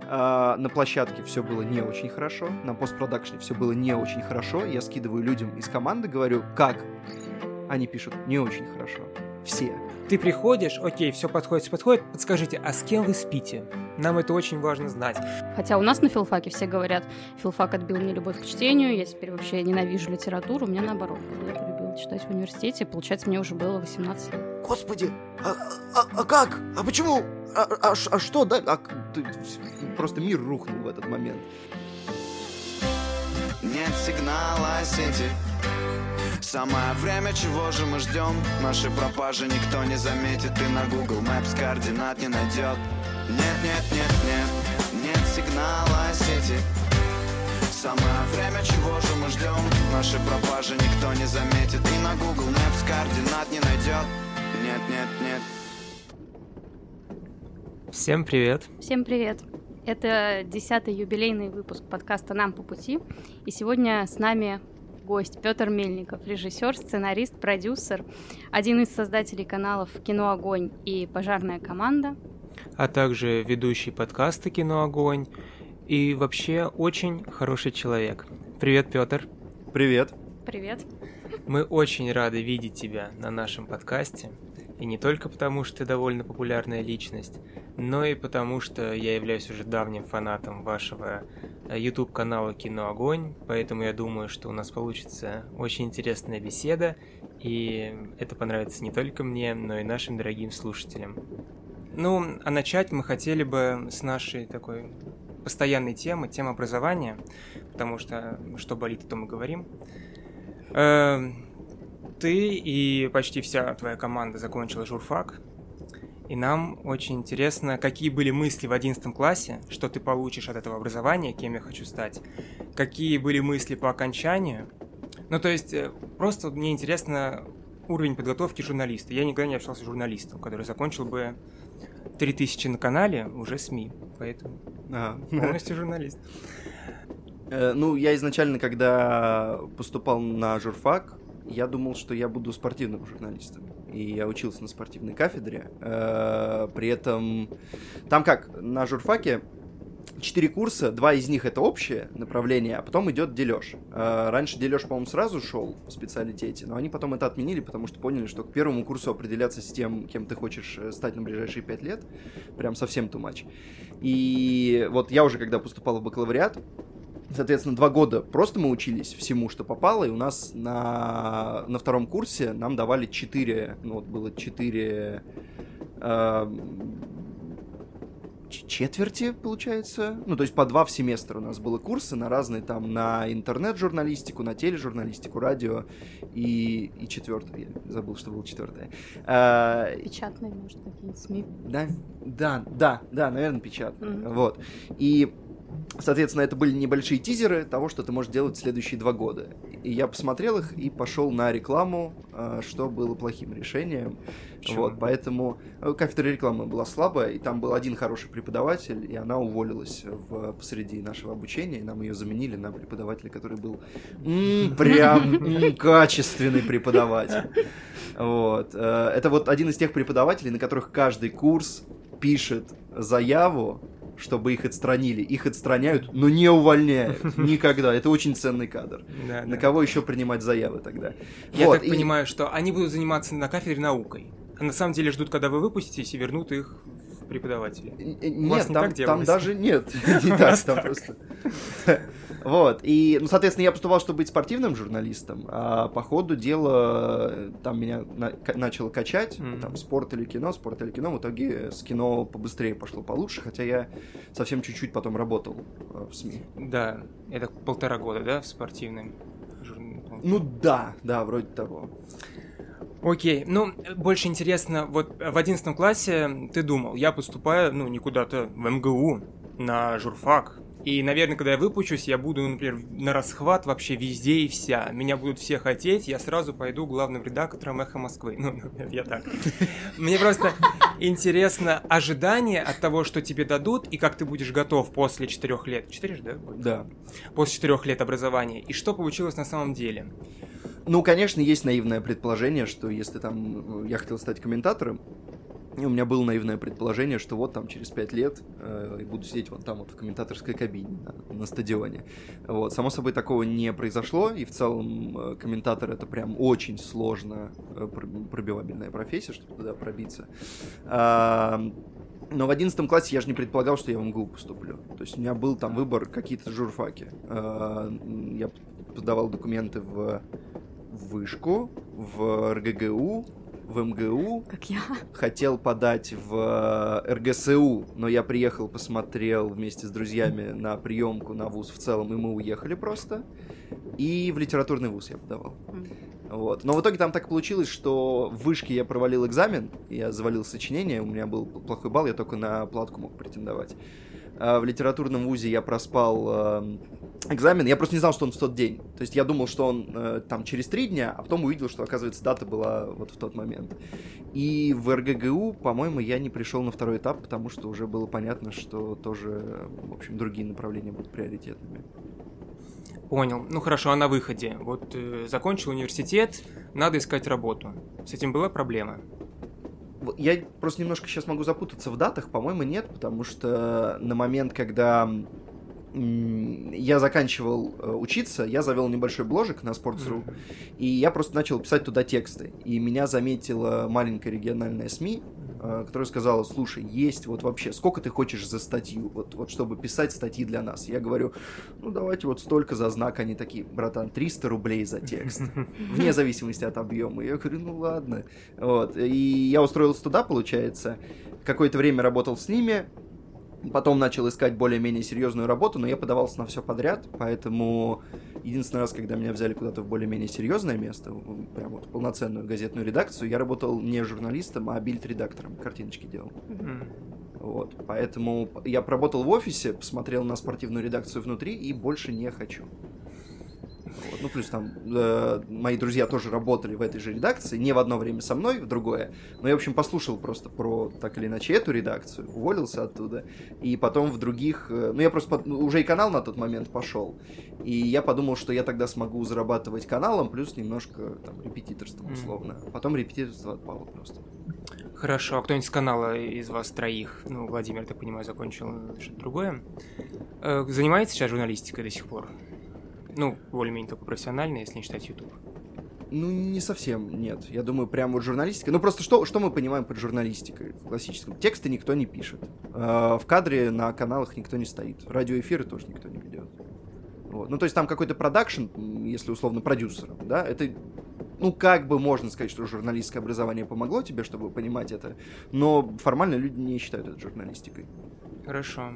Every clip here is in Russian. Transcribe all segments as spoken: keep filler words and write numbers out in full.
А, на площадке все было не очень хорошо, на постпродакшне все было не очень хорошо. Я скидываю людям из команды, говорю, как? Они пишут, не очень хорошо. Все. Ты приходишь, окей, все подходит, все подходит, подскажите, а с кем вы спите? Нам это очень важно знать. Хотя у нас на филфаке все говорят, филфак отбил мне любовь к чтению, я теперь вообще ненавижу литературу, у меня наоборот. Я полюбила читать в университете, получается, мне уже было восемнадцать лет. Господи, а, а, а как? А почему? А, а, а что, да? А, ты, просто мир рухнул в этот момент. Нет сигнала сети. Самое время, чего же мы ждем? Наши пропажи никто не заметит, и на Google Maps координат не найдет. Нет, нет, нет, нет, нет сигнала сети. Самое время, чего же мы ждем? Наши пропажи никто не заметит, и на Google Maps координат не найдет. Нет, нет, нет. Всем привет. Всем привет. Это десятый юбилейный выпуск подкаста «Нам по пути», и сегодня с нами гость Петр Мельников, режиссер, сценарист, продюсер, один из создателей каналов «Кино Огонь» и «Пожарная команда», а также ведущий подкаста «Кино Огонь» и вообще очень хороший человек. Привет, Петр. Привет. Привет. Мы очень рады видеть тебя на нашем подкасте. И не только потому, что ты довольно популярная личность, но и потому, что я являюсь уже давним фанатом вашего YouTube-канала «Кино Огонь», поэтому я думаю, что у нас получится очень интересная беседа, и это понравится не только мне, но и нашим дорогим слушателям. Ну, а начать мы хотели бы с нашей такой постоянной темы, темы образования, потому что что болит, о том и говорим. Ты и почти вся твоя команда закончила журфак, и нам очень интересно, какие были мысли в одиннадцатом классе, что ты получишь от этого образования, кем я хочу стать, какие были мысли по окончанию. Ну, то есть, просто мне интересно уровень подготовки журналиста. Я никогда не общался с журналистом, который закончил бы три тысячи на канале, уже СМИ, поэтому а. полностью журналист. Ну, я изначально, когда поступал на журфак, я думал, что я буду спортивным журналистом. И я учился на спортивной кафедре. При этом, там как, на журфаке четыре курса, два из них это общее направление, а потом идет дележ. Раньше дележ, по-моему, сразу шел в специалитете, но они потом это отменили, потому что поняли, что к первому курсу определяться с тем, кем ты хочешь стать на ближайшие пять лет, прям совсем too much. И вот я уже, когда поступал в бакалавриат, соответственно, два года просто мы учились всему, что попало, и у нас на, на втором курсе нам давали четыре, ну вот было четыре э, четверти, получается, ну то есть по два в семестр у нас было курсы на разные там, на интернет-журналистику, на тележурналистику, радио и, и четвертое, я забыл, что было четвертое. Э, Печатные, может, какие-нибудь СМИ. Да, да, да, да, наверное, печатные, mm-hmm. вот, и... Соответственно, это были небольшие тизеры того, что ты можешь делать в следующие два года. И я посмотрел их и пошел на рекламу, что было плохим решением. Почему? Вот, поэтому кафедра рекламы была слабая, и там был один хороший преподаватель, и она уволилась в, посреди нашего обучения, и нам ее заменили на преподавателя, который был м-м, прям м-м, качественный преподаватель. Вот. Это вот один из тех преподавателей, на которых каждый курс пишет заяву, чтобы их отстранили. Их отстраняют, но не увольняют. Никогда. Это очень ценный кадр. Да, на да. кого еще принимать заявы тогда? Я вот, так и... понимаю, что они будут заниматься на кафедре наукой. А на самом деле ждут, когда вы выпуститесь, и вернут их в преподаватели. Нет, там, там даже нет. Не так, там просто... Вот, и, ну, соответственно, я поступал, чтобы быть спортивным журналистом, а по ходу дела там меня на- начало качать, mm-hmm. там, спорт или кино, спорт или кино, в итоге с кино побыстрее пошло получше, хотя я совсем чуть-чуть потом работал в СМИ. Да, это полтора года, да, в спортивном журнале? Ну да, да, вроде того. Окей, ну, больше интересно, вот в одиннадцатом классе ты думал, я поступаю, ну, не куда-то в эм гэ у, на журфак. И, наверное, когда я выпущусь, я буду, например, на расхват вообще везде и вся. Меня будут все хотеть, я сразу пойду главным редактором «Эхо Москвы». Ну, например, я так. Мне просто интересно ожидание от того, что тебе дадут, и как ты будешь готов после четырех лет. Четыре же, да? Да. После четырех лет образования. И что получилось на самом деле? Ну, конечно, есть наивное предположение, что если там я хотел стать комментатором, И у меня было наивное предположение, что вот там через пять лет э, буду сидеть вон там вот в комментаторской кабине на, на стадионе. Вот. Само собой, такого не произошло, и в целом э, комментатор — это прям очень сложно э, пробивабельная профессия, чтобы туда пробиться. А, но в одиннадцатом классе я же не предполагал, что я в МГУ поступлю. То есть у меня был там выбор какие-то журфаки. А, я подавал документы в, в вышку, в РГГУ, в МГУ, как я. Хотел подать в РГСУ, но я приехал, посмотрел вместе с друзьями на приемку на вуз в целом, и мы уехали просто. И в литературный вуз я подавал. Mm. Вот. Но в итоге там так получилось, что в вышке я провалил экзамен, я завалил сочинение, у меня был плохой балл, я только на платку мог претендовать. А в литературном вузе я проспал э, экзамен, я просто не знал, что он в тот день. То есть я думал, что он э, там через три дня, а потом увидел, что, оказывается, дата была вот в тот момент. И в РГГУ, по-моему, я не пришел на второй этап, потому что уже было понятно, что тоже, в общем, другие направления будут приоритетными. Понял. Ну хорошо, а на выходе? Вот э, закончил университет, надо искать работу. С этим была проблема? Я просто немножко сейчас могу запутаться в датах, по-моему, нет, потому что на момент, когда я заканчивал учиться, я завел небольшой бложик на Sports.ru, mm-hmm. и я просто начал писать туда тексты. И меня заметила маленькая региональная СМИ, которая сказала: слушай, есть вот вообще, сколько ты хочешь за статью, вот, вот чтобы писать статьи для нас? Я говорю, ну давайте вот столько за знак. Они такие: братан, триста рублей за текст, вне зависимости от объема. Я говорю, ну ладно. Вот. И я устроился туда, получается, какое-то время работал с ними. Потом начал искать более-менее серьезную работу, но я подавался на все подряд, поэтому единственный раз, когда меня взяли куда-то в более-менее серьезное место, прям вот полноценную газетную редакцию, я работал не журналистом, а бильд-редактором, картиночки делал. Mm-hmm. Вот, поэтому я поработал в офисе, посмотрел на спортивную редакцию внутри и больше не хочу. Вот. Ну, плюс там э, мои друзья тоже работали в этой же редакции, не в одно время со мной, в другое. Но я, в общем, послушал просто про, так или иначе, эту редакцию, уволился оттуда. И потом в других... Э, ну, я просто... Под, уже и канал на тот момент пошел. И я подумал, что я тогда смогу зарабатывать каналом, плюс немножко там репетиторством, условно. Mm. Потом репетиторство отпало просто. Хорошо, а кто-нибудь с канала из вас троих, ну, Владимир, так понимаю, закончил что-то другое, э, занимается сейчас журналистикой до сих пор? Ну, более-менее только профессионально, если не считать YouTube. Ну, не совсем, нет. Я думаю, прям вот журналистика. Ну, просто что, что мы понимаем под журналистикой в классическом? Тексты никто не пишет. В кадре на каналах никто не стоит. Радиоэфиры тоже никто не ведет. Вот. Ну, то есть там какой-то продакшн, если условно продюсер, да, это... Ну, как бы можно сказать, что журналистское образование помогло тебе, чтобы понимать это, но формально люди не считают это журналистикой. Хорошо.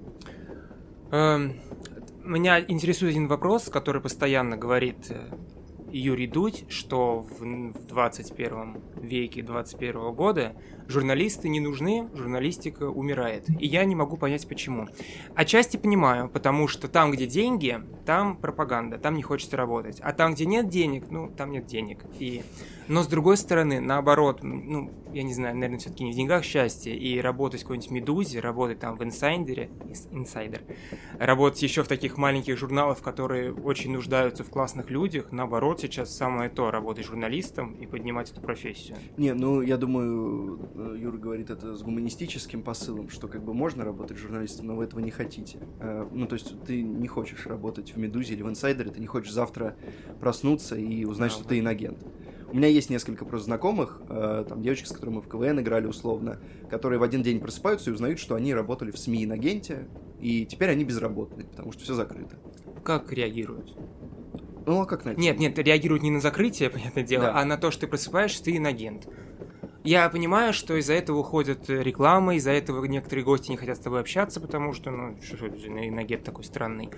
Эм... Меня интересует один вопрос, который постоянно говорит Юрий Дудь, что в двадцать первом веке двадцать первого года журналисты не нужны, журналистика умирает. И я не могу понять, почему. Отчасти понимаю, потому что там, где деньги, там пропаганда, там не хочется работать. А там, где нет денег, ну, там нет денег. И... Но, с другой стороны, наоборот, ну, я не знаю, наверное, все-таки не в деньгах счастье, и работать в какой-нибудь «Медузе», работать там в «Инсайдере», «Инсайдер», работать еще в таких маленьких журналах, которые очень нуждаются в классных людях, наоборот, сейчас самое то, работать журналистом и поднимать эту профессию. Не, ну, я думаю, Юра говорит это с гуманистическим посылом, что как бы можно работать журналистом, но вы этого не хотите. Ну, то есть ты не хочешь работать в «Медузе» или в «Инсайдере», ты не хочешь завтра проснуться и узнать, а, что вот. Ты инагент. У меня есть несколько просто знакомых, э, там, девочек, с которыми мы в КВН играли условно, которые в один день просыпаются и узнают, что они работали в СМИ инагенте, и теперь они безработные, потому что все закрыто. Как реагируют? Ну, а как на это? Нет, нет, реагируют не на закрытие, понятное дело, да. А на то, что ты просыпаешься, ты инагент. Я понимаю, что из-за этого уходит реклама, из-за этого некоторые гости не хотят с тобой общаться, потому что, ну, что это за инагент такой странный.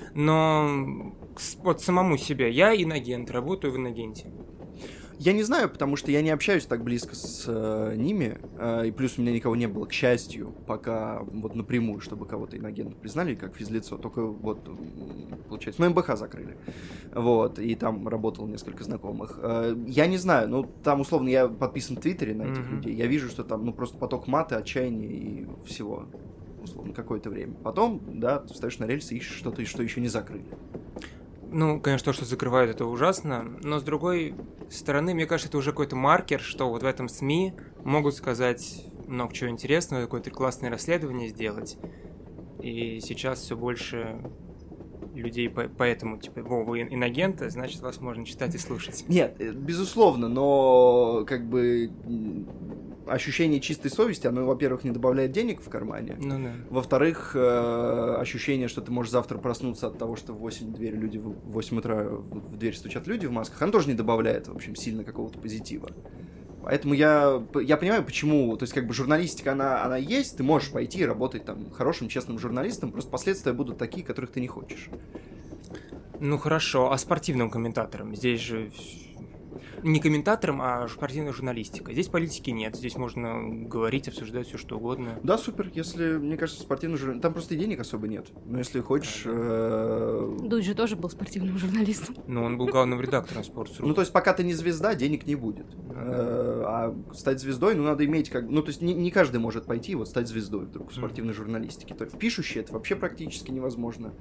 Но вот самому себе, я инагент, работаю в инагенте. Я не знаю, потому что я не общаюсь так близко с э, ними, э, и плюс у меня никого не было, к счастью, пока вот напрямую, чтобы кого-то инагентом признали как физлицо, только вот, получается, ну, МБХ закрыли, вот, и там работало несколько знакомых. Э, я не знаю, ну, там, условно, я подписан в Твиттере на этих mm-hmm. людей, я вижу, что там, ну, просто поток мата, отчаяния и всего, условно, какое-то время. Потом, да, ты встаешь на рельсы, ищешь что-то, что еще не закрыли. Ну, конечно, то, что закрывают, это ужасно, но с другой стороны, мне кажется, это уже какой-то маркер, что вот в этом СМИ могут сказать много чего интересного, какое-то классное расследование сделать. И сейчас все больше людей по- поэтому, типа, во, вы инагенты, значит, вас можно читать и слушать. Нет, безусловно, но как бы ощущение чистой совести, оно, во-первых, не добавляет денег в кармане. Ну да. Во-вторых, э, ощущение, что ты можешь завтра проснуться от того, что в восемь дверь люди, в восемь утра в дверь стучат люди в масках, оно тоже не добавляет, в общем, сильно какого-то позитива. Поэтому я, я понимаю, почему, то есть, как бы, журналистика, она, она есть, ты можешь пойти и работать там хорошим, честным журналистом, просто последствия будут такие, которых ты не хочешь. Ну хорошо, а спортивным комментатором? Здесь же не комментатором, а спортивная журналистика. Здесь политики нет, здесь можно говорить, обсуждать все что угодно. Да, супер, если, мне кажется, спортивный журналист... Там просто и денег особо нет. Но если хочешь... э, Дудь же тоже был спортивным журналистом. Ну, он был главным редактором Sports.ru. Ну, то есть, пока ты не звезда, денег не будет. Э, А стать звездой, ну, надо иметь как... Ну, то есть, не, не каждый может пойти и вот стать звездой вдруг в спортивной журналистике. То есть, пишущий это вообще практически невозможно.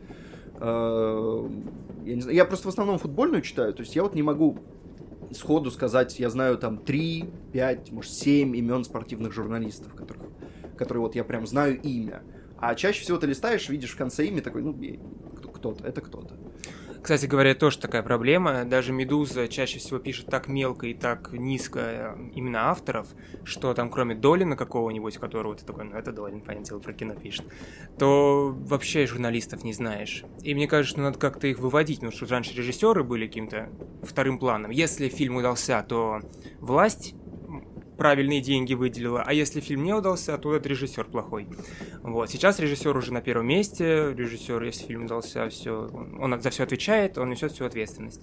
Э, Я не знаю, я просто в основном футбольную читаю, то есть, я вот не могу сходу сказать, я знаю там три, пять, может, семь имен спортивных журналистов, которых, которые вот я прям знаю имя. А чаще всего ты листаешь, видишь в конце имя, такой, ну, кто-то, это кто-то. Кстати говоря, тоже такая проблема. Даже «Медуза» чаще всего пишет так мелко и так низко именно авторов, что там кроме Долина какого-нибудь, которого ты такой, ну это Долин, понятное дело, про кино пишет, то вообще журналистов не знаешь. И мне кажется, что надо как-то их выводить, потому что раньше режиссеры были каким-то вторым планом. Если фильм удался, то власть правильные деньги выделила, а если фильм не удался, то этот режиссер плохой. Вот. Сейчас режиссер уже на первом месте, режиссер, если фильм удался, все, он за все отвечает, он несет всю ответственность.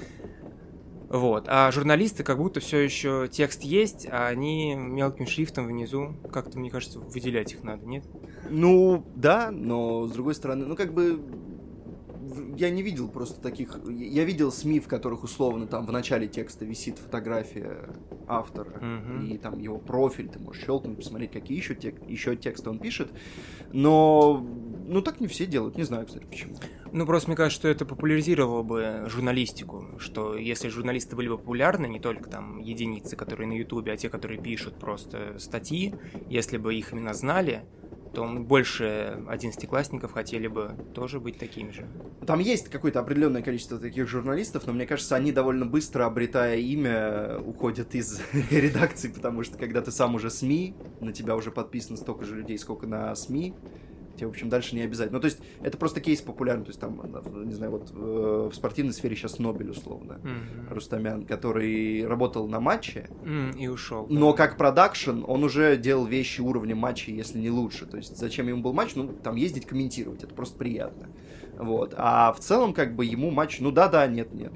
Вот. А журналисты как будто все еще текст есть, а они мелким шрифтом внизу, как-то, мне кажется, выделять их надо, нет? Ну, да, но с другой стороны, ну, как бы, я не видел просто таких... Я видел СМИ, в которых, условно, там в начале текста висит фотография автора, Mm-hmm. и там его профиль, ты можешь щелкнуть, посмотреть, какие еще, тек... еще тексты он пишет, но, ну, так не все делают, не знаю, кстати, почему. Ну, просто мне кажется, что это популяризировало бы журналистику, что если журналисты были бы популярны, не только там единицы, которые на Ютубе, а те, которые пишут просто статьи, если бы их именно знали, то больше одиннадцатиклассников хотели бы тоже быть такими же. Там есть какое-то определенное количество таких журналистов, но мне кажется, они довольно быстро, обретая имя, уходят из редакции, потому что когда ты сам уже СМИ, на тебя уже подписано столько же людей, сколько на СМИ, тебе, в общем, дальше не обязательно. Ну, то есть, это просто кейс популярный, то есть, там, не знаю, вот в спортивной сфере сейчас Нобель, условно, mm-hmm. Рустамян, который работал на матче, mm, и ушел. Но как продакшн он уже делал вещи уровня матча, если не лучше. То есть, зачем ему был матч? Ну, там, ездить, комментировать, это просто приятно. Вот. А в целом, как бы, ему матч, ну, да-да, нет-нет.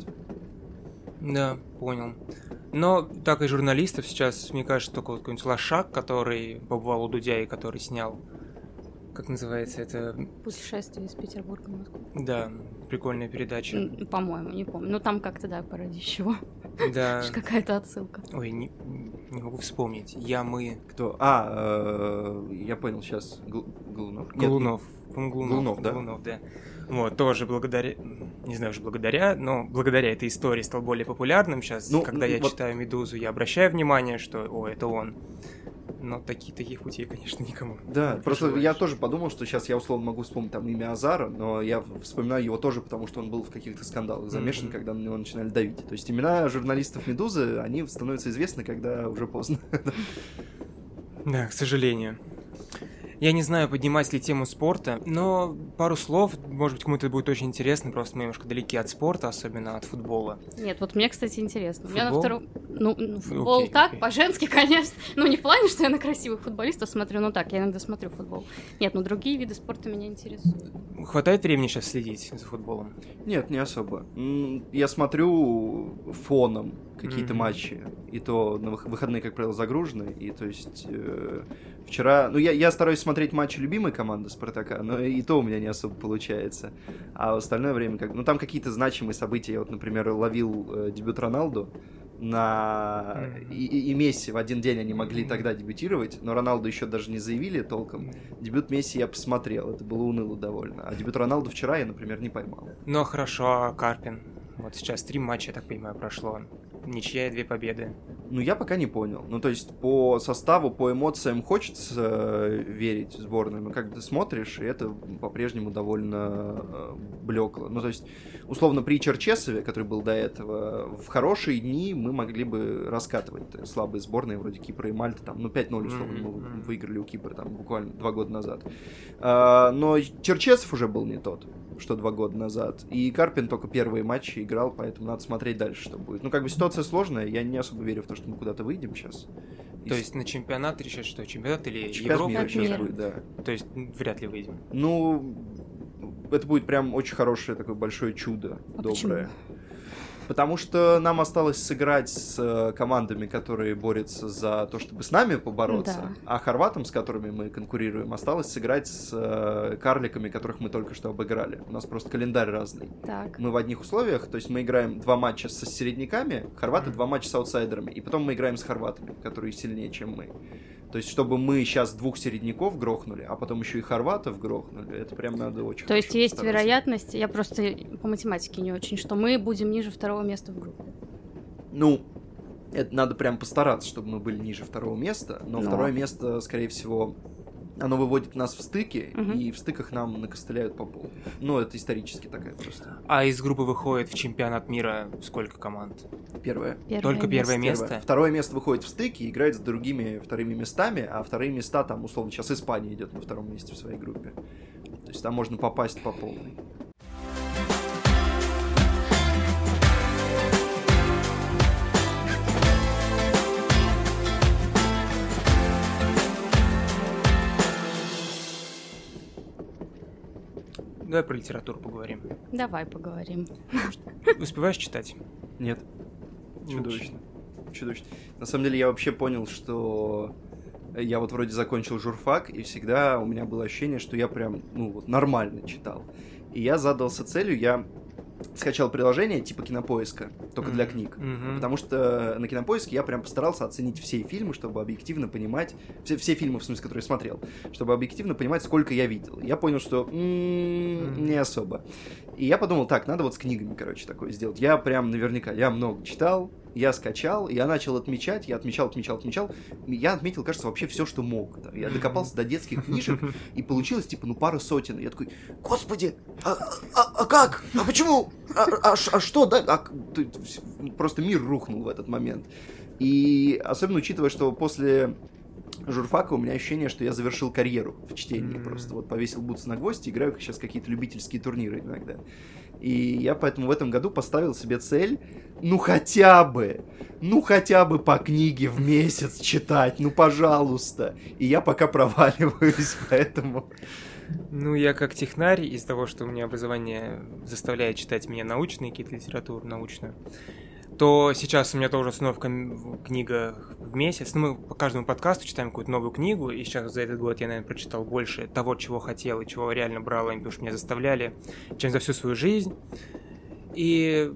Да, понял. Но так и журналистов сейчас, мне кажется, только вот какой-нибудь Лошак, который побывал у Дудя и который снял, как называется это? Путешествие из Петербурга в Москву. Да, прикольная передача. По-моему, не помню. Ну там как-то, да, поради чего. Да. Какая-то отсылка. Ой, не, не могу вспомнить. Я, мы... Кто? А, э, я понял, сейчас. Гл- Глунов. Глунов. Глунов, Глунов, да? Глунов, да. Вот, тоже благодаря, не знаю уж благодаря, но благодаря этой истории стал более популярным. Сейчас, ну, когда я вот... читаю «Медузу», я обращаю внимание, что, о, это он. Но таких, таких путей, конечно, никому. Да, просто желаешь. Я тоже подумал, что сейчас я условно могу вспомнить там имя Азара, но я вспоминаю его тоже, потому что он был в каких-то скандалах замешан, mm-hmm. когда на него начинали давить. То есть имена журналистов «Медузы», они становятся известны, когда уже поздно. Да, к сожалению. Я не знаю, поднимать ли тему спорта, но пару слов, может быть, кому-то будет очень интересно, просто мы немножко далеки от спорта, особенно от футбола. Нет, вот мне, кстати, интересно. Футбол? У меня на втором... Ну, ну футбол окей, так, окей. По-женски, конечно. Ну, не в плане, что я на красивых футболистов смотрю, но так, я иногда смотрю футбол. Нет, ну другие виды спорта меня интересуют. Хватает времени сейчас следить за футболом? Нет, не особо. Я смотрю фоном какие-то mm-hmm. матчи, и то на выходные, как правило, загружены, и то есть э, вчера... Ну, я, я стараюсь смотреть матчи любимой команды «Спартака», но и то у меня не особо получается. А в остальное время, как... ну, там какие-то значимые события. Я вот, например, ловил э, дебют Роналду, на... mm-hmm. и, и Месси в один день они могли mm-hmm. тогда дебютировать, но Роналду еще даже не заявили толком. Mm-hmm. Дебют Месси я посмотрел, это было уныло довольно. А дебют Роналду вчера я, например, не поймал. Ну, хорошо, а Карпин? Вот сейчас три матча, я так понимаю, прошло. ничья и две победы. Ну, я пока не понял. Ну, то есть, по составу, по эмоциям хочется верить в сборную, но когда ты смотришь, и это по-прежнему довольно блекло. Ну, то есть, условно, при Черчесове, который был до этого, в хорошие дни мы могли бы раскатывать слабые сборные, вроде Кипра и Мальты, там, ну, пять ноль, условно, мы выиграли у Кипра, там, буквально два года назад. Но Черчесов уже был не тот, что два года назад. И Карпин только первые матчи играл, поэтому надо смотреть дальше, что будет. Ну, как бы ситуация сложная, я не особо верю в то, что мы куда-то выйдем сейчас. То И... есть на чемпионат решать, что чемпионат или чемпионат Европа? Мира сейчас будет, да. То есть вряд ли выйдем. Ну, это будет прям очень хорошее такое большое чудо, а доброе. Почему? Потому что нам осталось сыграть с командами, которые борются за то, чтобы с нами побороться, да. а хорватам, с которыми мы конкурируем, осталось сыграть с карликами, которых мы только что обыграли. У нас просто календарь разный. Так. Мы в одних условиях, то есть мы играем два матча со середняками, хорваты два матча с аутсайдерами, и потом мы играем с хорватами, которые сильнее, чем мы. То есть, чтобы мы сейчас двух середняков грохнули, а потом еще и хорватов грохнули, это прям надо очень То есть есть постараться. вероятность, я просто по математике не очень, что мы будем ниже второго места в группе. Ну, это надо прям постараться, чтобы мы были ниже второго места, но, но. второе место, скорее всего, оно выводит нас в стыки, угу. и в стыках нам накостыляют по полу. Ну, это исторически такая просто. А из группы выходит в чемпионат мира сколько команд? Первое. Первое Только место. первое место? Первое. Второе место выходит в стыки и играет с другими вторыми местами, а вторые места там, условно, сейчас Испания идет на втором месте в своей группе. То есть там можно попасть по полной. Давай про литературу поговорим. Давай поговорим. Успеваешь читать? Нет. Чудовищно. Чудовищно. На самом деле я вообще понял, что я вот вроде закончил журфак, и всегда у меня было ощущение, что я прям, ну вот, нормально читал. И я задался целью, я скачал приложение типа Кинопоиска, только для книг. Mm-hmm. Потому что на Кинопоиске я прям постарался оценить все фильмы, чтобы объективно понимать... Все, все фильмы, в смысле, которые я смотрел. Чтобы объективно понимать, сколько я видел. Я понял, что м-м, mm-hmm. не особо. И я подумал, так, надо вот с книгами, короче, такое сделать. Я прям наверняка, я много читал, я скачал, я начал отмечать, я отмечал, отмечал, отмечал. Я отметил, кажется, вообще все, что мог. Да. Я докопался до детских книжек, и получилось, типа, ну, пара сотен. Я такой, господи, а, а, а как? А почему? А, а, а что? Да? А, просто мир рухнул в этот момент. И особенно учитывая, что после журфака у меня ощущение, что я завершил карьеру в чтении. Mm-hmm. Просто вот повесил бутсы на гвоздь и играю как сейчас какие-то любительские турниры иногда. И я поэтому в этом году поставил себе цель, ну хотя бы, ну хотя бы по книге в месяц читать, ну пожалуйста. И я пока проваливаюсь, поэтому... Ну, я как технарь, из того, что у меня образование заставляет читать меня научные какие-то литературу, научную, то сейчас у меня тоже установка книга в месяц. Ну, мы по каждому подкасту читаем какую-то новую книгу, и сейчас за этот год я, наверное, прочитал больше того, чего хотел и чего реально брал, потому что меня заставляли, чем за всю свою жизнь. И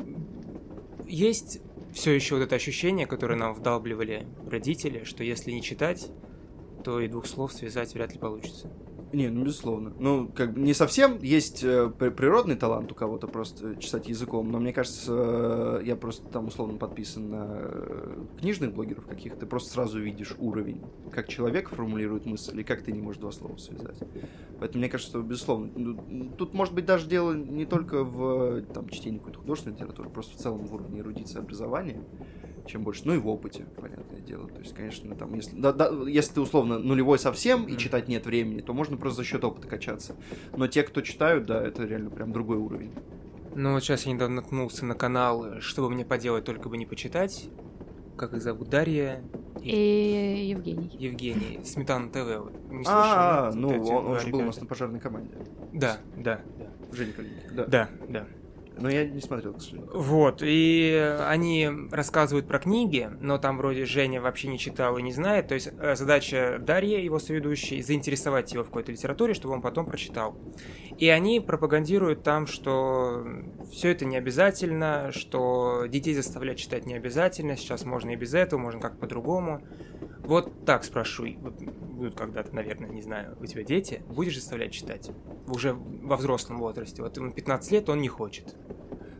есть все еще вот это ощущение, которое нам вдалбливали родители, что если не читать, то и двух слов связать вряд ли получится. Не, ну безусловно. Ну, как бы не совсем. Есть э, природный талант у кого-то просто чесать языком, но мне кажется, э, я просто там условно подписан на э, книжных блогеров каких-то, ты просто сразу видишь уровень, как человек формулирует мысль и как ты не можешь два слова связать. Поэтому мне кажется, что безусловно. Тут может быть даже дело не только в там, чтении какой-то художественной литературы, просто в целом в уровне эрудиции образования. Чем больше, ну и в опыте, понятное дело. То есть, конечно, там, если, да, да, если ты условно нулевой совсем и читать нет времени, то можно просто за счет опыта качаться. Но те, кто читают, да, это реально прям другой уровень. Ну вот сейчас я недавно наткнулся на канал «Что бы мне поделать, только бы не почитать». Как их зовут? Дарья и, и Евгений. Евгений. Сметана ТВ. Не слышал? А, ну он, он же был у нас на пожарной команде. Да, да, да. Женя Калинин. Да, да. да. Но я не смотрел, к сожалению. Вот, и они рассказывают про книги, но там вроде Женя вообще не читал и не знает. То есть задача Дарьи, его соведущей, заинтересовать его в какой-то литературе, чтобы он потом прочитал. И они пропагандируют там, что все это не обязательно, что детей заставлять читать не обязательно, сейчас можно и без этого, можно как по-другому. Вот так спрошу, будут когда-то, наверное, не знаю, у тебя дети, будешь заставлять читать? Уже во взрослом возрасте, вот ему пятнадцать лет, он не хочет.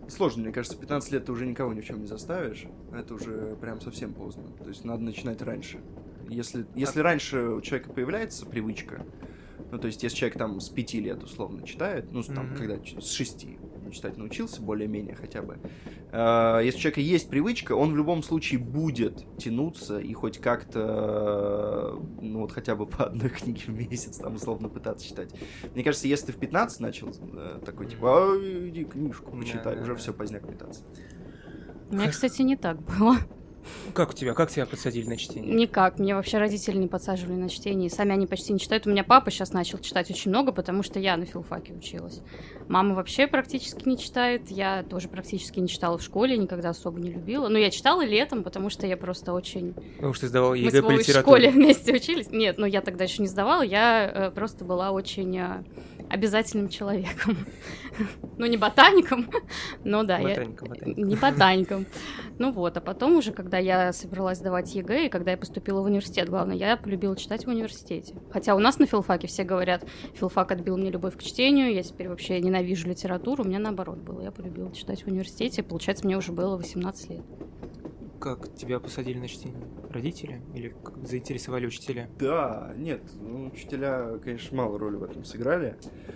Сложно, мне кажется, в пятнадцать лет ты уже никого ни в чем не заставишь. Это уже прям совсем поздно. То есть надо начинать раньше. Если, если раньше у человека появляется привычка, ну, то есть если человек там с пяти лет условно читает, ну, там, mm-hmm. когда с шести читать научился более-менее хотя бы, э, если у человека есть привычка, он в любом случае будет тянуться и хоть как-то, ну, вот хотя бы по одной книге в месяц там условно пытаться читать. Мне кажется, если ты в пятнадцать начал э, такой, типа, а, иди книжку почитай, yeah, уже yeah. все, поздняк метаться. У меня, кстати, не так было. Как у тебя? Как тебя подсадили на чтение? Никак. Мне вообще родители не подсаживали на чтение. Сами они почти не читают. У меня папа сейчас начал читать очень много, потому что я на филфаке училась. Мама вообще практически не читает. Я тоже практически не читала в школе, никогда особо не любила. Но я читала летом, потому что я просто очень... Потому что сдавала ЕГЭ по литературе. Мы в школе вместе учились. Нет, ну я тогда еще не сдавала. Я э, просто была очень... Э, обязательным человеком. Ну, не ботаником, но да. Ботаником, я... ботаником. Не ботаником. Ну вот, а потом уже, когда я собралась сдавать ЕГЭ, и когда я поступила в университет, главное, я полюбила читать в университете. Хотя у нас на филфаке все говорят, филфак отбил мне любовь к чтению, я теперь вообще ненавижу литературу, у меня наоборот было. Я полюбила читать в университете, получается, мне уже было восемнадцать лет. Как тебя посадили на чтение? Родители? Или заинтересовали учителя? Да, нет, ну, учителя, конечно, мало роли в этом сыграли.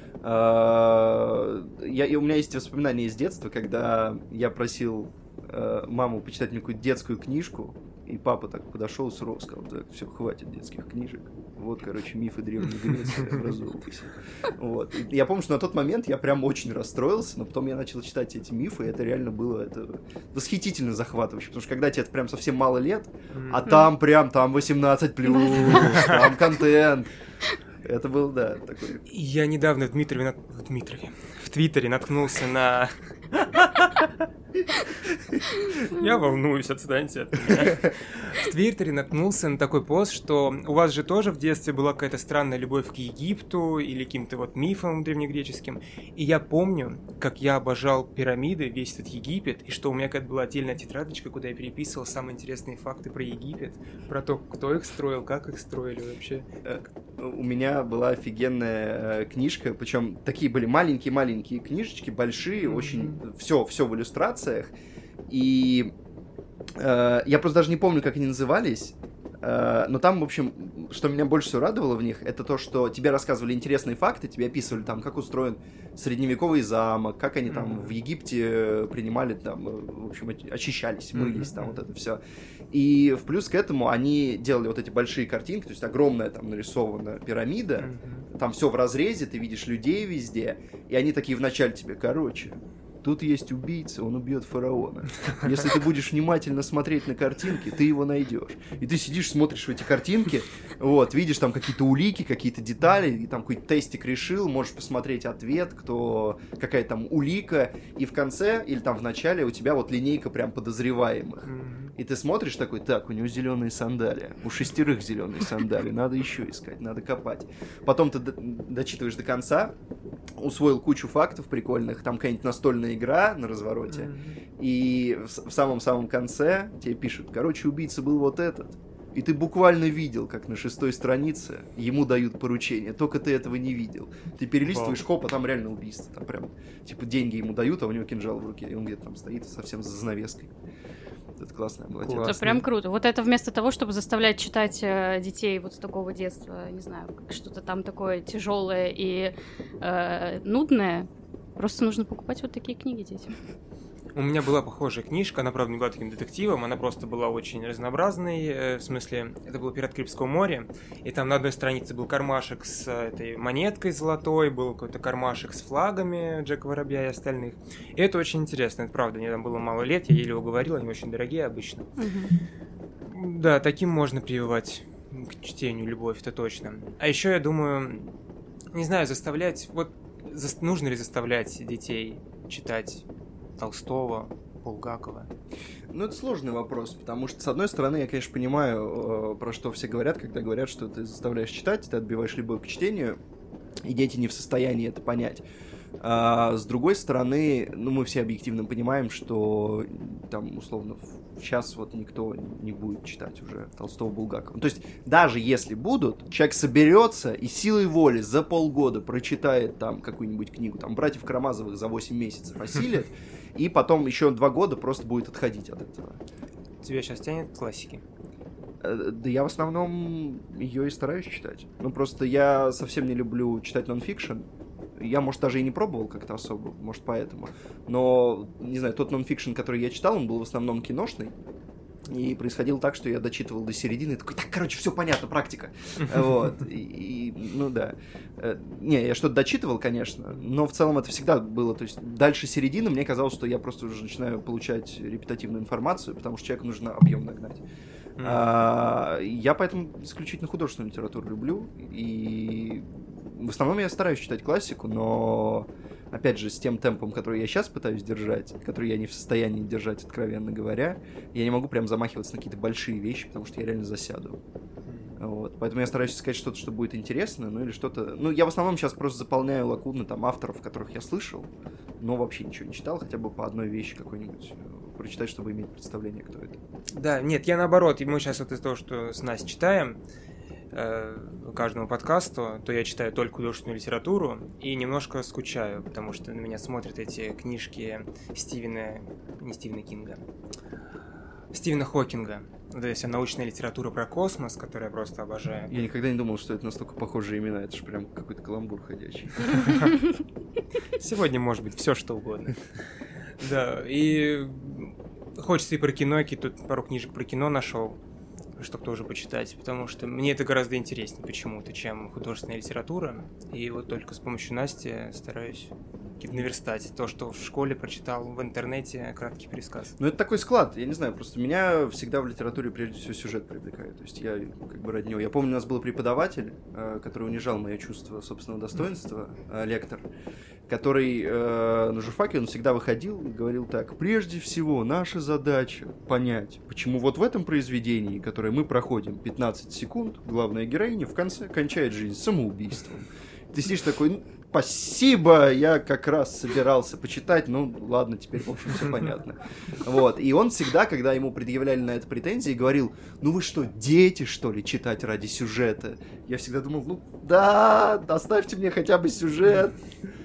Я, и у меня есть воспоминания из детства, когда я просил маму почитать мне какую-то детскую книжку, и папа так подошел и сурово сказал: так, все, хватит детских книжек. Вот, короче, мифы Древней Греции образовывались. Вот. И я помню, что на тот момент я прям очень расстроился, но потом я начал читать эти мифы, и это реально было это восхитительно захватывающе, потому что когда тебе прям совсем мало лет, а там прям, там восемнадцать плюс, там контент. Это был, да, такой... Я недавно в Дмитрове, в Дмитрове, в Твиттере наткнулся на... Я волнуюсь, отстаньте от меня. В Твиттере наткнулся на такой пост, что у вас же тоже в детстве была какая-то странная любовь к Египту или каким-то вот мифам древнегреческим. И я помню, как я обожал пирамиды, весь этот Египет, и что у меня какая-то была отдельная тетрадочка, куда я переписывал самые интересные факты про Египет, про то, кто их строил, как их строили вообще. У меня была офигенная книжка, причем такие были маленькие-маленькие книжечки, большие, mm-hmm. очень... Все, все в иллюстрациях. И э, я просто даже не помню, как они назывались. Э, но там, в общем, что меня больше всего радовало в них, это то, что тебе рассказывали интересные факты, тебе описывали там, как устроен средневековый замок, как они там mm-hmm. в Египте принимали, там, в общем, очищались, мылись, mm-hmm. там, вот это все. И в плюс к этому они делали вот эти большие картинки, то есть огромная там нарисована пирамида, mm-hmm. там все в разрезе, ты видишь людей везде, и они такие вначале тебе, короче... Тут есть убийца, он убьет фараона. Если ты будешь внимательно смотреть на картинки, ты его найдешь. И ты сидишь, смотришь в эти картинки, вот, видишь там какие-то улики, какие-то детали, и там какой-то тестик решил, можешь посмотреть ответ, кто, какая там улика, и в конце, или там в начале у тебя вот линейка прям подозреваемых. И ты смотришь такой, так, у него зеленые сандалии, у шестерых зеленые сандалии, надо еще искать, надо копать. Потом ты дочитываешь до конца, усвоил кучу фактов прикольных, там какая-нибудь настольная игра на развороте, mm-hmm. и в, в самом-самом конце тебе пишут, короче, убийца был вот этот, и ты буквально видел, как на шестой странице ему дают поручение, только ты этого не видел. Ты перелистываешь, wow. хоп, а там реально убийство, там прям, типа, деньги ему дают, а у него кинжал в руке, и он где-то там стоит совсем за занавеской. Это классно, молодец. Это прям круто. Вот это вместо того, чтобы заставлять читать э, детей вот с такого детства, не знаю, что-то там такое тяжелое и э, нудное, просто нужно покупать вот такие книги детям. У меня была похожая книжка, она, правда, не была таким детективом, она просто была очень разнообразной, э, в смысле, это был «Пират Карибского моря», и там на одной странице был кармашек с этой монеткой золотой, был какой-то кармашек с флагами Джека Воробья и остальных. И это очень интересно, это правда, мне там было мало лет, я еле уговорил, они очень дорогие обычно. Угу. Да, таким можно прививать к чтению любовь, это точно. А еще я думаю, не знаю, заставлять, вот за, нужно ли заставлять детей читать Толстого, Булгакова? Ну, это сложный вопрос, потому что, с одной стороны, я, конечно, понимаю, про что все говорят, когда говорят, что ты заставляешь читать, ты отбиваешь любовь к чтению, и дети не в состоянии это понять. А с другой стороны, ну, мы все объективно понимаем, что там, условно, сейчас вот никто не будет читать уже Толстого, Булгакова. То есть, даже если будут, человек соберется и силой воли за полгода прочитает там какую-нибудь книгу, там, «Братьев Карамазовых» за восемь месяцев осилит, и потом еще два года просто будет отходить от этого. Тебя сейчас тянет к классике? Да я в основном ее и стараюсь читать. Ну, просто я совсем не люблю читать нонфикшн. Я, может, даже и не пробовал как-то особо, может, поэтому. Но, не знаю, тот нонфикшн, который я читал, он был в основном киношный. И происходило так, что я дочитывал до середины, и такой, так, короче, все понятно, практика. Вот. И, и, ну да. Не, я что-то дочитывал, конечно, но в целом это всегда было. То есть дальше середины мне казалось, что я просто уже начинаю получать репетативную информацию, потому что человеку нужно объем нагнать. Mm. А, я поэтому исключительно художественную литературу люблю, и в основном я стараюсь читать классику, но, опять же, с тем темпом, который я сейчас пытаюсь держать, который я не в состоянии держать, откровенно говоря, я не могу прям замахиваться на какие-то большие вещи, потому что я реально засяду. Вот. Поэтому я стараюсь искать что-то, что будет интересно, ну или что-то... Ну, я в основном сейчас просто заполняю лакуны там авторов, которых я слышал, но вообще ничего не читал, хотя бы по одной вещи какой-нибудь прочитать, чтобы иметь представление, кто это. Да, нет, я наоборот, и мы сейчас вот из того, что с Настей читаем, э, каждому подкасту, то я читаю только художественную литературу и немножко скучаю, потому что на меня смотрят эти книжки Стивена, не Стивена Кинга, Стивена Хокинга. То есть научная литература про космос, которую я просто обожаю. Я никогда не думал, что это настолько похожие имена. Это же прям какой-то каламбур ходячий. Сегодня может быть все что угодно. Да, и хочется и про кино, и тут пару книжек про кино нашел, чтобы тоже почитать, потому что мне это гораздо интереснее почему-то, чем художественная литература. И вот только с помощью Насти стараюсь наверстать то, что в школе прочитал в интернете краткий пересказ. Ну, это такой склад, я не знаю, просто меня всегда в литературе прежде всего сюжет привлекает. То есть я как бы ради него. Я помню, у нас был преподаватель, который унижал мое чувство собственного достоинства, лектор, который э, на журфаке он всегда выходил и говорил так: прежде всего, наша задача понять, почему вот в этом произведении, которое мы проходим пятнадцать секунд, главная героиня в конце кончает жизнь самоубийством. Ты сидишь такой: спасибо, я как раз собирался почитать, ну ладно, теперь, в общем, все понятно. Вот, и он всегда, когда ему предъявляли на это претензии, говорил: ну вы что, дети, что ли, читать ради сюжета? Я всегда думал: ну да, оставьте мне хотя бы сюжет.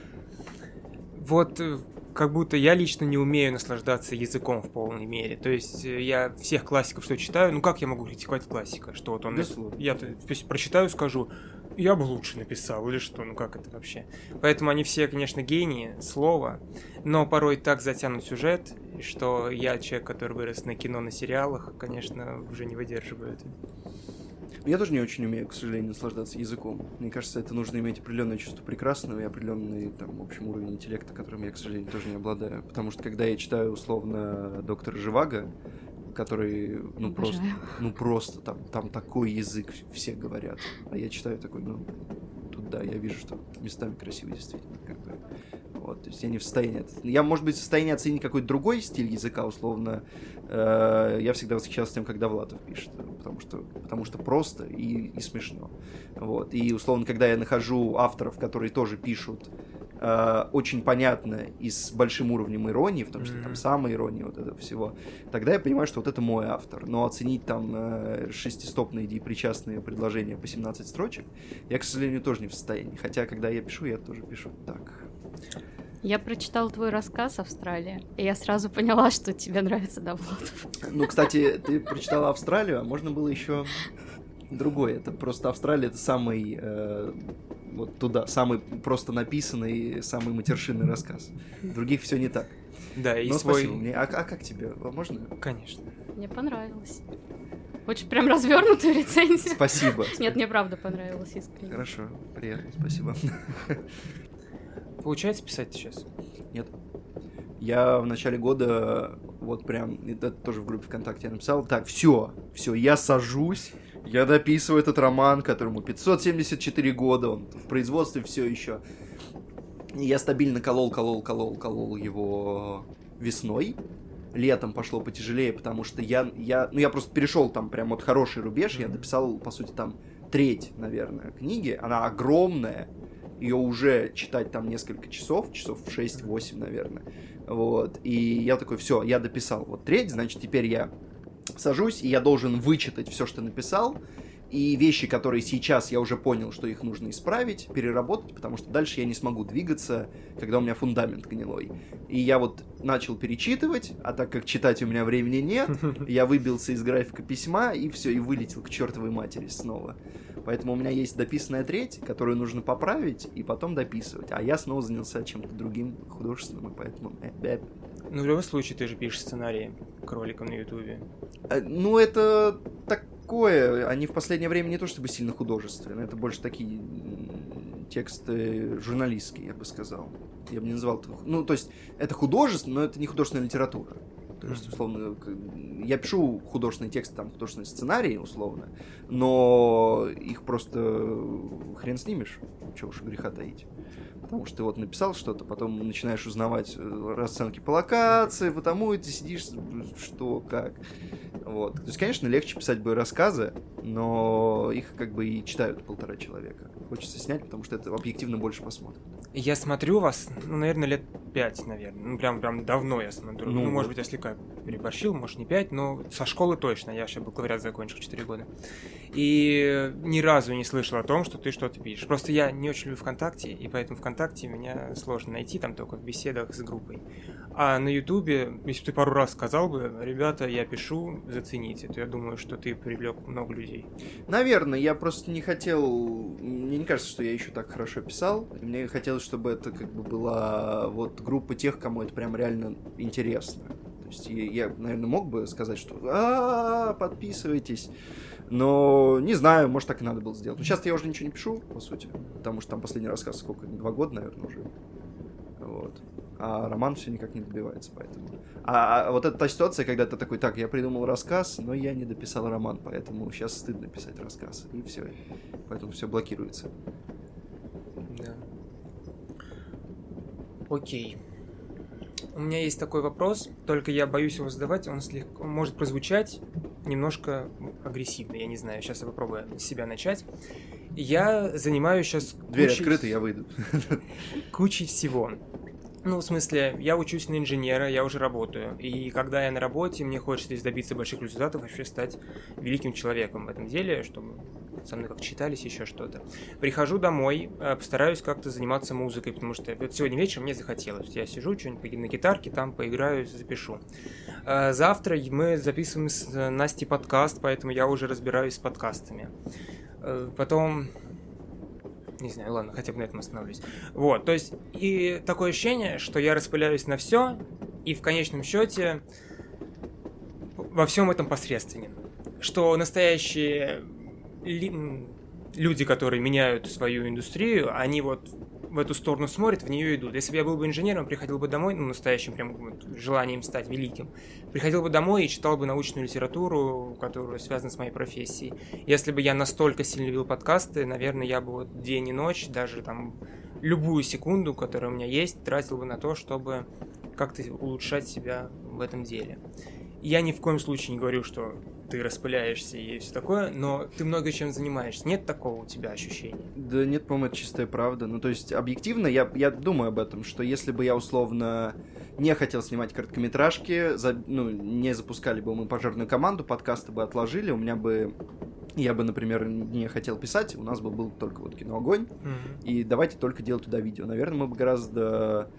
Вот как будто я лично не умею наслаждаться языком в полной мере. То есть я всех классиков, что читаю, ну как я могу критиковать классика? Что вот он... Безусловно. Я прочитаю, скажу, я бы лучше написал, или что? Ну как это вообще? Поэтому они все, конечно, гении слова, но порой так затянут сюжет, что я, человек, который вырос на кино, на сериалах, конечно, уже не выдерживаю это. Я тоже не очень умею, к сожалению, наслаждаться языком. Мне кажется, это нужно иметь определенное чувство прекрасного и определенный, там, в общем, уровень интеллекта, которым я, к сожалению, тоже не обладаю. Потому что, когда я читаю, условно, доктора Живаго, который, ну, просто, ну, просто там, там такой язык все говорят. А я читаю такой, ну, тут, да, я вижу, что местами красиво действительно, как бы. Вот, то есть я не в состоянии... Я, может быть, в состоянии оценить какой-то другой стиль языка, условно. Э, я всегда восхищался тем, как Довлатов пишет, потому что, потому что просто и, и смешно. Вот. И, условно, когда я нахожу авторов, которые тоже пишут э, очень понятно и с большим уровнем иронии, в том числе mm-hmm. там самоиронии вот этого всего, тогда я понимаю, что вот это мой автор. Но оценить там э, шестистопные депричастные предложения по семнадцать строчек я, к сожалению, тоже не в состоянии. Хотя, когда я пишу, я тоже пишу так... Я прочитала твой рассказ «Австралия», и я сразу поняла, что тебе нравится Довлатов. Ну, кстати, ты прочитала «Австралию», а можно было еще другое. Это просто «Австралия» — это самый, э, вот туда, самый просто написанный, самый матершинный рассказ. Других все не так. Да, и Но свой... спасибо мне. А, а как тебе? Можно? Конечно. Мне понравилось. Очень прям развернутую рецензию. Спасибо. Нет, мне правда понравилось искренне. Хорошо, приятно, спасибо. Получается писать сейчас? Нет. Я в начале года, вот прям, это тоже в группе ВКонтакте я написал: так, все, все, я сажусь, я дописываю этот роман, которому пятьсот семьдесят четыре года, он в производстве все еще. И я стабильно колол, колол, колол, колол его весной. Летом пошло потяжелее, потому что я, я, ну я просто перешел там прям вот хороший рубеж, я дописал, по сути, там треть, наверное, книги, она огромная. ее уже читать там несколько часов, часов шесть-восемь, наверное. Вот. И я такой, все, я дописал вот треть, значит, теперь я сажусь, и я должен вычитать все, что написал, и вещи, которые сейчас я уже понял, что их нужно исправить, переработать, потому что дальше я не смогу двигаться, когда у меня фундамент гнилой. И я вот начал перечитывать, а так как читать у меня времени нет, я выбился из графика письма, и все, и вылетел к чертовой матери снова. Поэтому у меня есть дописанная треть, которую нужно поправить и потом дописывать. А я снова занялся чем-то другим художественным, и поэтому... Ну, в любом случае, ты же пишешь сценарии к роликам на Ютубе. Ну, это такое... Они в последнее время не то чтобы сильно художественные, это больше такие тексты журналистские, я бы сказал. Я бы не назвал это... Ну, то есть, это художественно, но это не художественная литература. То есть, условно, я пишу художественные тексты, там, художественные сценарии, условно, но их просто хрен снимешь, чего уж греха таить. Потому что ты вот написал что-то, потом начинаешь узнавать расценки по локации, потому и ты сидишь, что, как. Вот. То есть, конечно, легче писать бы рассказы, но их как бы и читают полтора человека. Хочется снять, потому что это объективно больше посмотрят. Я смотрю вас, ну, наверное, лет пять, наверное. Ну, прям, прям давно я смотрю. Ну, ну может быть, если как переборщил, может, не пять, но со школы точно. Я сейчас бакалавриат закончил четыре года. И ни разу не слышал о том, что ты что-то пишешь. Просто я не очень люблю ВКонтакте, и поэтому ВКонтакте меня сложно найти, там только в беседах с группой. А на Ютубе, если бы ты пару раз сказал бы, ребята, я пишу, зацените, то я думаю, что ты привлек много людей. Наверное, я просто не хотел... Мне не кажется, что я еще так хорошо писал. Мне хотелось, чтобы это как бы была вот группа тех, кому это прям реально интересно. То есть я, наверное, мог бы сказать, что а подписывайтесь. Но не знаю, может, так и надо было сделать. Но сейчас я уже ничего не пишу, по сути. Потому что там последний рассказ сколько? Два года, наверное, уже. Вот. А роман все никак не добивается, поэтому... А, а вот это та ситуация, когда ты такой, так, я придумал рассказ, но я не дописал роман, поэтому сейчас стыдно писать рассказ. И все. Поэтому все блокируется. Да. Окей. У меня есть такой вопрос, только я боюсь его задавать, он слегка может прозвучать немножко агрессивно, я не знаю, сейчас я попробую с себя начать. Я занимаюсь сейчас... Дверь кучей... открыта, я выйду. Кучей всего. Ну, в смысле, я учусь на инженера, я уже работаю, и когда я на работе, мне хочется добиться больших результатов, вообще стать великим человеком в этом деле, чтобы со мной как читались еще что-то. Прихожу домой, постараюсь как-то заниматься музыкой, потому что вот сегодня вечером мне захотелось. Я сижу, что-нибудь на гитарке, там поиграю, запишу. Завтра мы записываем с Настей подкаст, поэтому я уже разбираюсь с подкастами. Потом... Не знаю, ладно, хотя бы на этом остановлюсь. Вот, то есть, и такое ощущение, что я распыляюсь на все, и в конечном счете во всем этом посредственен. Что настоящие ли... люди, которые меняют свою индустрию, они вот в эту сторону смотрят, в нее идут. Если бы я был бы инженером, приходил бы домой, ну, настоящим прям вот, желанием стать великим, приходил бы домой и читал бы научную литературу, которая связана с моей профессией. Если бы я настолько сильно любил подкасты, наверное, я бы вот день и ночь, даже там любую секунду, которая у меня есть, тратил бы на то, чтобы как-то улучшать себя в этом деле. Я ни в коем случае не говорю, что ты распыляешься и все такое, но ты много чем занимаешься. Нет такого у тебя ощущения? Да нет, по-моему, это чистая правда. Ну, то есть, объективно, я, я думаю об этом, что если бы я, условно, не хотел снимать короткометражки, за, ну, не запускали бы мы пожарную команду, подкасты бы отложили, у меня бы... Я бы, например, не хотел писать, у нас бы был только вот кино-огонь, mm-hmm. и давайте только делать туда видео. Наверное, мы бы гораздо...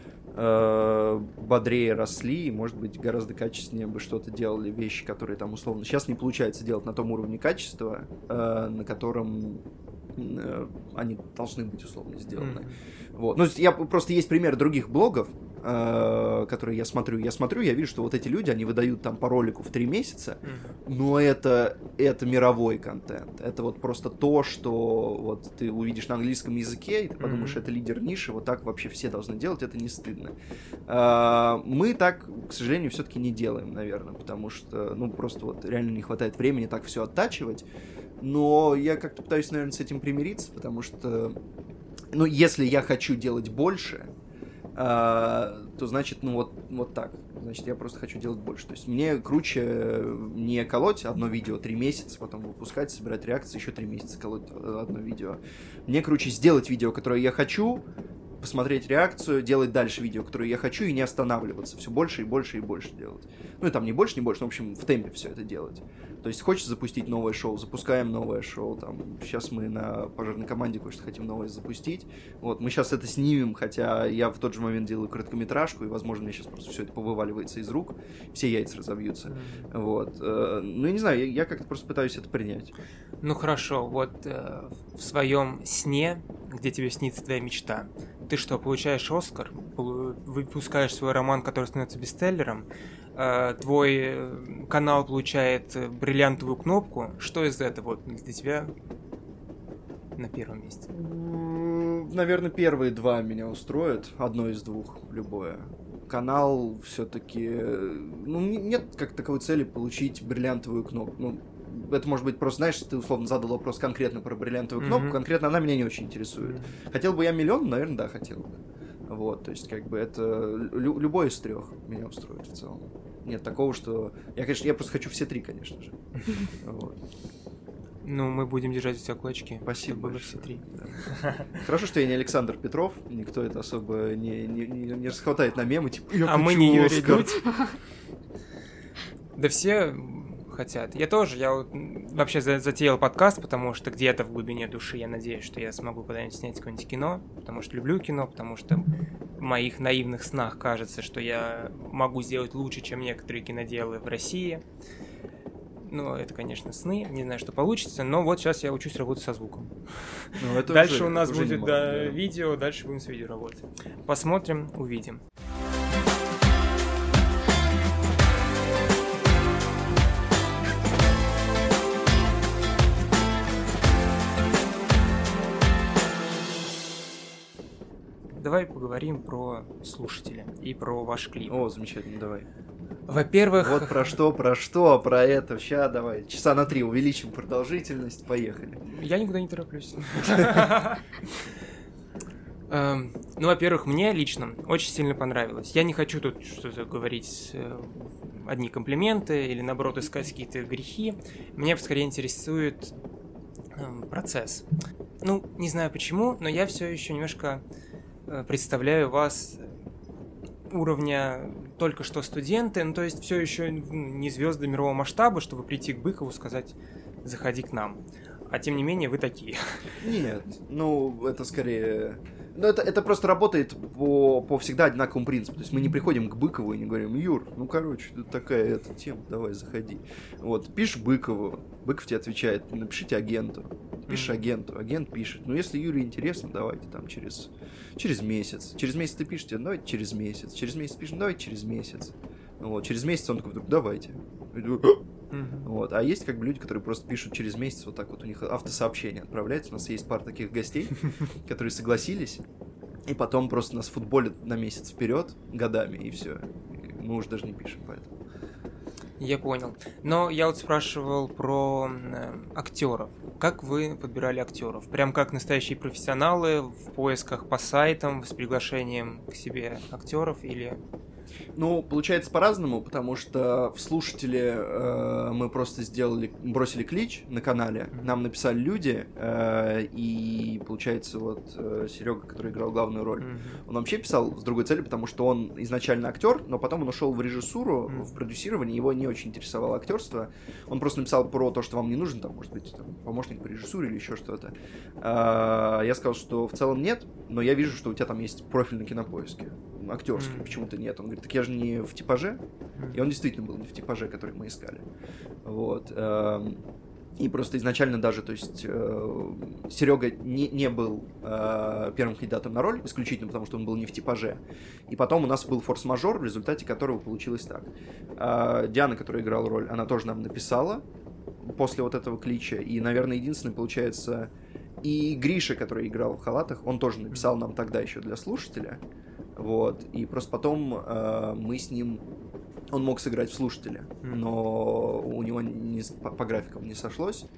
бодрее росли, и, может быть, гораздо качественнее бы что-то делали, вещи, которые там условно сейчас не получается делать на том уровне качества, э, на котором э, они должны быть условно сделаны. Mm-hmm. Вот. Ну, я, просто есть пример других блогов, э, которые я смотрю. Я смотрю, я вижу, что вот эти люди, они выдают там по ролику в три месяца, mm-hmm. но это, это мировой контент. Это вот просто то, что вот ты увидишь на английском языке, и ты подумаешь, mm-hmm. это лидер ниши, вот так вообще все должны делать, это не стыдно. Э, мы так, к сожалению, все-таки не делаем, наверное, потому что, ну, просто вот реально не хватает времени так все оттачивать. Но я как-то пытаюсь, наверное, с этим примириться, потому что, ну, если я хочу делать больше, а, то значит, ну вот, вот так. Значит, я просто хочу делать больше. То есть мне круче не колоть одно видео три месяца, потом выпускать, собирать реакции, еще три месяца колоть одно видео. Мне круче сделать видео, которое я хочу, посмотреть реакцию, делать дальше видео, которое я хочу, и не останавливаться. Все больше и больше и больше делать. Ну и там не больше, не больше, но, в общем, в темпе все это делать. То есть хочешь запустить новое шоу, запускаем новое шоу. Там, сейчас мы на пожарной команде кое-что хотим новое запустить. Вот, мы сейчас это снимем, хотя я в тот же момент делаю короткометражку, и, возможно, мне сейчас просто все это повываливается из рук, все яйца разобьются. Mm-hmm. Вот. Ну, я не знаю, я, я как-то просто пытаюсь это принять. Ну, хорошо, вот э, в своем сне, где тебе снится твоя мечта, ты что, получаешь Оскар, выпускаешь свой роман, который становится бестселлером, твой канал получает бриллиантовую кнопку. Что из этого вот для тебя на первом месте? Наверное, первые два меня устроят. Одно из двух, любое. Канал все-таки... Ну, нет как таковой цели получить бриллиантовую кнопку. Ну, это может быть просто, знаешь, ты условно задал вопрос конкретно про бриллиантовую кнопку. Mm-hmm. Конкретно она меня не очень интересует. Mm-hmm. Хотел бы я миллион? Наверное, да, хотел бы. Вот, то есть, как бы, это лю- любой из трех меня устроит в целом. Нет такого, что... Я, конечно, я просто хочу все три, конечно же. Вот. Ну, мы будем держать у тебя кулачки. Спасибо. Было все три. Да. Хорошо, что я не Александр Петров. Никто это особо не, не, не, не расхватает на мемы. Типа, я а мы не Юрий Дудь. Да все хотят. Я тоже. Я вот вообще затеял подкаст, потому что где-то в глубине души я надеюсь, что я смогу когда-нибудь снять какое-нибудь кино, потому что люблю кино, потому что в моих наивных снах кажется, что я могу сделать лучше, чем некоторые киноделы в России. Ну, это, конечно, сны, не знаю, что получится, но вот сейчас я учусь работать со звуком. Ну, это дальше уже, у нас будет немало, да, да. видео, дальше будем с видео работать. Посмотрим, увидим. Давай поговорим про слушателя и про ваш клип. О, замечательно, давай. Во-первых... Вот про что, про что, про это. Сейчас давай, часа на три увеличим продолжительность, поехали. Я никуда не тороплюсь. Ну, во-первых, мне лично очень сильно понравилось. Я не хочу тут что-то говорить, одни комплименты или, наоборот, искать какие-то грехи. Меня скорее интересует процесс. Ну, не знаю почему, но я все еще немножко представляю вас уровня только что студенты, ну, то есть все еще не звезды мирового масштаба, чтобы прийти к Быкову и сказать: заходи к нам. А тем не менее, вы такие. Нет, ну, это скорее... Ну, это, это просто работает по, по всегда одинаковому принципу. То есть мы не приходим к Быкову и не говорим: Юр, ну, короче, тут такая эта тема, давай, заходи. Вот, пишешь Быкову, Быков тебе отвечает: напишите агенту. Пишешь mm-hmm. агенту, агент пишет: ну, если Юре интересно, давайте там через, через месяц. Через месяц ты пишешь, давайте через месяц. Через месяц пишешь, давайте через месяц. Вот, через месяц он такой вдруг: давайте. Mm-hmm. Вот. А есть как бы люди, которые просто пишут через месяц, вот так вот у них автосообщение отправляется. У нас есть пара таких гостей, которые согласились, и потом просто нас футболят на месяц вперед годами, и все. Мы уже даже не пишем поэтому. Я понял. Но я вот спрашивал про э, актеров. Как вы подбирали актеров? Прям как настоящие профессионалы в поисках по сайтам с приглашением к себе актеров или... Ну, получается по-разному, потому что в слушателе э, мы просто сделали, бросили клич на канале, нам написали люди, э, и получается вот э, Серега, который играл главную роль, mm-hmm. он вообще писал с другой целью, потому что он изначально актер, но потом он ушел в режиссуру, mm-hmm. в продюсирование, его не очень интересовало актерство, он просто написал про то, что вам не нужен, там, может быть, там, помощник по режиссуре или еще что-то. Э, я сказал, что в целом нет, но я вижу, что у тебя там есть профиль на Кинопоиске, актерский, mm-hmm. почему-то нет. Он говорит: так я же не в типаже. Mm-hmm. И он действительно был не в типаже, который мы искали. Вот. И просто изначально даже, то есть, Серега не, не был первым кандидатом на роль, исключительно потому, что он был не в типаже. И потом у нас был форс-мажор, в результате которого получилось так. Диана, которая играла роль, она тоже нам написала после вот этого клича. И, наверное, единственный, получается, и Гриша, который играл в халатах, он тоже написал нам тогда еще для слушателя. Вот, и просто потом э, мы с ним... Он мог сыграть в слушателе, но у него не, по, по графикам не сошлось.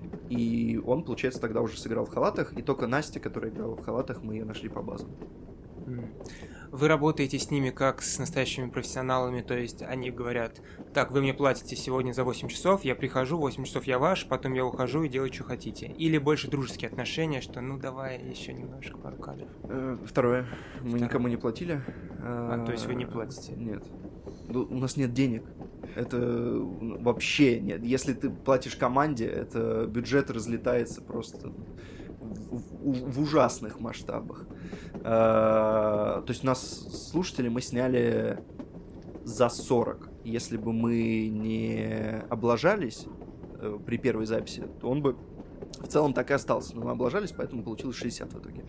И он, получается, тогда уже сыграл в халатах. И только Настя, которая играла в халатах, мы ее нашли по базам. Вы работаете с ними как с настоящими профессионалами, то есть они говорят, так, вы мне платите сегодня за восемь часов, я прихожу, восемь часов я ваш, потом я ухожу и делаю, что хотите. Или больше дружеские отношения, что ну давай еще немножко пару кадров. Второе. Мы Второе. никому не платили. А, то есть вы не платите? Нет. Ну, у нас нет денег. Это вообще нет. Если ты платишь команде, это бюджет разлетается просто в, в, в ужасных масштабах. То есть у нас слушатели мы сняли за сорок. Если бы мы не облажались при первой записи, то он бы в целом так и остался. Но мы облажались, поэтому получилось шестьдесят в итоге.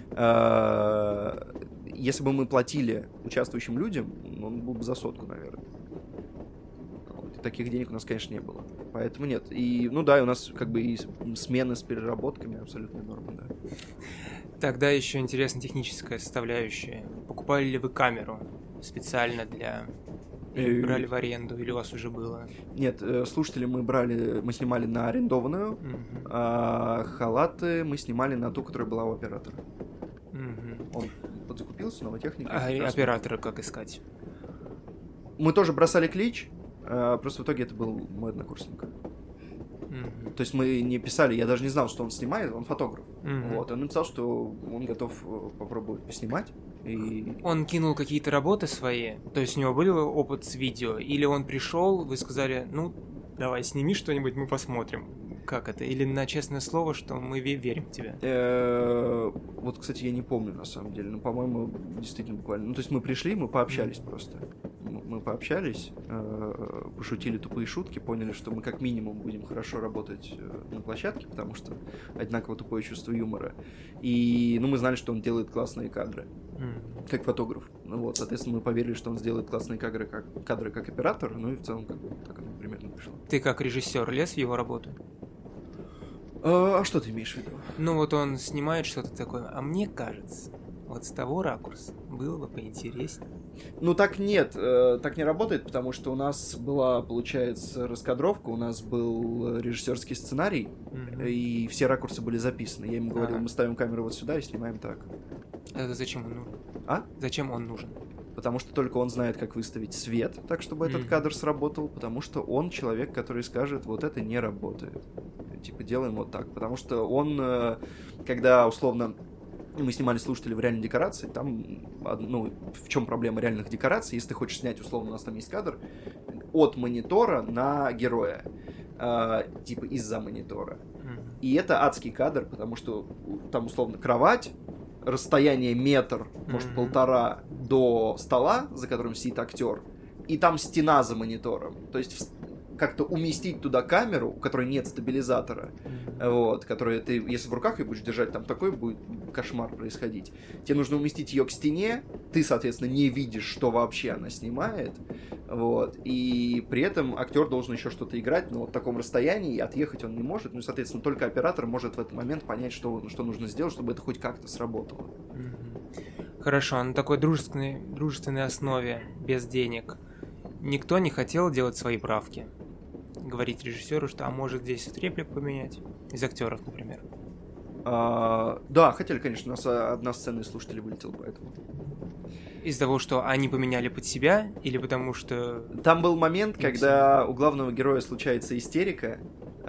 Если бы мы платили участвующим людям, он был бы за сотку, наверное. Таких денег у нас, конечно, не было. Поэтому нет. И, ну да, и у нас как бы и смены с переработками абсолютно норма, да. Тогда еще интересна техническая составляющая. Покупали ли вы камеру специально для... Или брали в аренду, или у вас уже было? Нет, слушатели мы брали, мы снимали на арендованную, uh-huh. а халаты мы снимали на ту, которая была у оператора. Uh-huh. Он подзакупился, новая техника. А оператора как искать? Мы тоже бросали клич, просто в итоге это был мой однокурсник. Mm-hmm. То есть мы не писали, я даже не знал, что он снимает, он фотограф. Mm-hmm. Вот, он написал, что он готов попробовать поснимать. И... Он кинул какие-то работы свои, то есть у него был опыт с видео, или он пришел, вы сказали, ну, давай сними что-нибудь, мы посмотрим. Как это? Или на честное слово, что мы верим в тебя? Вот, кстати, я не помню, на самом деле. Ну, по-моему, действительно буквально. Ну, то есть мы пришли, мы пообщались mm-hmm. просто. Мы пообщались, пошутили тупые шутки, поняли, что мы как минимум будем хорошо работать на площадке, потому что одинаково тупое чувство юмора. И, ну, мы знали, что он делает классные кадры, mm-hmm. как фотограф. Ну, вот, соответственно, мы поверили, что он сделает классные кадры как, кадры как оператор, ну и в целом как бы так оно примерно вышло. Ты как режиссер лез в его работу? А что ты имеешь в виду? Ну вот он снимает что-то такое, а мне кажется, вот с того ракурса было бы поинтереснее. Ну так нет, э, так не работает, потому что у нас была, получается, раскадровка, у нас был режиссерский сценарий, mm-hmm. и все ракурсы были записаны. Я ему говорил, ага. мы ставим камеру вот сюда и снимаем так. Это зачем он нужен? А? Зачем он нужен? Потому что только он знает, как выставить свет, так, чтобы mm-hmm. этот кадр сработал, потому что он человек, который скажет, вот это не работает. Типа, делаем вот так. Потому что он, когда, условно, мы снимали слушателей в реальной декорации, там, ну, в чем проблема реальных декораций? Если ты хочешь снять, условно, у нас там есть кадр от монитора на героя, э, типа, из-за монитора. Mm-hmm. И это адский кадр, потому что там, условно, кровать, расстояние метр, mm-hmm. может, полтора до стола, за которым сидит актер, и там стена за монитором. То есть как-то уместить туда камеру, у которой нет стабилизатора, mm-hmm. вот, которую ты, если в руках ее будешь держать, там такой будет кошмар происходить. Тебе нужно уместить ее к стене, ты, соответственно, не видишь, что вообще она снимает, вот, и при этом актер должен еще что-то играть на вот таком расстоянии, и отъехать он не может, ну и, соответственно, только оператор может в этот момент понять, что, что нужно сделать, чтобы это хоть как-то сработало. Mm-hmm. Хорошо, на такой дружественной, дружественной основе, без денег, никто не хотел делать свои правки? Говорить режиссеру, что а может здесь вот реплику поменять? Из актеров, например. А, да, хотели, конечно, у нас одна сцена из слушателей вылетела, поэтому. Из-за того, что они поменяли под себя, или потому что... Там был момент, когда у главного героя случается истерика,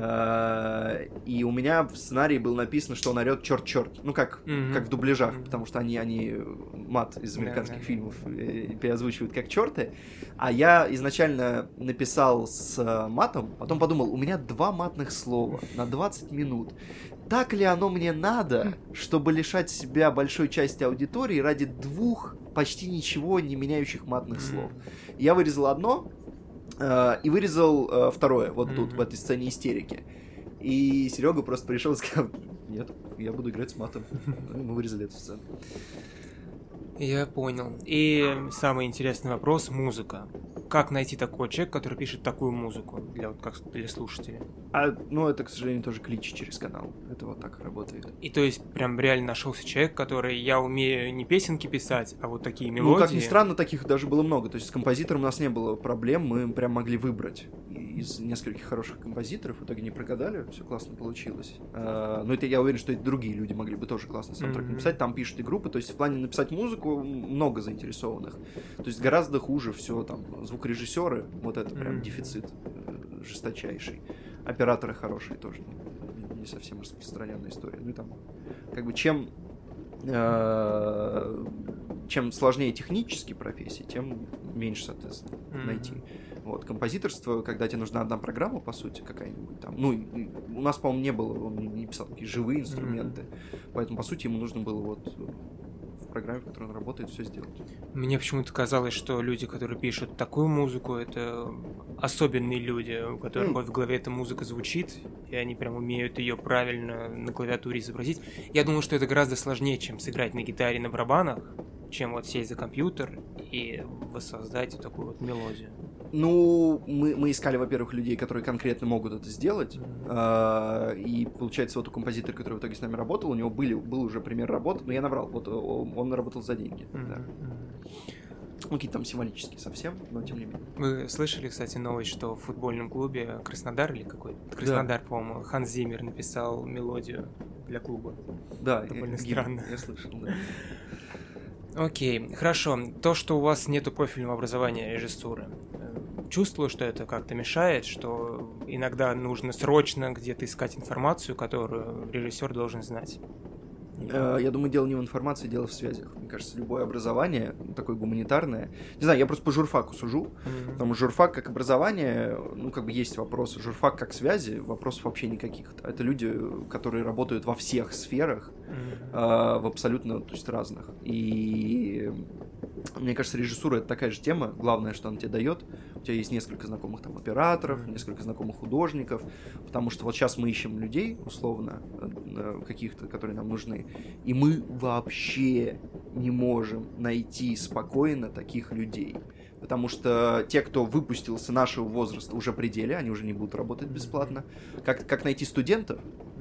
и у меня в сценарии было написано, что он орет черт-черт. Ну, как, mm-hmm. как в дубляжах, mm-hmm. потому что они, они мат из американских yeah, yeah. фильмов переозвучивают как черты. А я изначально написал с матом, потом подумал, у меня два матных слова на двадцать минут. Так ли оно мне надо, чтобы лишать себя большой части аудитории ради двух почти ничего не меняющих матных слов? Я вырезал одно, и вырезал второе, вот mm-hmm. тут, в этой сцене истерики. И Серега просто пришел и сказал, нет, я буду играть с матом. Мы вырезали эту сцену. Я понял. И самый интересный вопрос — музыка. как найти такой человек, который пишет такую музыку для, вот, как, для слушателей? А, ну, это, к сожалению, тоже клич через канал. Это вот так работает. И то есть прям реально нашелся человек, который я умею не песенки писать, а вот такие мелодии. Ну, как ни странно, таких даже было много. То есть с композитором у нас не было проблем, мы прям могли выбрать из нескольких хороших композиторов. В итоге не прогадали, все классно получилось. А, но это я уверен, что и другие люди могли бы тоже классно саундтрек mm-hmm. написать. Там пишут и группы. То есть в плане написать музыку много заинтересованных. То есть гораздо хуже все там звукорежиссеры, вот это прям mm-hmm. дефицит э, жесточайший. Операторы хорошие тоже, не совсем распространенная история. Ну и там, как бы, чем э, чем сложнее технические профессии, тем меньше, соответственно, mm-hmm. найти. Вот, композиторство, когда тебе нужна одна программа, по сути, какая-нибудь там. Ну, у нас, по-моему, не было, он не писал такие живые инструменты, mm-hmm. поэтому, по сути, ему нужно было вот в программе, в которой он работает, все сделать. Мне почему-то казалось, что люди, которые пишут такую музыку, это особенные люди, у которых mm. вот в голове эта музыка звучит, и они прям умеют ее правильно на клавиатуре изобразить. Я думал, что это гораздо сложнее, чем сыграть на гитаре, на барабанах, чем вот сесть за компьютер и воссоздать вот такую вот мелодию. Ну, мы, мы искали, во-первых, людей, которые конкретно могут это сделать. Mm-hmm. А, и, получается, вот у композитора, который в итоге с нами работал, у него были, был уже пример работы, но я наврал, вот он, он работал за деньги. Mm-hmm. Да. Ну, какие-то там символические совсем, но тем не менее. Вы слышали, кстати, новость, что в футбольном клубе Краснодар или какой-то? Краснодар, да. По-моему, Ханс Зиммер написал мелодию для клуба. Да, довольно я, странно. Я слышал, да. Окей, хорошо. То, что у вас нету профильного образования режиссуры, чувствую, что это как-то мешает, что иногда нужно срочно где-то искать информацию, которую режиссер должен знать. Я думаю, дело не в информации, дело в связях. Мне кажется, любое образование, такое гуманитарное... Не знаю, я просто по журфаку сужу, mm-hmm. потому что журфак как образование, ну, как бы есть вопросы. Журфак как связи, вопросов вообще никаких. Это люди, которые работают во всех сферах, mm-hmm. э, в абсолютно, то есть, разных. И мне кажется, режиссура — это такая же тема. Главное, что она тебе дает. У тебя есть несколько знакомых там операторов, mm-hmm. несколько знакомых художников, потому что вот сейчас мы ищем людей, условно, каких-то, которые нам нужны, и мы вообще не можем найти спокойно таких людей. Потому что те, кто выпустился нашего возраста, уже при деле, они уже не будут работать бесплатно. Как, как найти студентов?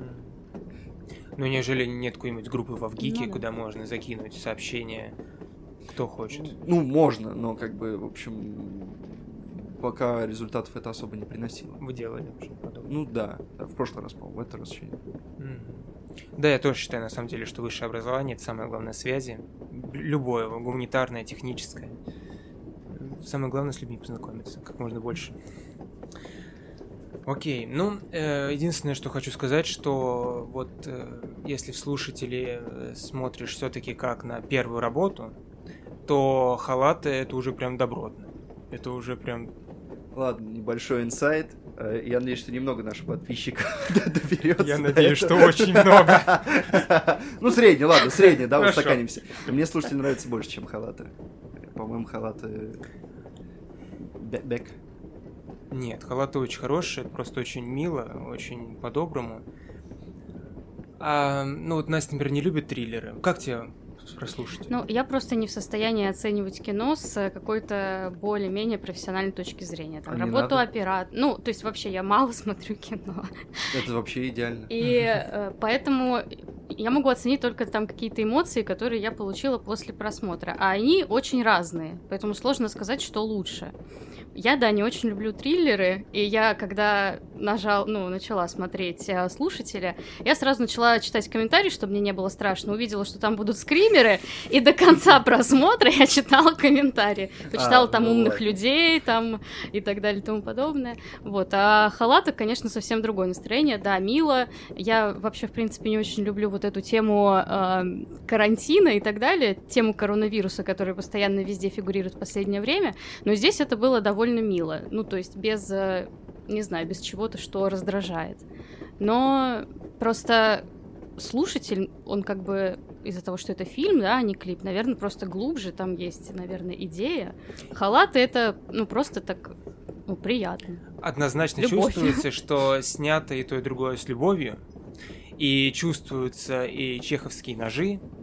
Ну, неужели нет какой-нибудь группы в Авгике, ну, куда можно закинуть сообщение, кто хочет? Ну, можно, но как бы, в общем, пока результатов это особо не приносило. Вы делали уже подобное? Ну да, да, в прошлый раз, по-моему, в этот раз еще нет. Mm-hmm. Да, я тоже считаю, на самом деле, что высшее образование — это самое главное связи. Любое, гуманитарное, техническое. Самое главное — с людьми познакомиться, как можно больше. Окей, ну, э, единственное, что хочу сказать, что вот э, если в слушатели э, смотришь все-таки как на первую работу, то халаты — это уже прям добротно. Это уже прям... Ладно, небольшой инсайт. Я надеюсь, что немного наших подписчиков доберется. Я надеюсь, что очень много. Ну, средний, ладно, средний, да, устаканимся. Мне слушатели нравятся больше, чем халаты. По-моему, халаты... Бек. Нет, халаты очень хорошие, просто очень мило, очень по-доброму. А, ну, вот Настя, например, не любит триллеры. Как тебе прослушать? Ну, я просто не в состоянии оценивать кино с какой-то более-менее профессиональной точки зрения. Там, а работу оператора. Ну, то есть вообще я мало смотрю кино. Это вообще идеально. И э, поэтому я могу оценить только там какие-то эмоции, которые я получила после просмотра. А они очень разные, поэтому сложно сказать, что лучше. Я, да, не очень люблю триллеры, и я, когда нажал, ну, начала смотреть э, «Слушателя», я сразу начала читать комментарии, чтобы мне не было страшно, увидела, что там будут скримеры, и до конца просмотра я читала комментарии. Почитала а, там ну умных ладно. людей, там, и так далее, и тому подобное. Вот, а «Халаты», конечно, совсем другое настроение, да, мило. Я вообще, в принципе, не очень люблю вот эту тему э, карантина и так далее, тему коронавируса, которая постоянно везде фигурирует в последнее время, но здесь это было довольно мило, ну, то есть без, не знаю, без чего-то, что раздражает. Но просто слушатель, он как бы из-за того, что это фильм, да, а не клип, наверное, просто глубже, там есть, наверное, идея. «Халаты» — это, ну, просто так, ну, приятно. Однозначно Любовь. Чувствуется, что снято и то, и другое с любовью, и чувствуются и чеховские ножи,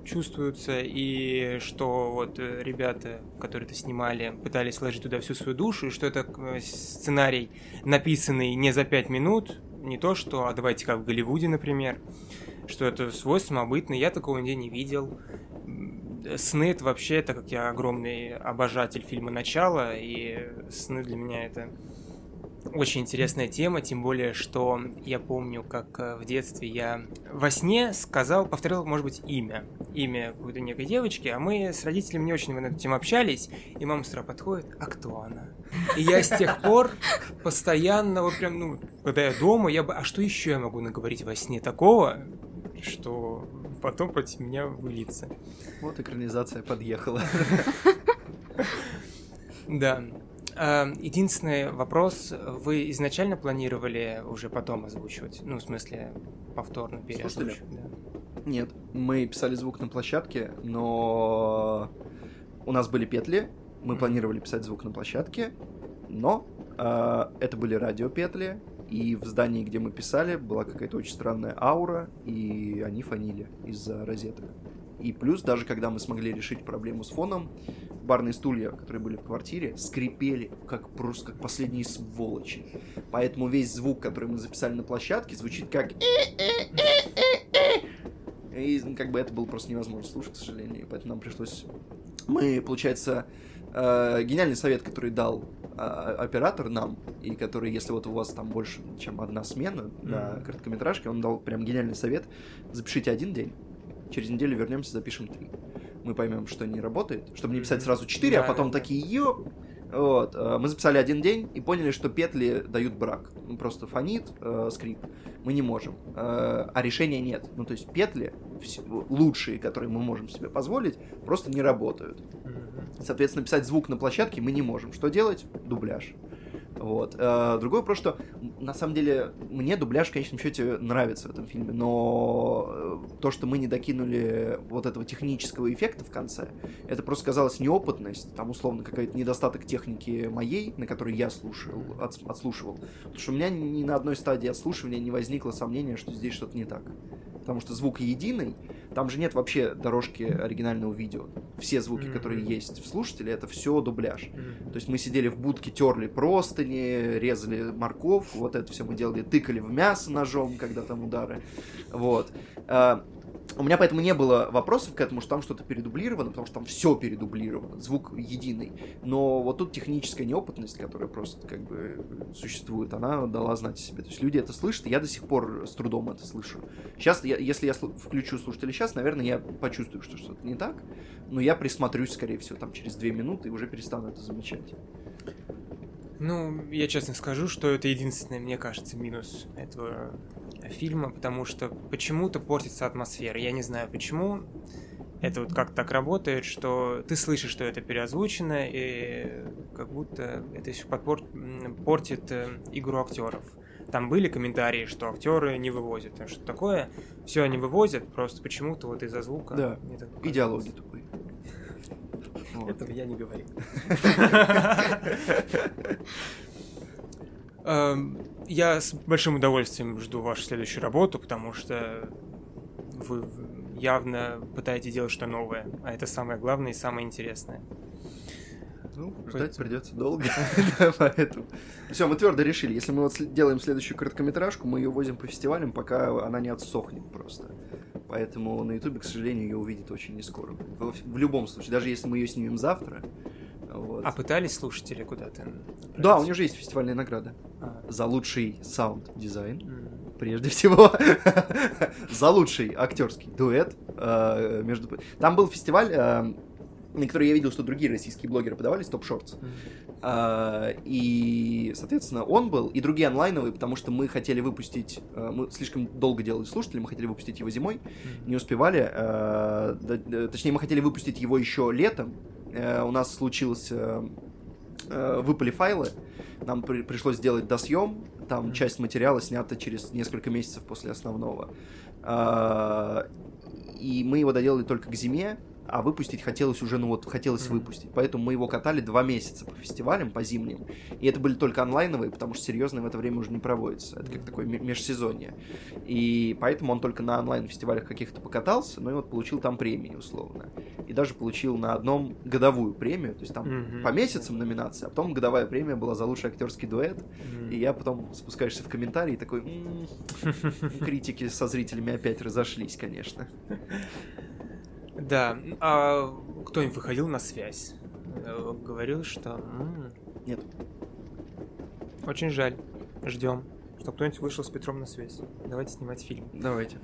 чувствуются, и что вот ребята, которые это снимали, пытались вложить туда всю свою душу, и что это сценарий, написанный не за пять минут, не то что, а давайте как в Голливуде, например, что это свой самобытный, я такого нигде не видел. «Сны» — это вообще, так как я огромный обожатель фильма «Начало», и «Сны» для меня это очень интересная тема, тем более, что я помню, как в детстве я во сне сказал, повторил, может быть, имя. Имя какой-то некой девочки, а мы с родителями не очень на эту тему общались, и мама с утра подходит: а кто она? И я с тех пор постоянно, вот прям, ну, когда я дома, я бы, а что еще я могу наговорить во сне такого, что потом против меня выльется? Вот экранизация подъехала. Да. Единственный вопрос, вы изначально планировали уже потом озвучивать? Ну, в смысле, повторно переозвучивать? Да. Нет, мы писали звук на площадке, но у нас были петли, мы mm-hmm. планировали писать звук на площадке, но э, это были радиопетли, и в здании, где мы писали, была какая-то очень странная аура, и они фонили из-за розеток. И плюс, даже когда мы смогли решить проблему с фоном, барные стулья, которые были в квартире, скрипели как просто как последние сволочи. Поэтому весь звук, который мы записали на площадке, звучит как... И как бы это было просто невозможно слушать, к сожалению. И поэтому нам пришлось... Мы, получается, э, гениальный совет, который дал э, оператор нам, и который, если вот у вас там больше, чем одна смена mm-hmm. на короткометражке, он дал прям гениальный совет: запишите один день, через неделю вернемся, запишем три. Мы поймем, что не работает, чтобы не писать сразу четыре, да, а потом да, такие ёп. Вот. Мы записали один день и поняли, что петли дают брак. Ну, просто фонит э, скрип. Мы не можем. Э, а решения нет. Ну, то есть петли, все, лучшие, которые мы можем себе позволить, просто не работают. Соответственно, писать звук на площадке мы не можем. Что делать? Дубляж. Вот. А, другой вопрос, что на самом деле мне дубляж в конечном счете нравится в этом фильме, но то, что мы не докинули вот этого технического эффекта в конце, это просто казалось неопытность, там условно какой-то недостаток техники моей, на которой я слушал, от, отслушивал. Потому что у меня ни на одной стадии отслушивания не возникло сомнения, что здесь что-то не так. Потому что звук единый, там же нет вообще дорожки оригинального видео. Все звуки, mm-hmm. которые есть в слушателе, это все дубляж. Mm-hmm. То есть мы сидели в будке, терли простыни, резали морковку, вот это все мы делали, тыкали в мясо ножом, когда там удары. Вот. У меня поэтому не было вопросов к этому, что там что-то передублировано, потому что там все передублировано, звук единый. Но вот тут техническая неопытность, которая просто как бы существует, она дала знать о себе. То есть люди это слышат, и я до сих пор с трудом это слышу. Сейчас, я, если я включу слушателя сейчас, наверное, я почувствую, что что-то не так, но я присмотрюсь, скорее всего, там через две минуты и уже перестану это замечать. Ну, я честно скажу, что это единственный, мне кажется, минус этого фильма, потому что почему-то портится атмосфера. Я не знаю почему. Это вот как так работает, что ты слышишь, что это переозвучено, и как будто это еще подпор... портит игру актеров. Там были комментарии, что актеры не вывозят. Что такое? Все они вывозят, просто почему-то вот из-за звука. Да, и диалоги тупые. Вот. Этого я не говорил. Я с большим удовольствием жду вашу следующую работу, потому что вы явно пытаетесь делать что-то новое, а это самое главное и самое интересное. Ну, ждать придется долго, поэтому... Все, мы твердо решили, если мы вот делаем следующую короткометражку, мы ее возим по фестивалям, пока она не отсохнет просто. Поэтому на Ютубе, к сожалению, ее увидят очень не скоро. В, в любом случае, даже если мы ее снимем завтра. Вот. А пытались слушатели куда-то отправить? Да, у нее же есть фестивальная награда. А. За лучший саунд-дизайн, mm. прежде всего. За лучший актерский дуэт. Между... Там был фестиваль, на который я видел, что другие российские блогеры подавались, Top Shorts. Mm. И, соответственно, он был, и другие онлайновые, потому что мы хотели выпустить... Мы слишком долго делали слушатели, мы хотели выпустить его зимой, mm. не успевали. Точнее, мы хотели выпустить его еще летом. У нас случилось... Выпали файлы, нам при- пришлось сделать досъем, там mm. часть материала снята через несколько месяцев после основного. И мы его доделали только к зиме, а выпустить хотелось уже, ну вот, хотелось mm-hmm. выпустить. Поэтому мы его катали два месяца по фестивалям, по зимним. И это были только онлайновые, потому что серьезные в это время уже не проводятся. Это как такое межсезонье. И поэтому он только на онлайн-фестивалях каких-то покатался, ну и вот получил там премии, условно. И даже получил на одном годовую премию, то есть там mm-hmm. по месяцам номинация, а потом годовая премия была за лучший актерский дуэт. Mm-hmm. И я потом спускаешься в комментарии и такой, м-м-м, критики со зрителями опять разошлись, конечно. Да, а кто-нибудь выходил на связь? Говорил, что... М-м. Нет. Очень жаль. Ждем, что кто-нибудь вышел с Петром на связь. Давайте снимать фильм. Давайте.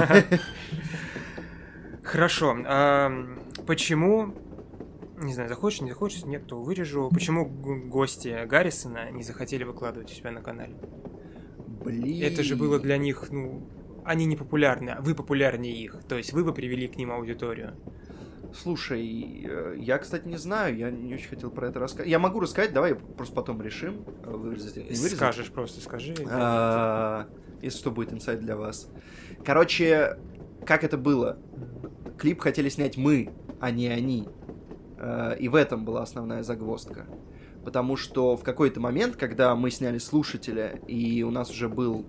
Хорошо. А почему... Не знаю, захочешь, не захочешь, нет, то вырежу. Почему гости Гаррисона не захотели выкладывать у себя на канале? Блин. Это же было для них, ну... Они не популярны, а вы популярнее их. То есть вы бы привели к ним аудиторию. Слушай, я, кстати, не знаю, я не очень хотел про это рассказать. Я могу рассказать, давай просто потом решим. Вырезать, не вырезать. Скажешь, просто скажи. А, если что, будет инсайт для вас. Короче, как это было? Клип хотели снять мы, а не они. И в этом была основная загвоздка. Потому что в какой-то момент, когда мы сняли «Слушателя», и у нас уже был...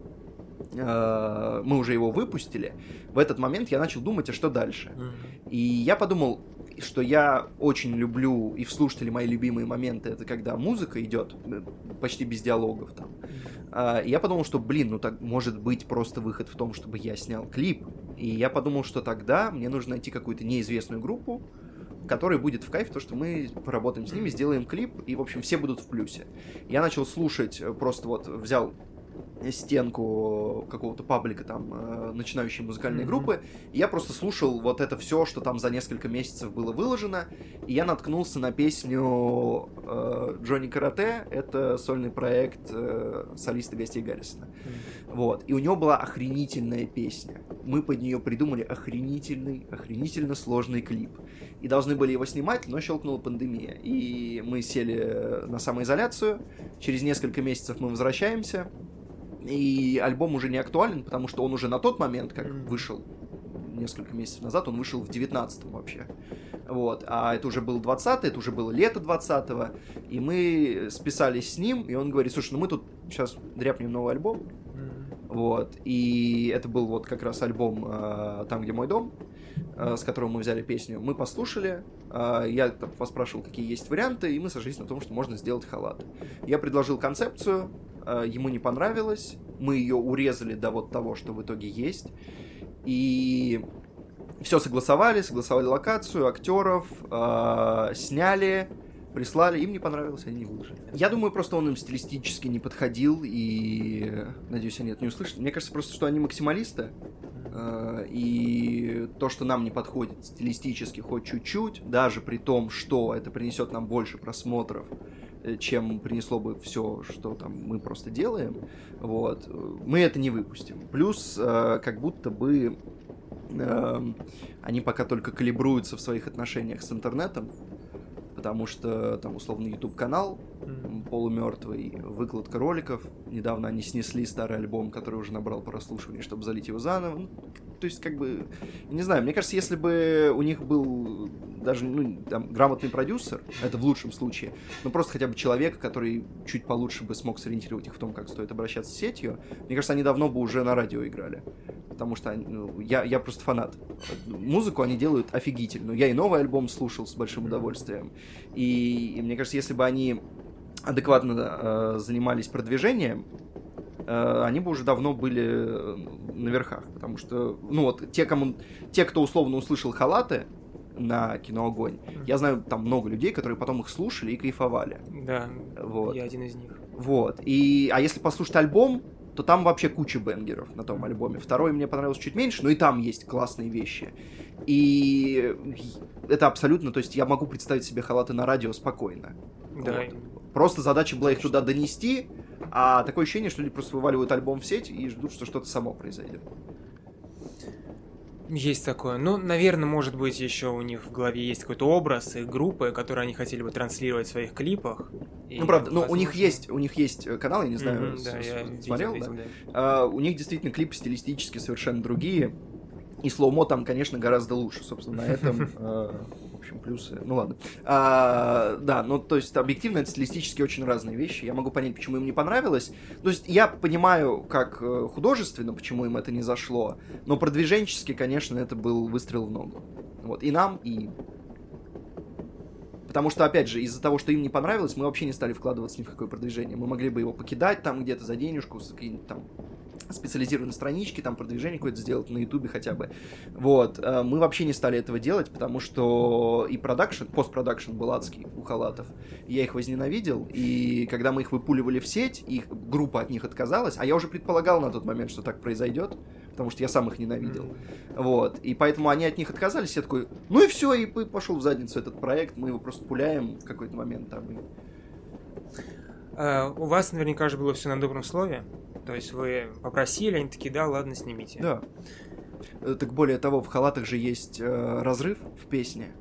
мы уже его выпустили, в этот момент я начал думать, а что дальше? Mm-hmm. И я подумал, что я очень люблю, и в «Слушателе» мои любимые моменты, это когда музыка идет, почти без диалогов там. Mm-hmm. И я подумал, что, блин, ну так может быть просто выход в том, чтобы я снял клип. И я подумал, что тогда мне нужно найти какую-то неизвестную группу, который будет в кайф, то, что мы поработаем с ними, сделаем клип, и, в общем, все будут в плюсе. Я начал слушать, просто вот взял стенку какого-то паблика там начинающей музыкальной mm-hmm. группы, и я просто слушал вот это все, что там за несколько месяцев было выложено, и я наткнулся на песню э, Джонни Карате, это сольный проект э, солиста гостей Гаррисона. Mm-hmm. Вот, и у него была охренительная песня. Мы под нее придумали охренительный, охренительно сложный клип. И должны были его снимать, но щелкнула пандемия. И мы сели на самоизоляцию, через несколько месяцев мы возвращаемся, и альбом уже не актуален, потому что он уже на тот момент, как mm. вышел несколько месяцев назад, он вышел в девятнадцатом вообще. Вот. А это уже был двадцатый, это уже было лето двадцатого, и мы списались с ним, и он говорит, слушай, ну мы тут сейчас дряпнем новый альбом. Mm. Вот. И это был вот как раз альбом э, «Там, где мой дом», э, с которого мы взяли песню. Мы послушали, э, я там поспрашивал, какие есть варианты, и мы сошлись на том, что можно сделать халаты. Я предложил концепцию, ему не понравилось, мы ее урезали до вот того, что в итоге есть, и все согласовали, согласовали локацию, актеров, э, сняли, прислали, им не понравилось, они не выложили. Я думаю, просто он им стилистически не подходил, и, надеюсь, они это не услышат. Мне кажется просто, что они максималисты, э, и то, что нам не подходит стилистически хоть чуть-чуть, даже при том, что это принесет нам больше просмотров, чем принесло бы все, что там мы просто делаем, вот, мы это не выпустим. Плюс, э, как будто бы э, они пока только калибруются в своих отношениях с интернетом, потому что там условно YouTube-канал mm-hmm. полумертвый, выкладка роликов. Недавно они снесли старый альбом, который уже набрал прослушиваний, чтобы залить его заново. Ну, то есть, как бы, не знаю, мне кажется, если бы у них был даже, ну, там, грамотный продюсер, это в лучшем случае, но просто хотя бы человек, который чуть получше бы смог сориентировать их в том, как стоит обращаться с сетью, мне кажется, они давно бы уже на радио играли. Потому что они, ну, я, я просто фанат. Музыку они делают офигительную. Я и новый альбом слушал с большим удовольствием. И, и мне кажется, если бы они адекватно э, занимались продвижением, э, они бы уже давно были на верхах. Потому что, ну вот, те, кому, те, кто условно услышал халаты на «Киноогонь», я знаю там много людей, которые потом их слушали и кайфовали. Да, вот. Я один из них. Вот. И, а если послушать альбом, то там вообще куча бенгеров на том альбоме. Второй мне понравился чуть меньше, но и там есть классные вещи. И это абсолютно, то есть я могу представить себе халаты на радио спокойно. Да. Вот. Просто задача была их туда донести, а такое ощущение, что люди просто вываливают альбом в сеть и ждут, что что-то само произойдет. Есть такое. Ну, наверное, может быть, еще у них в голове есть какой-то образ и группы, которые они хотели бы транслировать в своих клипах. И, ну, правда, возможно... но у них есть, у них есть канал, я не знаю, mm-hmm, с, да, с, я смотрел, видел, да? видел, да. А, у них действительно клипы стилистически совершенно другие. И слоумо там, конечно, гораздо лучше, собственно, на этом, э, в общем, плюсы, ну ладно. А, да, ну, то есть, объективно, это стилистически очень разные вещи, я могу понять, почему им не понравилось. То есть, я понимаю, как художественно, почему им это не зашло, но продвиженчески, конечно, это был выстрел в ногу. Вот, и нам, и им. Потому что, опять же, из-за того, что им не понравилось, мы вообще не стали вкладываться ни в какое продвижение. Мы могли бы его покидать там где-то за денежку, с какие-нибудь там специализированные странички, там продвижение какое-то сделать на Ютубе хотя бы. Вот. Мы вообще не стали этого делать, потому что и продакшн, постпродакшн был адский у халатов. Я их возненавидел, и когда мы их выпуливали в сеть, их группа от них отказалась, а я уже предполагал на тот момент, что так произойдет, потому что я сам их ненавидел. Mm-hmm. Вот. И поэтому они от них отказались, я такой, ну и все, и пошел в задницу этот проект, мы его просто пуляем в какой-то момент там. И... Uh, у вас наверняка же было все на добром слове. То есть вы попросили, они такие, да, ладно, снимите. Да. Так более того, в халатах же есть э, разрыв в песне.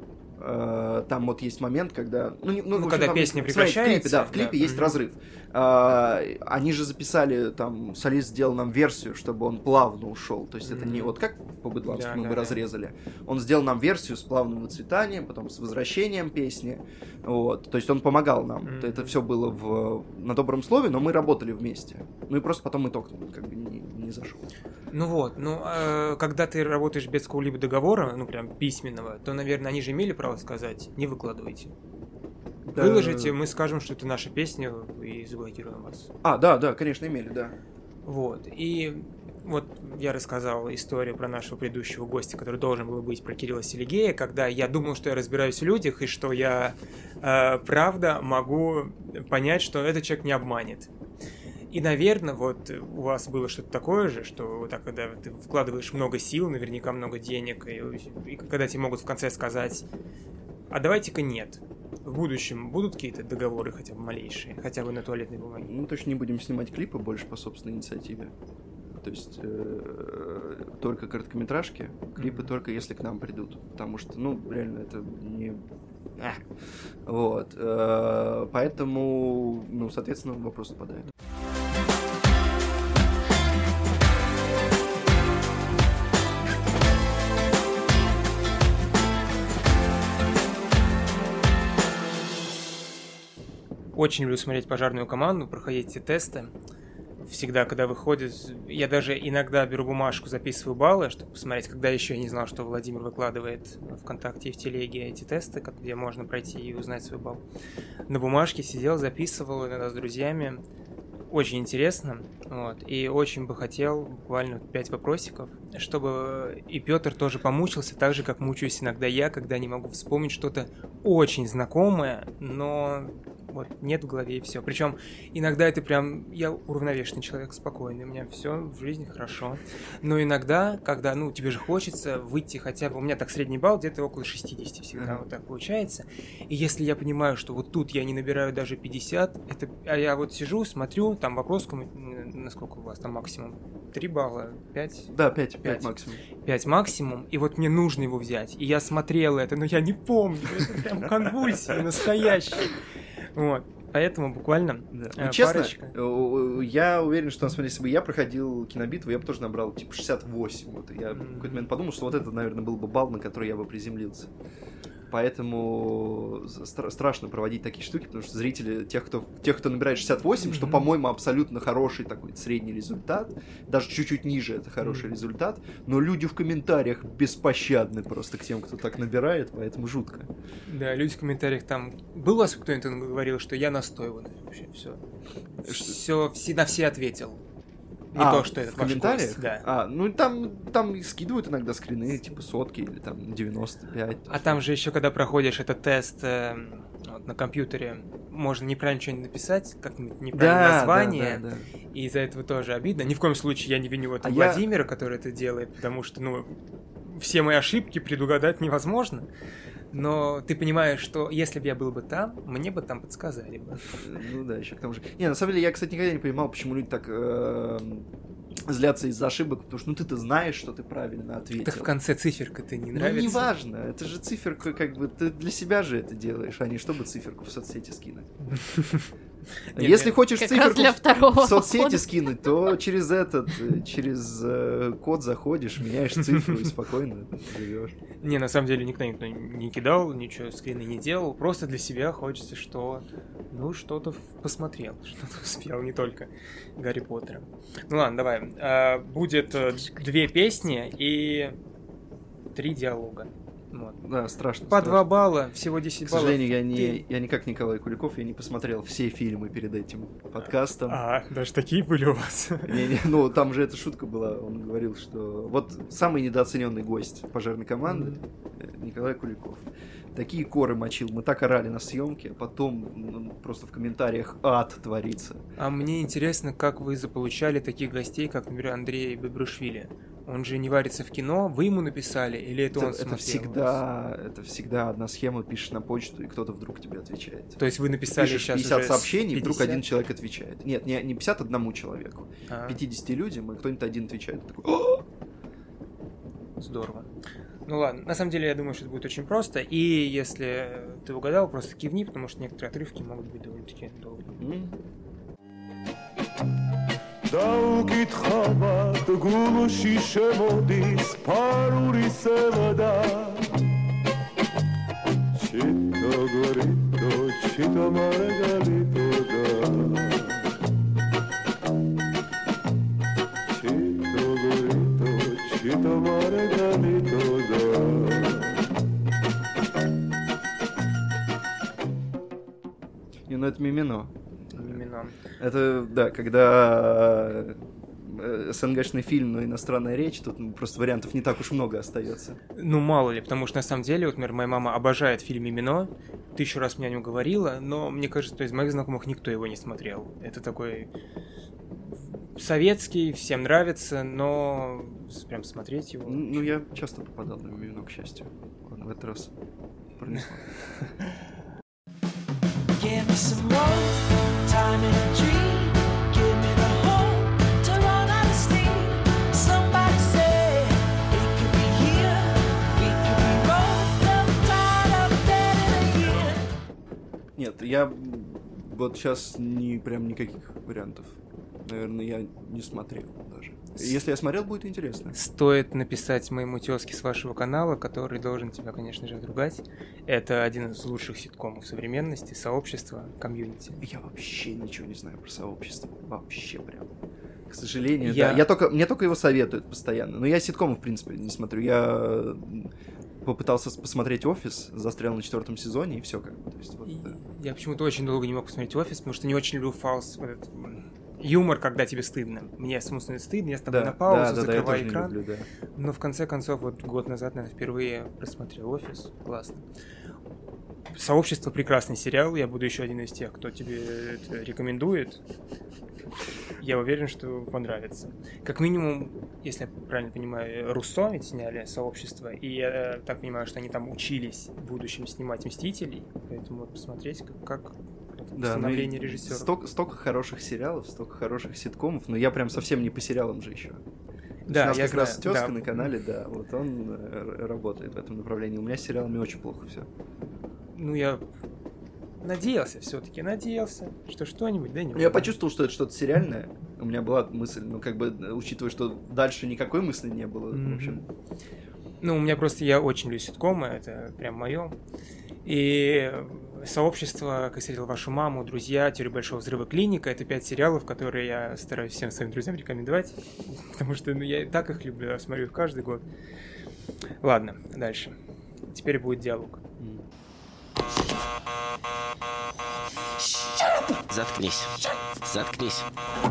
Э, там вот есть момент, когда... Ну, ну, ну общем, когда там, песня смотрите, прекращается. В клипе, да, в клипе да. есть mm-hmm. разрыв. Э, они же записали, там, солист сделал нам версию, чтобы он плавно ушел. То есть mm-hmm. это не вот как по-быдлански да, мы да, бы да. разрезали. Он сделал нам версию с плавным выцветанием, потом с возвращением песни. Вот. То есть он помогал нам. Mm-hmm. Это все было в, на добром слове, но мы работали вместе. Ну и просто потом итог как бы не, не зашел. Ну вот, ну э, когда ты работаешь без какого-либо договора, ну прям письменного, то, наверное, они же имели право сказать, не выкладывайте. Да. Выложите, мы скажем, что это наша песня, и заблокируем вас. А, да, да, конечно, имели, да. Вот, и вот я рассказал историю про нашего предыдущего гостя, который должен был быть, про Кирилла Селигея, когда я думал, что я разбираюсь в людях, и что я, э, правда, могу понять, что этот человек не обманет. И, наверное, вот у вас было что-то такое же, что вот так, когда ты вкладываешь много сил, наверняка много денег, и, и когда тебе могут в конце сказать, а давайте-ка нет. В будущем будут какие-то договоры хотя бы малейшие, хотя бы на туалетной бумаге? Мы точно не будем снимать клипы больше по собственной инициативе. То есть э, только короткометражки, клипы mm-hmm. только если к нам придут. Потому что, ну, реально, это не... А. Вот. Э, поэтому, ну, соответственно, вопрос отпадает. Очень люблю смотреть пожарную команду, проходить эти тесты. Всегда, когда выходит, я даже иногда беру бумажку, записываю баллы, чтобы посмотреть, когда еще я не знал, что Владимир выкладывает ВКонтакте и в телеге эти тесты, где можно пройти и узнать свой балл. На бумажке сидел, записывал иногда с друзьями. Очень интересно, вот, и очень бы хотел буквально пять вопросиков, чтобы и Петр тоже помучился, так же, как мучаюсь иногда я, когда не могу вспомнить что-то очень знакомое, но вот нет в голове и все. Причем иногда это прям, я уравновешенный человек, спокойный, у меня все в жизни хорошо, но иногда, когда, ну, тебе же хочется выйти хотя бы, у меня так средний балл где-то около шестьдесят всегда mm-hmm. вот так получается, и если я понимаю, что вот тут я не набираю даже пятьдесят, это, а я вот сижу, смотрю, там вопрос, насколько у вас там максимум? три балла? пять? Да, пять, пять максимум. пять максимум, и вот мне нужно его взять. И я смотрел это, но я не помню. Это прям конвульсии настоящие. Вот. Поэтому буквально да. э, Честно, парочка. Я уверен, что, на самом деле, если бы я проходил кинобитву, я бы тоже набрал типа шестьдесят восемь. Вот. Я mm-hmm. в какой-то момент подумал, что вот это, наверное, был бы балл, на который я бы приземлился. Поэтому стра- страшно проводить такие штуки, потому что зрители, тех, кто, тех, кто набирает шестьдесят восемь, mm-hmm. что, по-моему, абсолютно хороший такой средний результат, даже чуть-чуть ниже это хороший mm-hmm. результат, но люди в комментариях беспощадны просто к тем, кто так набирает, поэтому жутко. Да, люди в комментариях там... Был у вас кто-нибудь говорил, что я настаиваю вообще, все. Все, все, на все ответил. Не а, то, что это в комментариях? Гость, да. А, ну там, там скидывают иногда скрины, типа сотки или там девяносто пять. А там же еще, когда проходишь этот тест э, вот, на компьютере, можно неправильно что-нибудь написать, как-нибудь неправильное да, название, да, да, да. И из-за этого тоже обидно. Ни в коем случае я не виню этого а Владимира, я... который это делает, потому что, ну, все мои ошибки предугадать невозможно. Но ты понимаешь, что если бы я был бы там, мне бы там подсказали бы. Ну да, еще к тому же. Не, на самом деле, я, кстати, никогда не понимал, почему люди так э, злятся из-за ошибок, потому что ну ты-то знаешь, что ты правильно ответил. Так в конце циферка-то не нравится. Ну, неважно, это же циферка, как бы, ты для себя же это делаешь, а не чтобы циферку в соцсети скинуть. Если хочешь Как раз циферку для второго в соцсети похода. скинуть, то через этот, э, через э, код заходишь, меняешь цифру и спокойно живешь. Не, на самом деле никто никто не кидал, ничего скрины не делал. Просто для себя хочется, что ну что-то в- посмотрел, что-то успел, не только Гарри Поттера. Ну ладно, давай. А, будет э, две песни и три диалога. Вот. Да, страшно. По страшно. два балла, всего десять К баллов. сожалению, я не, Ты- я не как Николай Куликов, я не посмотрел все фильмы перед этим подкастом. А, даже такие были у вас. Не-не, ну, там же эта шутка была, он говорил, что вот самый недооцененный гость пожарной команды э, Николай Куликов. Такие коры мочил, мы так орали на съемке, а потом ну, просто в комментариях ад творится. А мне интересно, как вы заполучали таких гостей, как, например, Андрей Бебрушвили. Он же не варится в кино, вы ему написали, или это, Это, он это смотрел? всегда, это всегда одна схема, пишешь на почту, и кто-то вдруг тебе отвечает. То есть вы написали Пишешь сейчас пятьдесят уже сообщений, и вдруг пятьдесят? один человек отвечает. Нет, не, не пятьдесят одному человеку, А, пятьдесят людям, и кто-нибудь один отвечает. Ты такой, «О!» здорово. Ну ладно, на самом деле я думаю, что это будет очень просто, и если ты угадал, просто кивни, потому что некоторые отрывки могут быть довольно-таки долгими. М. დაუკითხავად გულში შემოდის ფარული სევადა ჩიტო გორიტო ჩიტო მარგალიტო და ჩიტო გორიტო ჩიტო მარგალიტო და Не, ну это Мимино. Именно. Это, да, когда э, СНГшный фильм, но иностранная речь, тут ну, просто вариантов не так уж много остается. Ну, мало ли, потому что на самом деле, вот, например, моя мама обожает фильм «Мимино», тысячу раз мне о нем говорила, но мне кажется, что из моих знакомых никто его не смотрел. Это такой советский, всем нравится, но с- прям смотреть его... Ну, ну, я часто попадал на Мимино, к счастью. Ладно, в этот раз пронесло. Give me some more time in a dream. Give me the hope to run out of steam. Somebody say it could be here. We could be rolled up, tied up, dead in a year. Нет, я вот сейчас не прям никаких вариантов. Наверное, я не смотрел даже. Если я смотрел, будет интересно. Стоит написать моему тезке с вашего канала, который должен тебя, конечно же, отругать. Это один из лучших ситкомов современности, сообщества, комьюнити. Я вообще ничего не знаю про сообщество. Вообще прям. К сожалению, Я- да. Я только, мне только его советуют постоянно. Но я ситкомы, в принципе, не смотрю. Я попытался посмотреть «Офис», застрял на четвертом сезоне, и все как бы. То есть, вот, И да. Я почему-то очень долго не мог посмотреть «Офис», потому что не очень люблю фалс, вот этот, м, юмор, когда тебе стыдно. Мне самому становится стыдно, я ставлю Да, на паузу, да, да, да, я закрываю тоже не экран. люблю, да. Но в конце концов, вот год назад, наверное, впервые просмотрел «Офис». Классно. «Сообщество» — прекрасный сериал. Я буду еще один из тех, кто тебе это рекомендует. Я уверен, что понравится. Как минимум, если я правильно понимаю, Руссо ведь сняли «Сообщество», и я так понимаю, что они там учились в будущем снимать «Мстителей», поэтому вот посмотреть, как, как Да, ну и становление режиссера. Столько, столько хороших сериалов, столько хороших ситкомов, но я прям совсем не по сериалам же еще. Да, у нас я как раз знаю, тезка да. на канале, да, вот он э, работает в этом направлении. У меня с сериалами очень плохо все. Ну, я надеялся все-таки, надеялся, что что-нибудь, да, не Я почувствовал, что это что-то сериальное. У меня была мысль, ну как бы, учитывая, что дальше никакой мысли не было, в общем. Ну, у меня просто, я очень люблю ситкомы, это прям мое. И «Сообщество», как я встретил вашу маму, «Друзья», «Теория большого взрыва», «Клиника» — это пять сериалов, которые я стараюсь всем своим друзьям рекомендовать, потому что ну, я и так их люблю, я смотрю их каждый год. Ладно, дальше. Теперь будет диалог. Заткнись. Заткнись.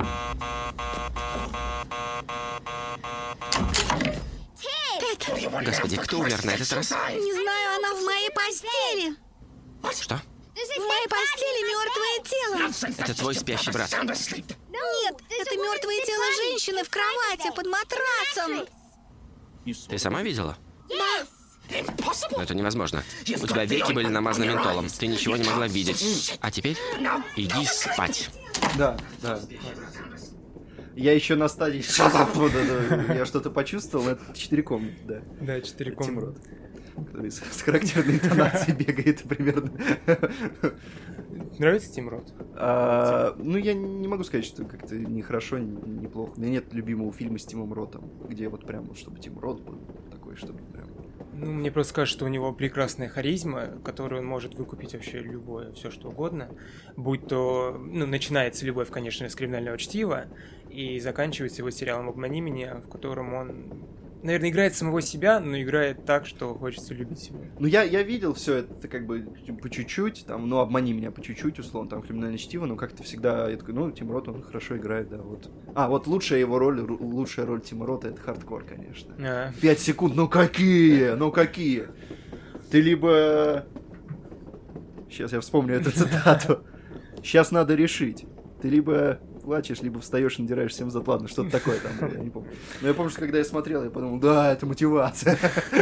Господи, кто умер на этот раз? Не знаю, она в моей постели. Что? В моей постели мертвое тело. Это твой спящий брат. Нет, это мертвое тело женщины в кровати под матрасом. Ты сама видела? Да. Но это невозможно. У тебя веки были намазаны ментолом. Ты ничего не могла видеть. А теперь иди спать. Да, да. Я еще на стадии «Shut up!» Вот это, я что-то почувствовал, но это четыре комнаты, да. Да, четыре Это Тим комнаты. Рот, который с, с характерной интонацией бегает примерно. Нравится Тим Рот? А, ну, я не могу сказать, что как-то не хорошо, не, не плохо. У меня нет любимого фильма с Тимом Ротом, где вот прям, чтобы Тим Рот был такой, чтобы прям... Ну, мне просто кажется, что у него прекрасная харизма, которую он может выкупить вообще любое, все что угодно. Будь то, ну, начинается любовь, конечно, с «Криминального чтива» и заканчивается его сериалом «Обмани меня», в котором он, наверное, играет самого себя, но играет так, что хочется любить себя. Ну, я, я видел все это как бы по чуть-чуть, там, ну, «Обмани меня» по чуть-чуть, условно, там, «Криминальное чтиво», но как-то всегда, я такой, ну, Тим Рот, он хорошо играет, да, вот. А, вот лучшая его роль, ру- лучшая роль Тима Рота — это «Хардкор», конечно. А. Пять секунд, ну какие, ну какие? Ты либо... Сейчас я вспомню эту цитату. Сейчас надо решить. Ты либо плачешь, либо встаешь и надираешь всем зад. Ладно, что-то такое там, я не помню. Но я помню, что когда я смотрел, я подумал, да, это мотивация.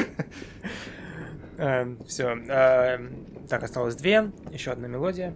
Все. Так, осталось две. Еще одна мелодия.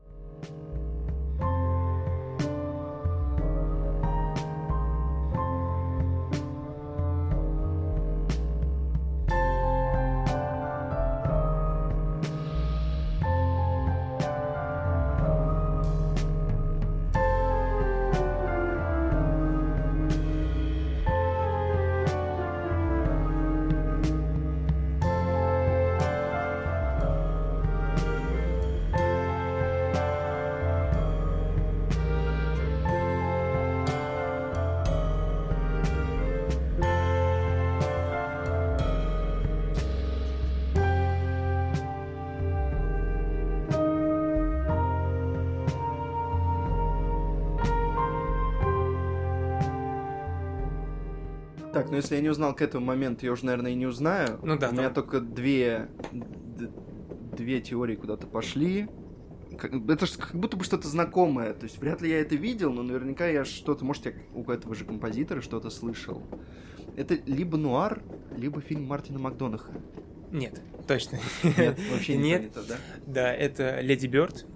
Так, ну если я не узнал к этому моменту, я уже, наверное, и не узнаю. Ну да, У меня там- только две, д- две теории куда-то пошли. Как- Это ж как будто бы что-то знакомое. То есть вряд ли я это видел, но наверняка я что-то, может, я у этого же композитора что-то слышал. Это либо нуар, либо фильм Мартина Макдонаха. Нет, точно. Нет, вообще не Нет. понято, да? Да, это «Леди Бёрд».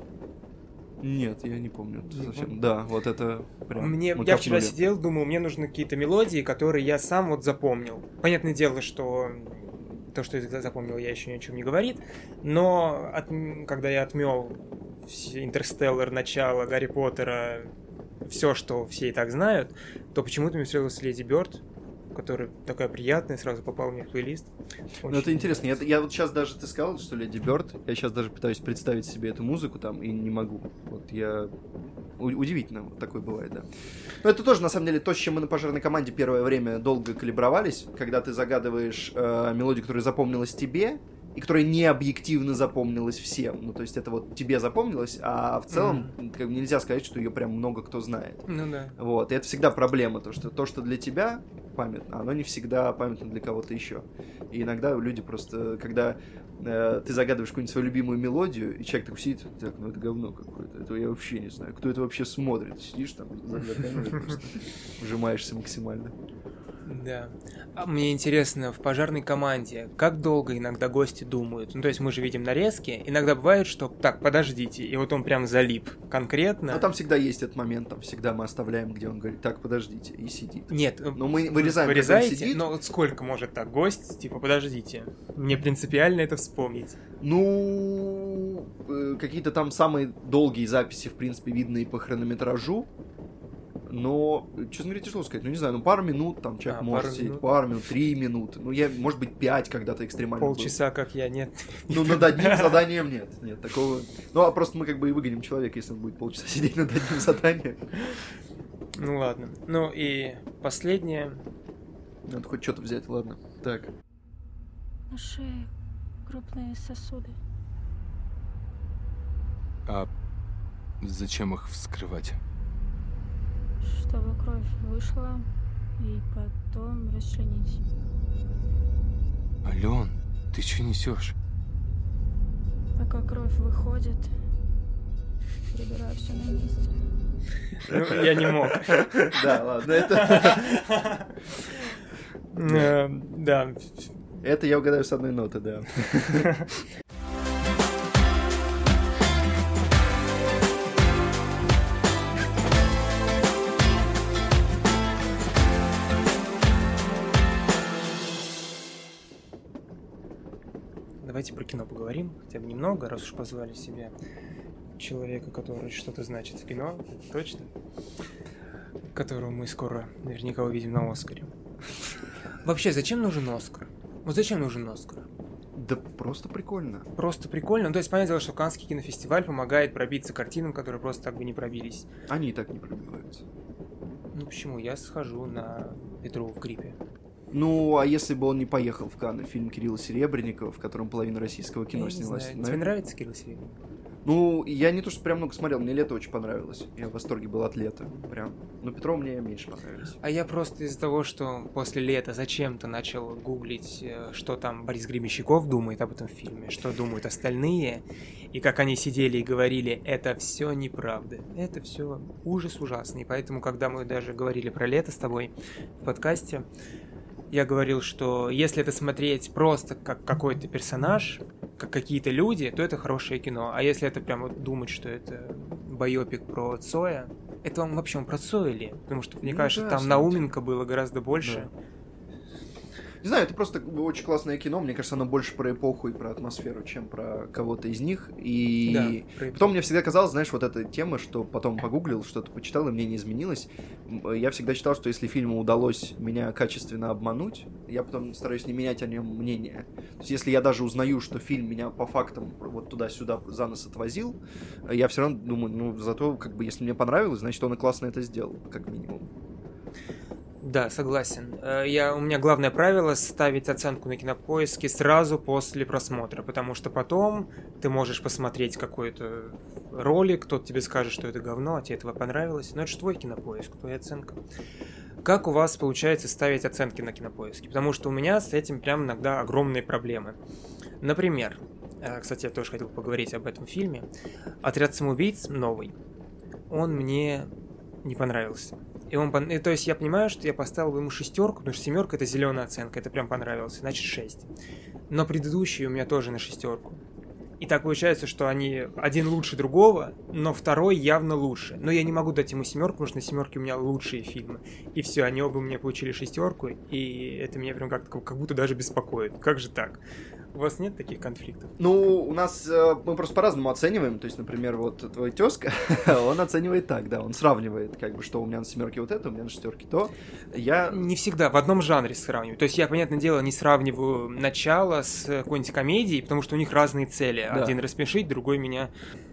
Нет, я не помню Не совсем. помню. Да, вот это прям... Мне, мы я вчера копнули. сидел, думал, мне нужны какие-то мелодии, которые я сам вот запомнил. Понятное дело, что то, что я запомнил, я еще ни о чем не говорит, но от- когда я отмел «Интерстеллар», начало Гарри Поттера, все, что все и так знают, то почему-то мне встретилась «Леди Бёрд», которая такая приятная, сразу попала мне в плейлист. Ну, Очень это интересно. Я, я вот сейчас даже, ты сказал, что Леди Бёрд, я сейчас даже пытаюсь представить себе эту музыку там и не могу. Вот я... У- удивительно, вот такое бывает, да. Но это тоже, на самом деле, то, с чем мы на пожарной команде первое время долго калибровались, когда ты загадываешь э, мелодию, которая запомнилась тебе, и которая не объективно запомнилась всем. Ну, то есть это вот тебе запомнилось, а в целом как бы нельзя сказать, что ее прям много кто знает. Ну да. Вот, и это всегда проблема, то, что то, что для тебя памятно, оно не всегда памятно для кого-то еще. И иногда люди просто, когда э, ты загадываешь какую-нибудь свою любимую мелодию, и человек такой сидит, так, ну это говно какое-то, это я вообще не знаю, кто это вообще смотрит, сидишь там, загадываешь, просто вжимаешься максимально. Да. А мне интересно, в пожарной команде, как долго иногда гости думают? Ну, то есть мы же видим нарезки, иногда бывает, что так, подождите, и вот он прям залип конкретно. Но там всегда есть этот момент, там всегда мы оставляем, где он говорит, так, подождите, и сидит. Нет, Но мы вырезаем, когда он вырезаете, сидит. но вот сколько может так гость, типа, подождите, мне принципиально это вспомнить. Ну, э, какие-то там самые долгие записи, в принципе, видны по хронометражу. Но, честно говоря, тяжело сказать. Ну, не знаю, ну, пару минут, там, человек А, может пару сидеть, минут. пару минут, три минуты. Ну, я, может быть, пять когда-то экстремально было. Полчаса, как я, нет. Ну, над одним заданием нет. Нет, такого... Ну, а просто мы как бы и выгоним человека, если он будет полчаса сидеть над одним заданием. Ну ладно. Ну и последнее. Надо хоть что-то взять, ладно. Так. На шее крупные сосуды. А зачем их вскрывать? Чтобы кровь вышла и потом расчленить. Ален, ты что несешь? Пока кровь выходит, прибираю все на месте. Ну, я не мог. Да, ладно, это... Э, Да. Это я угадаю с одной ноты, да. Давайте про кино поговорим, хотя бы немного, раз уж позвали себя. человека, который что-то значит в кино, это точно, которого мы скоро наверняка увидим на Оскаре. Вообще, зачем нужен Оскар? Вот зачем нужен Оскар? Да просто прикольно. Просто прикольно. Ну, то есть, понятное дело, что Каннский кинофестиваль помогает пробиться картинам, которые просто так бы не пробились. Они и так не пробиваются. Ну, почему? Я схожу на Петрова в гриппе. Ну, а если бы он не поехал в Канны, фильм Кирилла Серебренникова, в котором половина российского кино Я снялась. не знаю. Тебе нравится Кирилл Серебренников? Ну, я не то, что прям много смотрел, мне «Лето» очень понравилось. Я в восторге был от «Лета», прям. Но Петрова мне меньше понравилось. А я просто из-за того, что после «Лета» зачем-то начал гуглить, что там Борис Гремящиков думает об этом фильме, что думают остальные, и как они сидели и говорили, это все неправда, это все ужас ужасный. Поэтому, когда мы даже говорили про «Лето» с тобой в подкасте, я говорил, что если это смотреть просто как какой-то персонаж, как какие-то люди, то это хорошее кино. А если это прям вот думать, что это байопик про Цоя, это он вообще он про Цоя ли? Потому что, мне ну, кажется, да, там кстати. Науменко было гораздо больше. Да. Не знаю, это просто очень классное кино. Мне кажется, оно больше про эпоху и про атмосферу, чем про кого-то из них. И Да, потом мне всегда казалось, знаешь, вот эта тема, что потом погуглил, что-то почитал, и мне не изменилось. Я всегда считал, что если фильму удалось меня качественно обмануть, я потом стараюсь не менять о нем мнение. То есть если я даже узнаю, что фильм меня по фактам вот туда-сюда за нос отвозил, я все равно думаю, ну, зато, как бы, если мне понравилось, значит, он и классно это сделал, как минимум. Да, согласен. Я, у меня главное правило — ставить оценку на Кинопоиске сразу после просмотра, потому что потом ты можешь посмотреть какой-то ролик, кто-то тебе скажет, что это говно, а тебе этого понравилось, но это же твой Кинопоиск, твоя оценка. Как у вас получается ставить оценки на Кинопоиске? Потому что у меня с этим прям иногда огромные проблемы. Например, кстати, я тоже хотел поговорить об этом фильме, «Отряд самоубийц» новый, он мне не понравился. И он, и, то есть я понимаю, что я поставил ему шестерку, потому что семерка — это зеленая оценка, это прям понравилось, значит шесть. Но предыдущие у меня тоже на шестерку. И так получается, что они один лучше другого, но второй явно лучше. Но я не могу дать ему семерку, потому что на семерке у меня лучшие фильмы. И все, они оба мне получили шестерку, и это меня прям как, как будто даже беспокоит. Как же так? У вас нет таких конфликтов? Ну, у нас э, мы просто по-разному оцениваем. То есть, например, вот твой тезка, он оценивает так, да, он сравнивает, как бы, что у меня на семерке вот это, у меня на шестерке то. Я... Не всегда, в одном жанре сравниваю. То есть я, понятное дело, не сравниваю начало с какой-нибудь комедией, потому что у них разные цели. Да. Один рассмешить, другой меня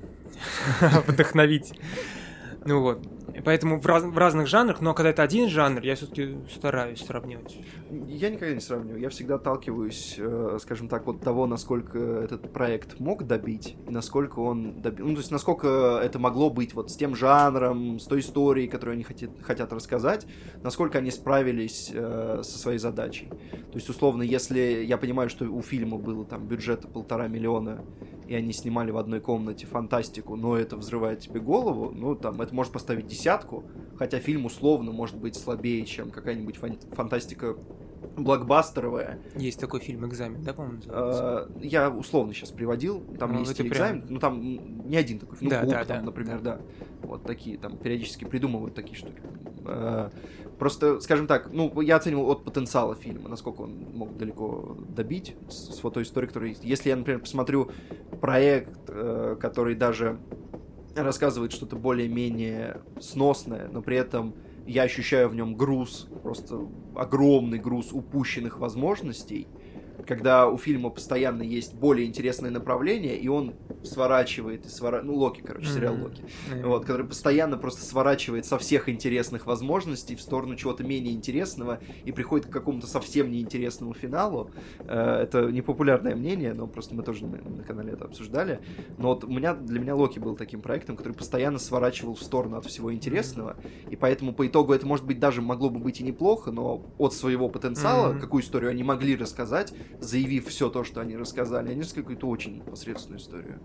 вдохновить. Ну вот. Поэтому в, раз, в разных жанрах, но когда это один жанр, я все-таки стараюсь сравнивать. Я никогда не сравниваю. Я всегда отталкиваюсь, э, скажем так, от того, насколько этот проект мог добить, и насколько он добил. Ну, то есть, насколько это могло быть вот с тем жанром, с той историей, которую они хотят, хотят рассказать, насколько они справились э, со своей задачей. То есть, условно, если я понимаю, что у фильма было там бюджета полтора миллиона, и они снимали в одной комнате фантастику, но это взрывает тебе голову, ну, там, это может поставить десятку, хотя фильм условно может быть слабее, чем какая-нибудь фан- фантастика блокбастеровая. Есть такой фильм «Экзамен», да, по-моему, называется? Я условно сейчас приводил, там ну, есть «Экзамен», прям... ну, там не один такой фильм, ну, да, «Клуб», да, там, да, например, да. да. Вот такие, там, периодически придумывают такие штуки. Просто, скажем так, ну, я оценивал от потенциала фильма, насколько он мог далеко добить с, с вот той историей, которая есть. Если я, например, посмотрю проект, который даже рассказывает что-то более-менее сносное, но при этом я ощущаю в нем груз, просто огромный груз упущенных возможностей, когда у фильма постоянно есть более интересное направление, и он сворачивает и сворачивает... Ну, Локи, короче, mm-hmm. сериал Локи. Mm-hmm. Вот, который постоянно просто сворачивает со всех интересных возможностей в сторону чего-то менее интересного и приходит к какому-то совсем неинтересному финалу. Это непопулярное мнение, но просто мы тоже на, на канале это обсуждали. Но вот у меня, для меня Локи был таким проектом, который постоянно сворачивал в сторону от всего интересного, mm-hmm. и поэтому по итогу это, может быть, даже могло бы быть и неплохо, но от своего потенциала, mm-hmm. какую историю они могли рассказать, заявив все то, что они рассказали, они рассказали какую-то очень посредственную историю.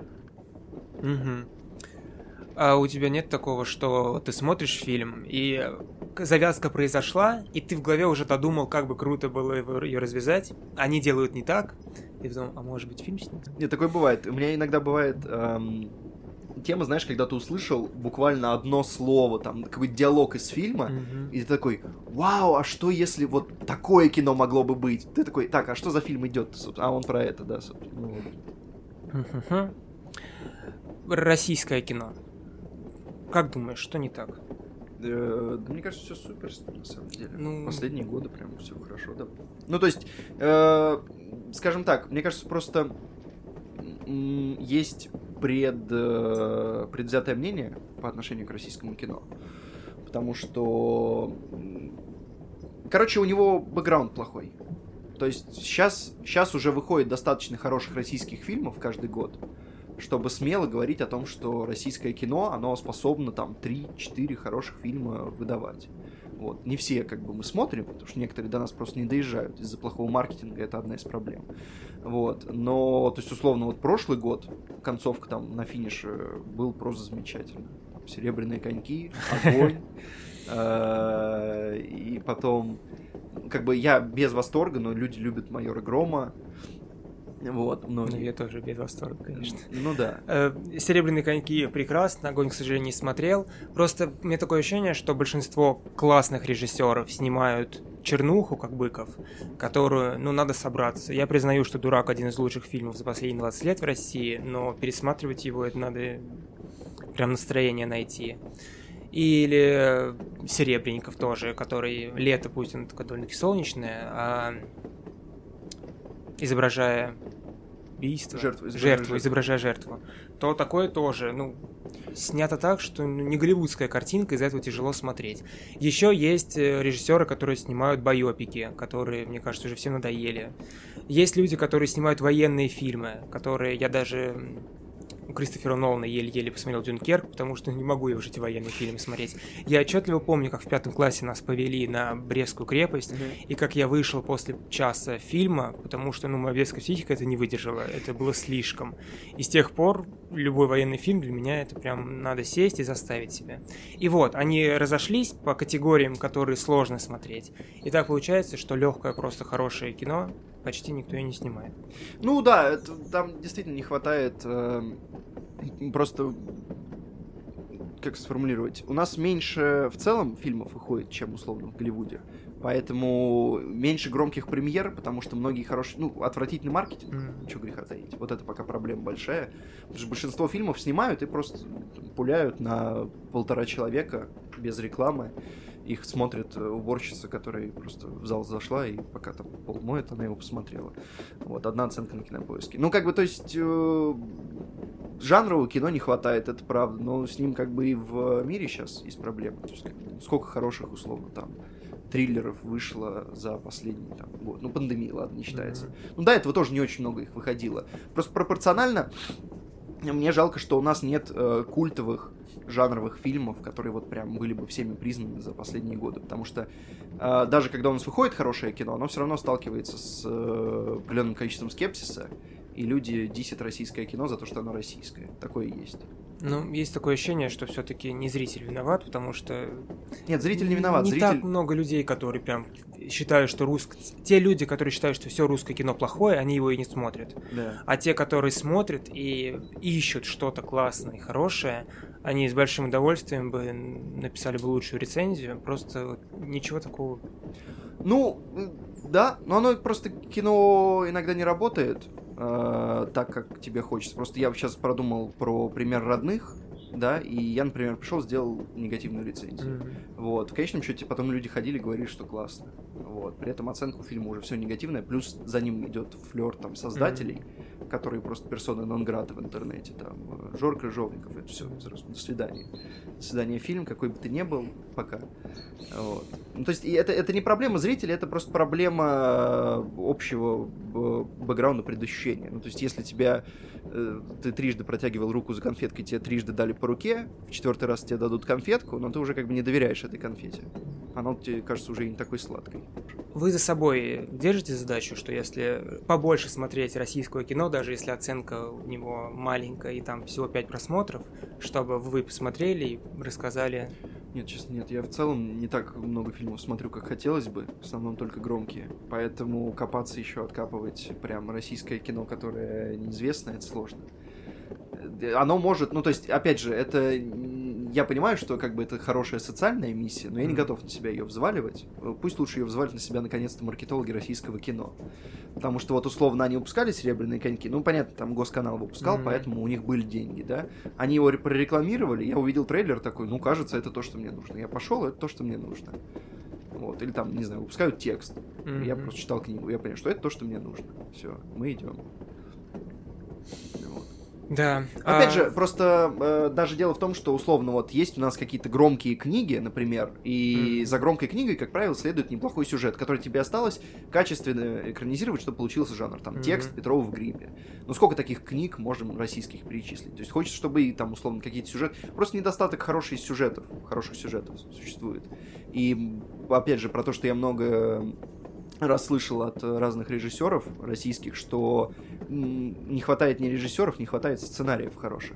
Угу. А у тебя нет такого, что ты смотришь фильм, и завязка произошла, и ты в голове уже додумал, как бы круто было ее развязать, они делают не так, и потом, а может быть, фильм снят? Нет, такое бывает. У меня иногда бывает... Эм... Тема, знаешь, когда ты услышал буквально одно слово, там, какой-то диалог из фильма, mm-hmm. и ты такой, вау, а что если вот такое кино могло бы быть? Ты такой, так, а что за фильм идет? А он про это, да, собственно. Mm-hmm. российское кино. Как думаешь, что не так? Да, мне кажется, все супер, на самом деле. Ну... Последние годы прям все хорошо, да. Ну, то есть, э, скажем так, мне кажется, просто м- есть пред, э, предвзятое мнение по отношению к российскому кино. Потому что... Короче, у него бэкграунд плохой. То есть сейчас, сейчас уже выходит достаточно хороших российских фильмов каждый год, чтобы смело говорить о том, что российское кино, оно способно там три-четыре хороших фильма выдавать. Вот. Не все как бы мы смотрим, потому что некоторые до нас просто не доезжают из-за плохого маркетинга, это одна из проблем. Вот. Но, то есть, условно, вот прошлый год, концовка там на финише был просто замечательно. Там «Серебряные коньки», «Огонь». И потом, как бы я без восторга, но люди любят «Майора Грома». Вот, многие. Ну, я тоже без восторга, конечно. Ну да. «Серебряные коньки» прекрасно, «Огонь», к сожалению, не смотрел. Просто у меня такое ощущение, что большинство классных режиссеров снимают чернуху, как Быков, которую, ну, надо собраться. Я признаю, что «Дурак» один из лучших фильмов за последние двадцать лет в России, но пересматривать его, это надо прям настроение найти. Или «Серебренников» тоже, который лето, пусть он такое довольно-таки солнечное, а изображая убийство, жертву, изображая жертву, изображая жертву, то такое тоже, ну, снято так, что не голливудская картинка, из-за этого тяжело смотреть. Еще есть режиссеры, которые снимают байопики, которые, мне кажется, уже всем надоели. Есть люди, которые снимают военные фильмы, которые я даже... У Кристофера Нолана еле-еле посмотрел «Дюнкерк», потому что не могу я уже эти военные фильмы смотреть. Я отчетливо помню, как в пятом классе нас повели на Брестскую крепость, mm-hmm. и как я вышел после часа фильма, потому что, ну, моя детская психика это не выдержала, это было слишком. И с тех пор любой военный фильм для меня это прям надо сесть и заставить себя. И вот, они разошлись по категориям, которые сложно смотреть. И так получается, что легкое, просто хорошее кино почти никто и не снимает. Ну да, это, там действительно не хватает э, просто, как сформулировать, у нас меньше в целом фильмов выходит, чем условно в Голливуде, поэтому меньше громких премьер, потому что многие хорошие, ну, отвратительный маркетинг, mm. ничего греха таить, вот это пока проблема большая, потому что большинство фильмов снимают и просто пуляют на полтора человека без рекламы. Их смотрит уборщица, которая просто в зал зашла, и пока там пол моет, она его посмотрела. Вот, одна оценка на Кинопоиске. Ну, как бы, то есть, э, жанрового кино не хватает, это правда, но с ним как бы и в мире сейчас есть проблемы. То есть, как бы, сколько хороших, условно, там, триллеров вышло за последний там, год. Ну, пандемия, ладно, не считается. Mm-hmm. Ну, до этого тоже не очень много их выходило. Просто пропорционально мне жалко, что у нас нет э, культовых жанровых фильмов, которые вот прям были бы всеми признаны за последние годы, потому что э, даже когда у нас выходит хорошее кино, оно все равно сталкивается с э, определенным количеством скепсиса, и люди дисят российское кино за то, что оно российское. Такое есть. Ну, есть такое ощущение, что все-таки не зритель виноват, потому что... Нет, зритель не виноват. Не зритель... так много людей, которые прям считают, что русское... Те люди, которые считают, что все русское кино плохое, они его и не смотрят. Да. А те, которые смотрят и ищут что-то классное и хорошее, они с большим удовольствием бы написали бы лучшую рецензию. Просто ничего такого... Ну, да, но оно просто кино иногда не работает э, так, как тебе хочется. Просто я сейчас продумал про пример родных, да, и я, например, пришел, сделал негативную рецензию. Mm-hmm. Вот. В конечном счете потом люди ходили и говорили, что классно. Вот. При этом оценка у фильма уже все негативная, плюс за ним идет флер там создателей, mm-hmm. которые просто персоны нон-грата в интернете. Там Жор Крыжовников, это все, до свидания. До свидания, фильм, какой бы ты ни был, пока. Вот. Ну, то есть это, это не проблема зрителя, это просто проблема общего бэкграунда предощущения. Ну, то есть если тебя э, ты трижды протягивал руку за конфеткой, тебе трижды дали по руке, в четвертый раз тебе дадут конфетку, но ты уже как бы не доверяешь этой конфете. Она тебе кажется уже не такой сладкой. Вы за собой держите задачу, что если побольше смотреть российское кино, даже если оценка у него маленькая и там всего пять просмотров, чтобы вы посмотрели и рассказали... Нет, честно, нет. Я в целом не так много фильмов смотрю, как хотелось бы. В основном только громкие. Поэтому копаться еще, откапывать прям российское кино, которое неизвестно, это сложно. Оно может... Ну, то есть, опять же, это я понимаю, что как бы это хорошая социальная миссия, но я не Мгм. готов на себя ее взваливать. Пусть лучше ее взвалят на себя наконец-то маркетологи российского кино. Потому что вот условно они выпускали «Серебряные коньки», ну, понятно, там Госканал выпускал, Мгм. поэтому у них были деньги, да. Они его ре- прорекламировали, я увидел трейлер такой, ну, кажется, это то, что мне нужно. Я пошел, это то, что мне нужно. Вот. Или там, не знаю, выпускают текст. Я Мгм. просто читал книгу, я понял, что это то, что мне нужно. Все, мы идем. Вот. Да. Опять а, же, просто э, даже дело в том, что условно вот есть у нас какие-то громкие книги, например, и Мгм. за громкой книгой, как правило, следует неплохой сюжет, который тебе осталось качественно экранизировать, чтобы получился жанр. Там Мгм. текст Петрова в гриме. Ну сколько таких книг можем российских перечислить? То есть хочется, чтобы и там условно какие-то сюжеты... Просто недостаток хороших сюжетов, хороших сюжетов существует. И опять же, про то, что я много раз слышал от разных режиссеров российских, что м, не хватает ни режиссеров, не хватает сценариев хороших.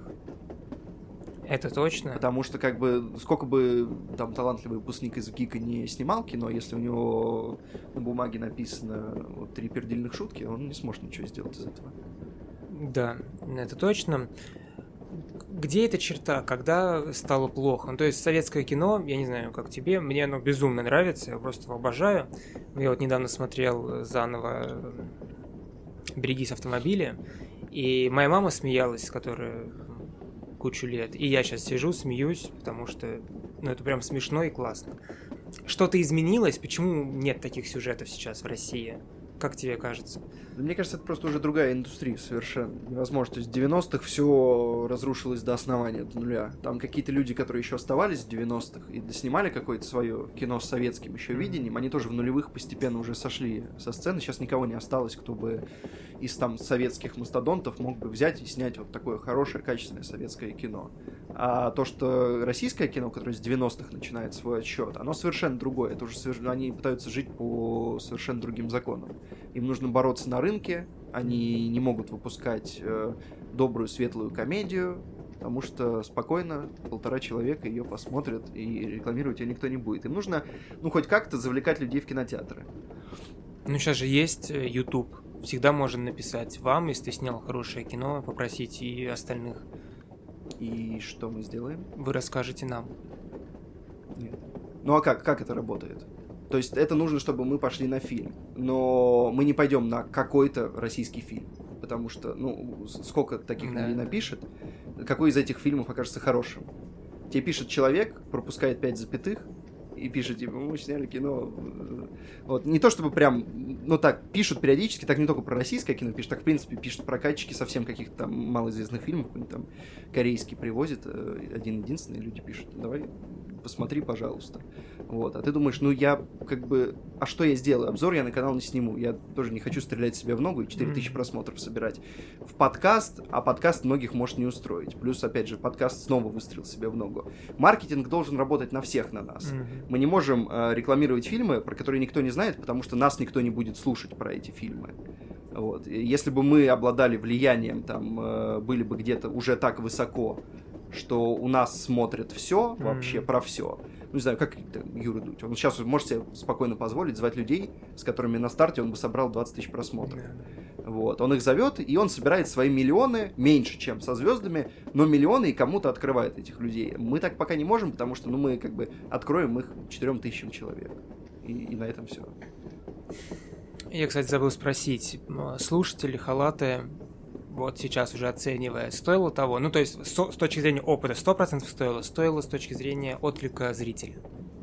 Это точно. Потому что, как бы, сколько бы там талантливый выпускник из ГИКа не снимал кино, если у него на бумаге написано вот, три пердельных шутки, он не сможет ничего сделать из этого. Да, это точно. Где эта черта, когда стало плохо? Ну, то есть советское кино, я не знаю, как тебе, мне оно безумно нравится, я просто его обожаю. Я вот недавно смотрел заново «Берегись автомобиля», и моя мама смеялась, которая кучу лет, и я сейчас сижу, смеюсь, потому что, ну, это прям смешно и классно. Что-то изменилось? Почему нет таких сюжетов сейчас в России? Как тебе кажется? Мне кажется, это просто уже другая индустрия совершенно. Невозможно. То есть в девяностых все разрушилось до основания, до нуля. Там какие-то люди, которые еще оставались в девяностых и доснимали какое-то свое кино с советским еще видением, они тоже в нулевых постепенно уже сошли со сцены. Сейчас никого не осталось, кто бы из там советских мастодонтов мог бы взять и снять вот такое хорошее, качественное советское кино. А то, что российское кино, которое с девяностых начинает свой отсчет, оно совершенно другое. Это уже совер- они пытаются жить по совершенно другим законам. Им нужно бороться на рынке, они не могут выпускать э, добрую, светлую комедию, потому что спокойно полтора человека ее посмотрят, и рекламировать ее никто не будет. Им нужно, ну, хоть как-то завлекать людей в кинотеатры. Ну, сейчас же есть э, YouTube. Всегда можно написать вам, если ты снял хорошее кино, попросить и остальных. И что мы сделаем? Вы расскажете нам. Нет. Ну а как? Как это работает? То есть это нужно, чтобы мы пошли на фильм. Но мы не пойдем на какой-то российский фильм. Потому что, ну, сколько таких Да. людей напишет, какой из этих фильмов окажется хорошим. Тебе пишет человек, пропускает пять запятых, и пишет, типа, мы сняли кино. Вот. Не то чтобы прям, ну так, пишут периодически, так не только про российское кино пишут, так, в принципе, пишут прокатчики совсем каких-то там малоизвестных фильмов, какой-нибудь там корейский привозит, один-единственный, люди пишут, давай, посмотри, пожалуйста. Вот. А ты думаешь, ну я как бы, а что я сделаю? Обзор я на канал не сниму, я тоже не хочу стрелять себе в ногу и четыре тысячи Mm. просмотров собирать. В подкаст, а подкаст многих может не устроить. Плюс, опять же, подкаст снова выстрелил себе в ногу. Маркетинг должен работать на всех на нас. Мгм. Мы не можем э, рекламировать фильмы, про которые никто не знает, потому что нас никто не будет слушать про эти фильмы. Вот. И если бы мы обладали влиянием, там, э, были бы где-то уже так высоко, что у нас смотрят все, вообще Мгм. про все. Ну, не знаю, как там, Юра Дудь. Он сейчас может себе спокойно позволить звать людей, с которыми на старте он бы собрал двадцать тысяч просмотров. Да. Вот. Он их зовет, и он собирает свои миллионы, меньше, чем со звездами, но миллионы и кому-то открывает этих людей. Мы так пока не можем, потому что ну, мы как бы откроем их четырем тысячам человек. И, и на этом все. Я, кстати, забыл спросить, м, слушатели халаты, вот сейчас уже оценивая, стоило того? Ну, то есть, со- с точки зрения опыта сто процентов стоило, стоило с точки зрения отклика зрителя.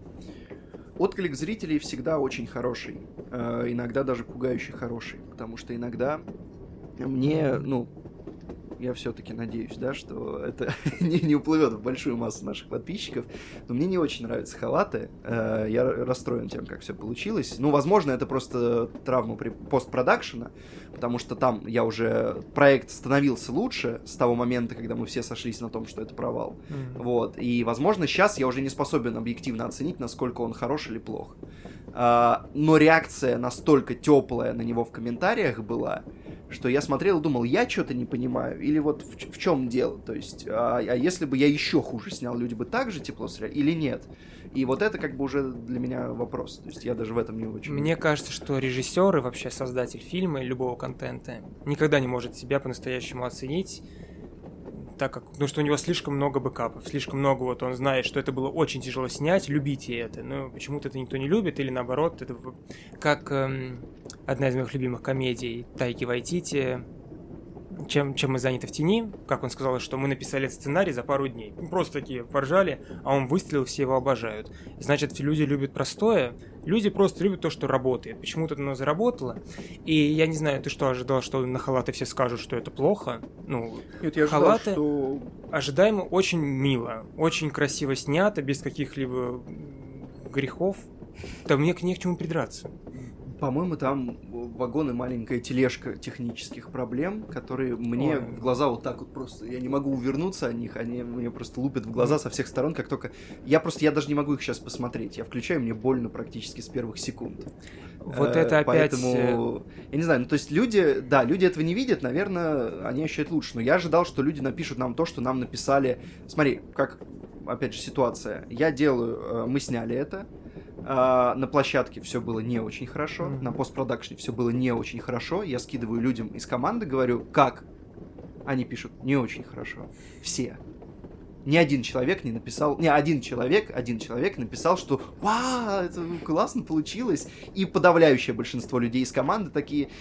Отклик зрителей всегда очень хороший. Э, иногда даже пугающе хороший. Потому что иногда мне, ну, я все-таки надеюсь, да, что это не, не уплывет в большую массу наших подписчиков. Но мне не очень нравятся халаты. Э, я расстроен тем, как все получилось. Ну, возможно, это просто травма при постпродакшена, потому что там я уже... Проект становился лучше с того момента, когда мы все сошлись на том, что это провал. Мгм. Вот. И, возможно, сейчас я уже не способен объективно оценить, насколько он хорош или плох. А, но реакция настолько теплая на него в комментариях была, что я смотрел и думал, я что-то не понимаю, или вот в, ч- в чем дело, то есть, а, а если бы я еще хуже снял, люди бы так же тепло сняли или нет? И вот это как бы уже для меня вопрос, то есть я даже в этом не очень... Мне кажется, что режиссер и вообще создатель фильма и любого контента никогда не может себя по-настоящему оценить. так как, потому что у него слишком много бэкапов, слишком много, вот он знает, что это было очень тяжело снять, любите это, но почему-то это никто не любит, или наоборот, это как эм, одна из моих любимых комедий Тайки Вайтити, чем, чем мы заняты в тени, как он сказал, что мы написали этот сценарий за пару дней. Просто такие поржали, а он выстрелил, все его обожают. Значит, люди любят простое, люди просто любят то, что работает. Почему-то оно заработало. И я не знаю, ты что, ожидал, что на халаты все скажут, что это плохо? Ну, Нет, я ожидал, халаты что... ожидаемо очень мило, очень красиво снято, без каких-либо грехов. Да мне к не к чему придраться. По-моему, там вагон и маленькая тележка технических проблем, которые мне Ой. в глаза вот так вот просто... Я не могу увернуться от них, они мне просто лупят в глаза со всех сторон, как только... Я просто... Я даже не могу их сейчас посмотреть. Я включаю, мне больно практически с первых секунд. Вот это опять... Поэтому... Я не знаю, ну то есть люди... Да, люди этого не видят, наверное, они ощущают лучше. Но я ожидал, что люди напишут нам то, что нам написали... Смотри, как... Опять же, ситуация. Я делаю... Мы сняли это. Uh, на площадке все было не очень хорошо, mm-hmm. на постпродакшне все было не очень хорошо. Я скидываю людям из команды, говорю, как? Они пишут, не очень хорошо. Все. Ни один человек не написал, не один человек, один человек написал, что вау, это классно получилось. И подавляющее большинство людей из команды такие,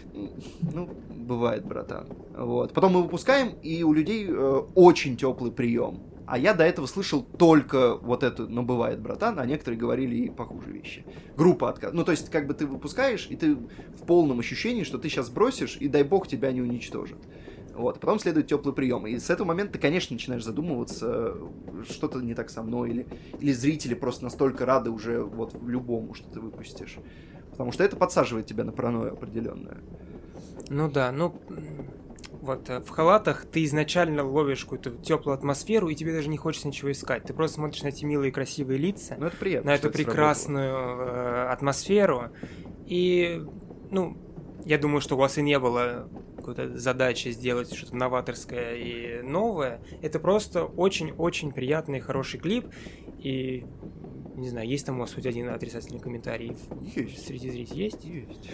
ну, бывает, братан. Вот. Потом мы выпускаем, и у людей э, очень теплый прием. А я до этого слышал только вот это, ну, бывает, братан, а некоторые говорили и похуже вещи. Группа отказ. Ну, то есть, как бы ты выпускаешь, и ты в полном ощущении, что ты сейчас бросишь, и дай бог тебя не уничтожит. Вот. Потом следует теплый прием. И с этого момента ты, конечно, начинаешь задумываться, что-то не так со мной, или, или зрители просто настолько рады уже вот любому, что ты выпустишь. Потому что это подсаживает тебя на паранойю определенную. Ну да, ну... Вот, в халатах ты изначально ловишь какую-то теплую атмосферу, и тебе даже не хочется ничего искать. Ты просто смотришь на эти милые красивые лица, ну, это приятно, на эту это прекрасную э, атмосферу. И, ну, я думаю, что у вас и не было какой-то задачи сделать что-то новаторское и новое. Это просто очень-очень приятный и хороший клип. И, не знаю, есть там у вас хоть один отрицательный комментарий есть. Среди зрителей? Есть? Есть.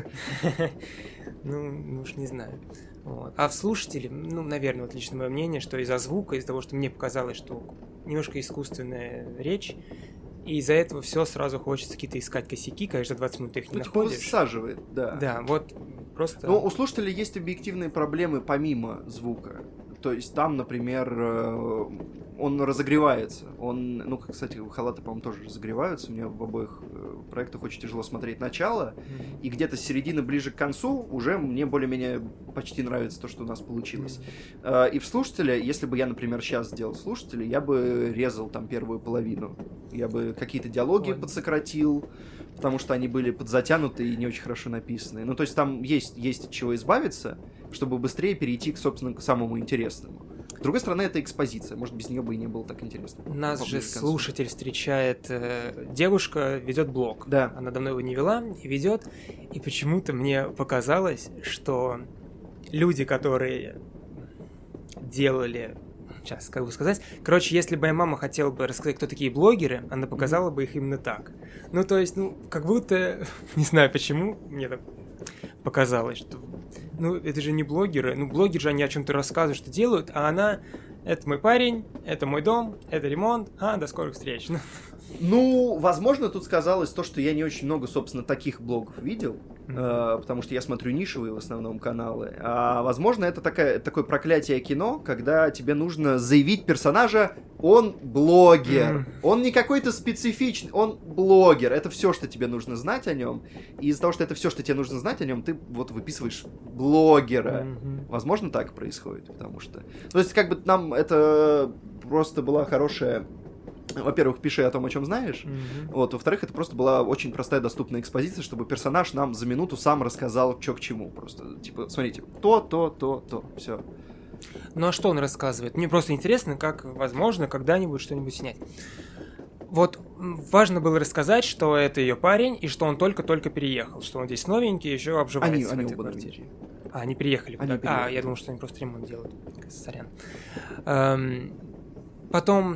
Ну, уж не знаю. Вот. А в слушателе, ну, наверное, вот лично мое мнение, что из-за звука, из-за того, что мне показалось, что немножко искусственная речь, и из-за этого все сразу хочется какие-то искать косяки, конечно, за двадцать минут ты их не ну, типа находишь. высаживает, да. Да, вот просто... Но у слушателей есть объективные проблемы помимо звука. То есть там, например, он разогревается. Он, ну, кстати, халаты, по-моему, тоже разогреваются. Мне в обоих проектах очень тяжело смотреть начало. Mm-hmm. И где-то с середины ближе к концу уже мне более-менее почти нравится то, что у нас получилось. Mm-hmm. И в слушателе, если бы я, например, сейчас сделал слушатели, я бы резал там первую половину. Я бы какие-то диалоги Ой. подсократил, потому что они были подзатянуты и не очень хорошо написаны. Ну, то есть там есть, есть от чего избавиться, чтобы быстрее перейти, к, собственно, к самому интересному. С другой стороны, это экспозиция. Может, без нее бы и не было так интересно. Нас же слушатель встречает... Э, девушка ведет блог. Да. Она давно его не вела и ведет. И почему-то мне показалось, что люди, которые делали... Сейчас, как бы сказать... Короче, если бы моя мама хотела бы рассказать, кто такие блогеры, она показала бы их именно так. Ну, то есть, ну, как будто... Не знаю почему, мне так показалось, что... Ну, это же не блогеры. Ну, блогеры же, они о чем-то рассказывают, что делают, а она... Это мой парень, это мой дом, это ремонт. А, до скорых встреч. Ну, возможно, тут сказалось то, что я не очень много, собственно, таких блогов видел, mm-hmm. э, потому что я смотрю нишевые в основном каналы. А, возможно, это такая, такое проклятие кино, когда тебе нужно заявить персонажа, он блогер. Mm-hmm. Он не какой-то специфичный, он блогер. Это все, что тебе нужно знать о нем. И из-за того, что это все, что тебе нужно знать о нем, ты вот выписываешь блогера. Mm-hmm. Возможно, так происходит, потому что... То есть, как бы нам это просто была хорошая... Во-первых, пиши о том, о чем знаешь. Mm-hmm. Вот, во-вторых, это просто была очень простая, доступная экспозиция, чтобы персонаж нам за минуту сам рассказал, что к чему. Просто, типа, смотрите, то, то, то, то, все. Ну а что он рассказывает? Мне просто интересно, как, возможно, когда-нибудь что-нибудь снять. Вот, важно было рассказать, что это ее парень, и что он только-только переехал, что он здесь новенький, еще обживается они, в они этой оба квартире. А, они приехали они куда-то. А, я думал, что они просто ремонт делают. Сорян. Эм, потом...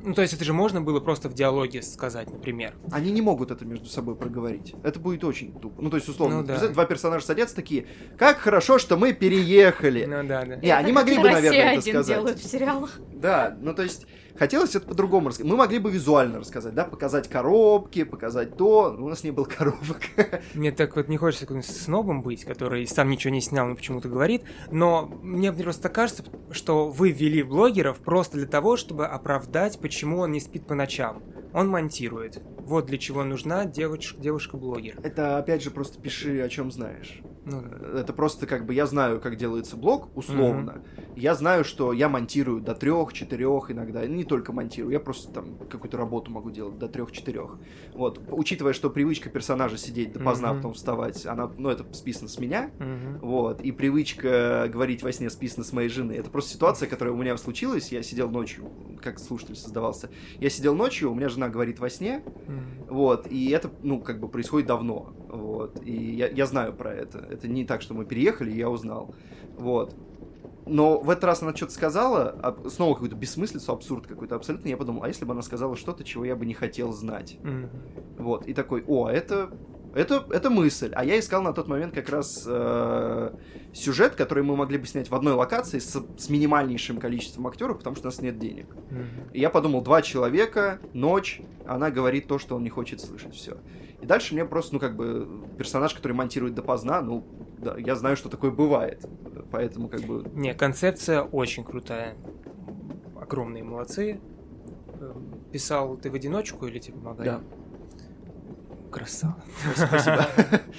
Ну, то есть это же можно было просто в диалоге сказать, например. Они не могут это между собой проговорить. Это будет очень тупо. Ну, то есть, условно, Ну, да. представь, два персонажа садятся такие, как хорошо, что мы переехали. Ну да, да. Не, они могли бы, наверное, это один сказать. делают в сериалах. Да, ну то есть хотелось это по-другому рассказать. Мы могли бы визуально рассказать, да, показать коробки, показать то. У нас не было коробок. Мне так вот не хочется каким-то снобом быть, который сам ничего не снял, но почему-то говорит, но мне просто кажется, что вы ввели блогеров просто для того, чтобы оправдать, почему он не спит по ночам. Он монтирует. Вот для чего нужна девочка, девушка-блогер. Это, опять же, просто пиши, о чем знаешь. Ну, Это просто как бы я знаю, как делается блог, условно. Я знаю, что я монтирую до трех, четырех иногда. Не только монтирую, я просто там какую-то работу могу делать до трех-четырех. Вот. Учитывая, что привычка персонажа сидеть допоздна, Мгм. потом вставать, она, ну, это списано с меня. Мгм. Вот. И привычка говорить во сне списана с моей жены. Это просто ситуация, которая у меня случилась. Я сидел ночью, как слушатель создавался. Я сидел ночью, у меня жена говорит во сне. Мгм. Вот, и это, ну, как бы происходит давно, вот, и я, я знаю про это, это не так, что мы переехали, и я узнал, вот, но в этот раз она что-то сказала, а, снова какую-то бессмыслицу, абсурд какой-то абсолютно, я подумал, а если бы она сказала что-то, чего я бы не хотел знать, Мгм. вот, и такой, о, это... Это, это мысль. А я искал на тот момент как раз э, сюжет, который мы могли бы снять в одной локации с, с минимальнейшим количеством актеров, потому что у нас нет денег. Мгм. И я подумал, два человека, ночь, она говорит то, что он не хочет слышать, все. И дальше мне просто, ну, как бы, персонаж, который монтирует допоздна, ну, да, я знаю, что такое бывает. Поэтому, как бы... Не, концепция очень крутая. Огромные молодцы. Эм, Писал ты в одиночку или тебе помогали? Да. Красава. Спасибо.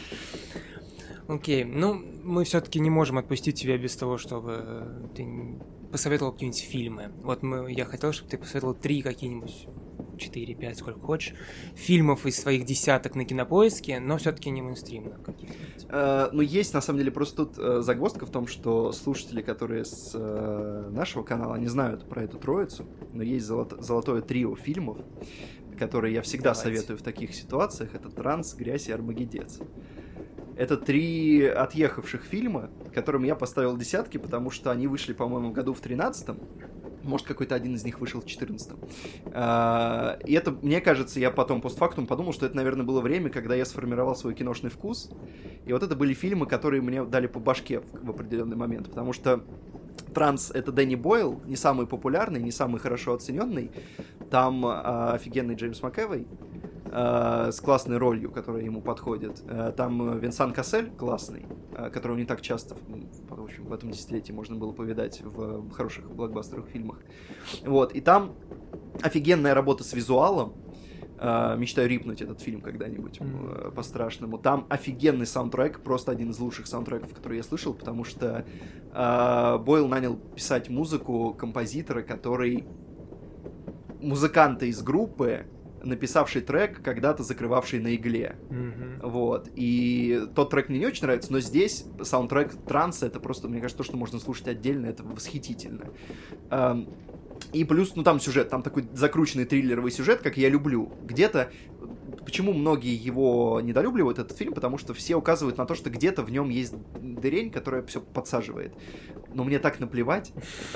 Окей, ну, мы все-таки не можем отпустить тебя без того, чтобы ты н- посоветовал какие-нибудь фильмы. Вот мы, я хотел, чтобы ты посоветовал три какие-нибудь, четыре, пять, сколько хочешь, фильмов из своих десяток на Кинопоиске, но все-таки не мейнстримных каких-нибудь. Э, Ну, есть, на самом деле, просто тут э, загвоздка в том, что слушатели, которые с э, нашего канала, они знают про эту троицу, но есть золото- золотое трио фильмов, которые я всегда Давайте. советую в таких ситуациях. Это «Транс», «Грязь» и «Армагеддец». Это три отъехавших фильма, которым я поставил десятки, потому что они вышли, по-моему, в году в тринадцатом. Может, какой-то один из них вышел в четырнадцатом. А, И это, мне кажется, я потом постфактум подумал, что это, наверное, было время, когда я сформировал свой киношный вкус. И вот это были фильмы, которые мне дали по башке в, в определенный момент. Потому что «Транс» — это Дэнни Бойл, не самый популярный, не самый хорошо оцененный. Там а, офигенный Джеймс МcAvoy а, с классной ролью, которая ему подходит. А, там Винсан Кассель классный, а, которого не так часто в, в общем, в этом десятилетии можно было повидать в хороших блокбастерных фильмах. Вот, и там офигенная работа с визуалом. А, мечтаю рипнуть этот фильм когда-нибудь Мгм. э, по-страшному. Там офигенный саундтрек, просто один из лучших саундтреков, который я слышал, потому что а, Бойл нанял писать музыку композитора, который музыканта из группы, написавший трек, когда-то закрывавший на игле. Мгм. Вот. И тот трек мне не очень нравится, но здесь саундтрек «Транса» — это просто, мне кажется, то, что можно слушать отдельно, это восхитительно. Ам, И плюс, ну там сюжет, там такой закрученный триллеровый сюжет, как я люблю. Где-то, почему многие его недолюбливают, этот фильм, потому что все указывают на то, что где-то в нем есть дырень, которая все подсаживает. Но мне так наплевать.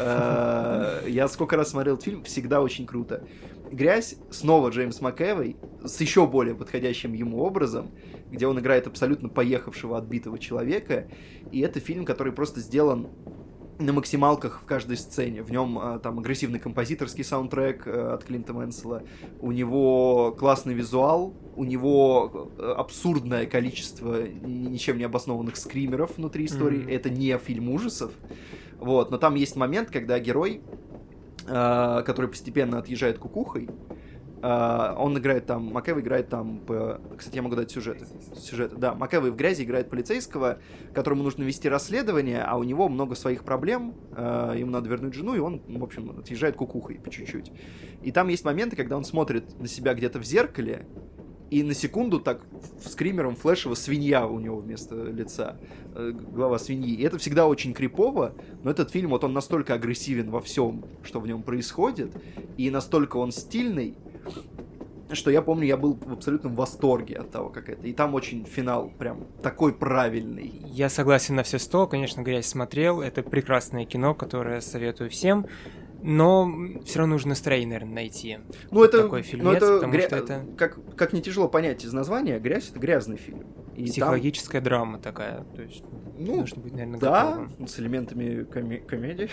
Э, Я сколько раз смотрел этот фильм, всегда очень круто. «Грязь», снова Джеймс МcAvoy, с еще более подходящим ему образом, где он играет абсолютно поехавшего, отбитого человека. И это фильм, который просто сделан на максималках в каждой сцене. В нем а, там агрессивный композиторский саундтрек а, от Клинта Мэнсела, у него классный визуал, у него а, абсурдное количество ни- ничем не обоснованных скримеров внутри истории. Мгм. Это не фильм ужасов. Вот. Но там есть момент, когда герой, а, который постепенно отъезжает кукухой, а, он играет там, МcАvoy играет там, по- кстати, я могу дать сюжеты. Сюжеты, да, МcАvoy в «Грязи» играет полицейского, которому нужно вести расследование, а у него много своих проблем, а, ему надо вернуть жену, и он, в общем, отъезжает кукухой по чуть-чуть. И там есть моменты, когда он смотрит на себя где-то в зеркале, и на секунду так в скримером флешево свинья у него вместо лица, э, голова свиньи. И это всегда очень крипово, но этот фильм, вот он настолько агрессивен во всем, что в нем происходит, и настолько он стильный, что я помню, я был в абсолютном восторге от того, как это. И там очень финал прям такой правильный. Я согласен на все сто, конечно, «Грязь» смотрел, это прекрасное кино, которое советую всем. Но все равно нужно настроение, наверное, найти. Ну, это, такой фильмец, ну, это, потому гря... что это... Как, как не тяжело понять из названия, «Грязь» — это грязный фильм. И психологическая там... драма такая. То есть, ну, нужно быть, наверное, да, готовым. с элементами коме- комедии.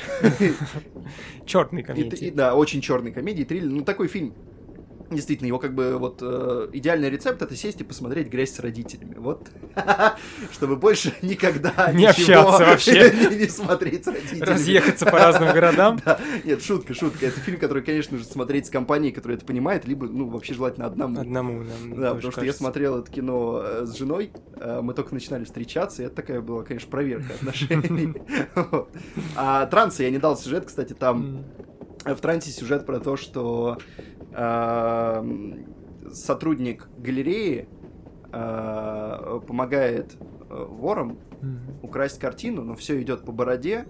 Черной комедии. Да, очень черной комедии, триллер. Ну, такой фильм. Действительно, его как бы вот э, идеальный рецепт — это сесть и посмотреть «Грязь» с родителями. Вот. Чтобы больше никогда не общаться вообще. Не смотреть с родителями. Разъехаться по разным городам. Нет, шутка, шутка. Это фильм, который, конечно, нужно смотреть с компанией, которая это понимает, либо, ну, вообще желательно одному. Одному, да. Потому что я смотрел это кино с женой, мы только начинали встречаться, и это такая была, конечно, проверка отношений. А «Транса» я не дал сюжет, кстати, там... В «Трансе» сюжет про то, что э, сотрудник галереи э, помогает э, ворам mm-hmm. украсть картину, но все идет по бороде,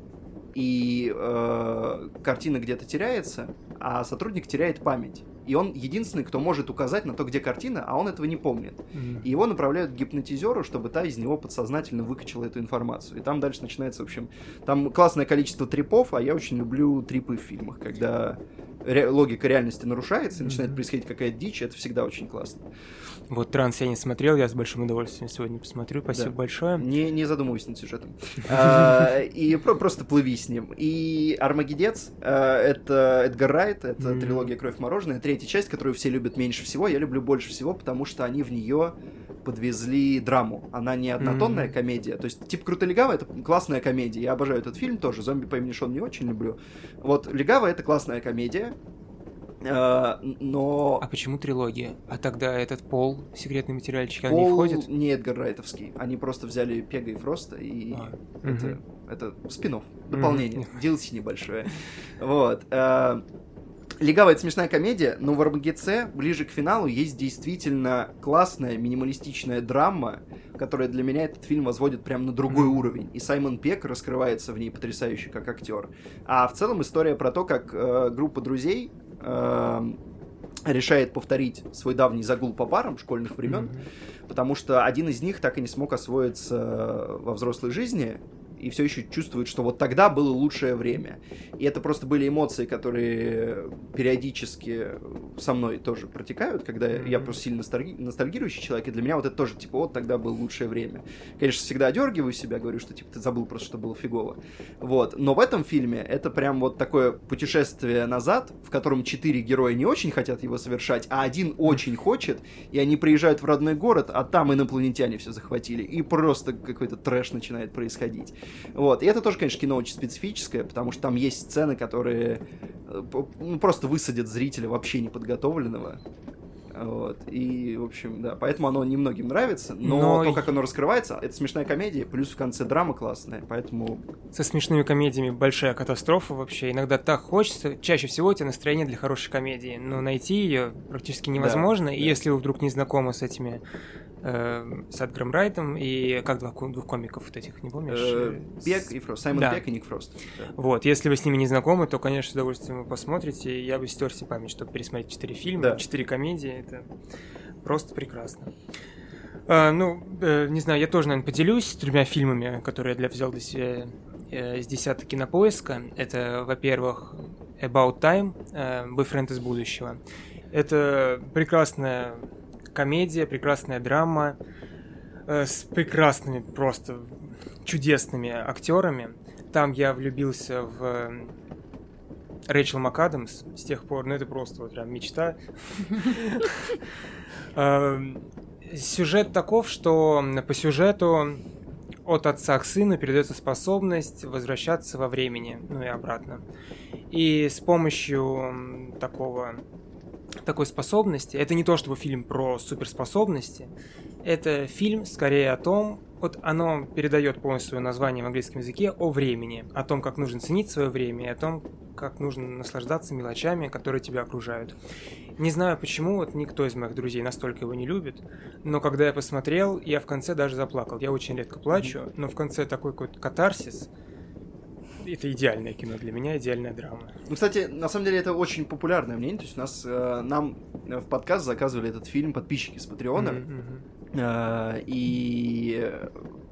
и э, картина где-то теряется, а сотрудник теряет память. И он единственный, кто может указать на то, где картина, а он этого не помнит. Mm-hmm. И его направляют к гипнотизеру, чтобы та из него подсознательно выкачала эту информацию. И там дальше начинается, в общем, там классное количество трипов, а я очень люблю трипы в фильмах, когда ре- логика реальности нарушается, и начинает mm-hmm. происходить какая-то дичь, это всегда очень классно. Вот «Транс» я не смотрел, я с большим удовольствием сегодня посмотрю. Спасибо да. большое. Не, не задумывайся над сюжетом. И просто плыви с ним. И «Армагеддец» — это Эдгар Райт, это трилогия «Кровь мороженое». Третья часть, которую все любят меньше всего, я люблю больше всего, потому что они в нее подвезли драму. Она не однотонная комедия. То есть, типа «Круто легавый» — это классная комедия. Я обожаю этот фильм тоже. «Зомби по имени Шон» не очень люблю. Вот «Легавый» — это классная комедия. Uh, но... А почему трилогия? А тогда этот Пол, секретный материальчик, Пол не входит? не Эдгар Райтовский. Они просто взяли Пега и Фроста, и а, это, угу. это спин-офф, дополнение, угу. ди эл си небольшое. Вот. Uh, «Легавая» — это смешная комедия, но в «Армагеддце» ближе к финалу есть действительно классная минималистичная драма, которая для меня этот фильм возводит прямо на другой mm. уровень. И Саймон Пегг раскрывается в ней потрясающе как актер. А в целом история про то, как э, группа друзей э, решает повторить свой давний загул по барам школьных времен, mm-hmm. потому что один из них так и не смог освоиться во взрослой жизни, и все еще чувствует, что вот тогда было лучшее время. И это просто были эмоции, которые периодически со мной тоже протекают, когда mm-hmm. я просто сильно ностальги- ностальгирующий человек, и для меня вот это тоже, типа, вот тогда было лучшее время. Конечно, всегда одергиваю себя, говорю, что, типа, ты забыл просто, что было фигово. Вот. Но в этом фильме это прям вот такое путешествие назад, в котором четыре героя не очень хотят его совершать, а один очень хочет, и они приезжают в родной город, а там инопланетяне все захватили, и просто какой-то трэш начинает происходить. Вот. И это тоже, конечно, кино очень специфическое, потому что там есть сцены, которые ну, просто высадят зрителя вообще неподготовленного. Вот. И, в общем, да, поэтому оно немногим нравится, но, но то, как оно раскрывается, это смешная комедия, плюс в конце драма классная, поэтому... Со смешными комедиями большая катастрофа вообще. Иногда так хочется, чаще всего у тебя настроение для хорошей комедии, но найти ее практически невозможно, да, и да. если вы вдруг не знакомы с этими... с Эдгаром Райтом и как два, двух комиков вот этих, не помнишь? Пег и Фрост, Саймон да. Пег и Ник Фрост. Да. Вот, если вы с ними не знакомы, то, конечно, с удовольствием вы посмотрите. Я бы стер себе память, чтобы пересмотреть четыре фильма, да. четыре комедии, это просто прекрасно. А, ну, э, не знаю, я тоже, наверное, поделюсь тремя фильмами, которые я для, взял для себя э, с десяток Кинопоиска. Это, во-первых, About Time, э, «Бойфренд из будущего». Это прекрасная комедия, прекрасная драма э, с прекрасными, просто чудесными актерами. Там я влюбился в э, Рэйчел МакАдамс с тех пор, ну это просто вот прям мечта. Сюжет таков, что по сюжету от отца к сыну передается способность возвращаться во времени, ну и обратно. И с помощью такого такой способности, это не то чтобы фильм про суперспособности, это фильм скорее о том, вот оно передает полностью свое название в английском языке о времени, о том, как нужно ценить свое время и о том, как нужно наслаждаться мелочами, которые тебя окружают. Не знаю почему, вот никто из моих друзей настолько его не любит, но когда я посмотрел, я в конце даже заплакал. Я очень редко плачу, но в конце такой какой-то катарсис. Это идеальное кино для меня, идеальная драма. Ну, кстати, на самом деле это очень популярное мнение. То есть у нас э, нам в подкаст заказывали этот фильм подписчики с Патреона. Mm-hmm. Э, и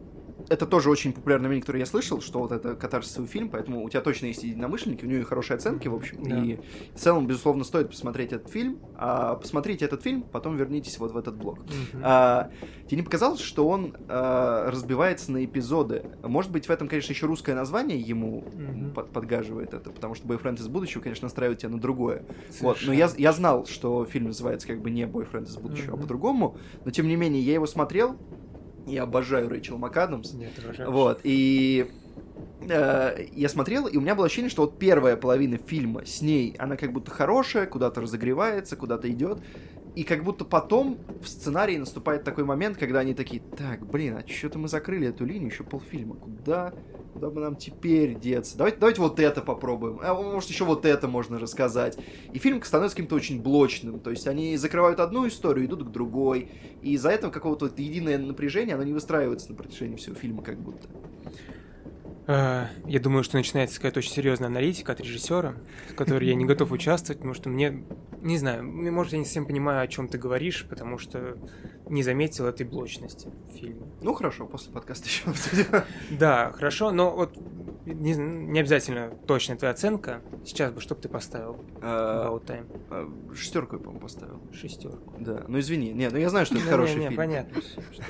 это тоже очень популярное мнение, которое я слышал, что вот это катарсисовый фильм, поэтому у тебя точно есть единомышленники, у него и хорошие оценки, в общем, Да. и в целом, безусловно, стоит посмотреть этот фильм, а посмотрите этот фильм, потом вернитесь вот в этот блок. Мгм. А, тебе не показалось, что он а, разбивается на эпизоды? Может быть, в этом, конечно, еще русское название ему Мгм. под- подгаживает это, потому что «Бойфренд из будущего», конечно, настраивает тебя на другое. Вот, но Совершенно. я, я знал, что фильм называется как бы не «Бойфренд из будущего», а Мгм. по-другому, но тем не менее я его смотрел, я обожаю Рэйчел МакАдамс, Нет, уважаешь. вот, и э, я смотрел, и у меня было ощущение, что вот первая половина фильма с ней, она как будто хорошая, куда-то разогревается, куда-то идет, и как будто потом в сценарии наступает такой момент, когда они такие: так, блин, а что-то мы закрыли эту линию еще полфильма, куда, куда бы нам теперь деться? Давайте, давайте вот это попробуем, а может еще вот это можно рассказать. И фильм становится каким-то очень блочным, то есть они закрывают одну историю, идут к другой, и из-за этого какого-то вот единое напряжение, оно не выстраивается на протяжении всего фильма как будто. А, Я думаю, что начинается какая-то очень серьезная аналитика от режиссера, в которой я не готов участвовать, потому что мне, не знаю, мне, может, я не совсем понимаю, о чем ты говоришь, потому что не заметил этой блочности в фильме. Ну хорошо, после подкаста еще обсудим. Да, хорошо, но вот не, зн- не обязательно точная твоя оценка. Сейчас бы, что бы ты поставил? About Time. Шестерку я, по-моему, поставил. Шестерку. Да, ну извини. Нет, ну я знаю, что это Не, хороший не, не, фильм. понятно.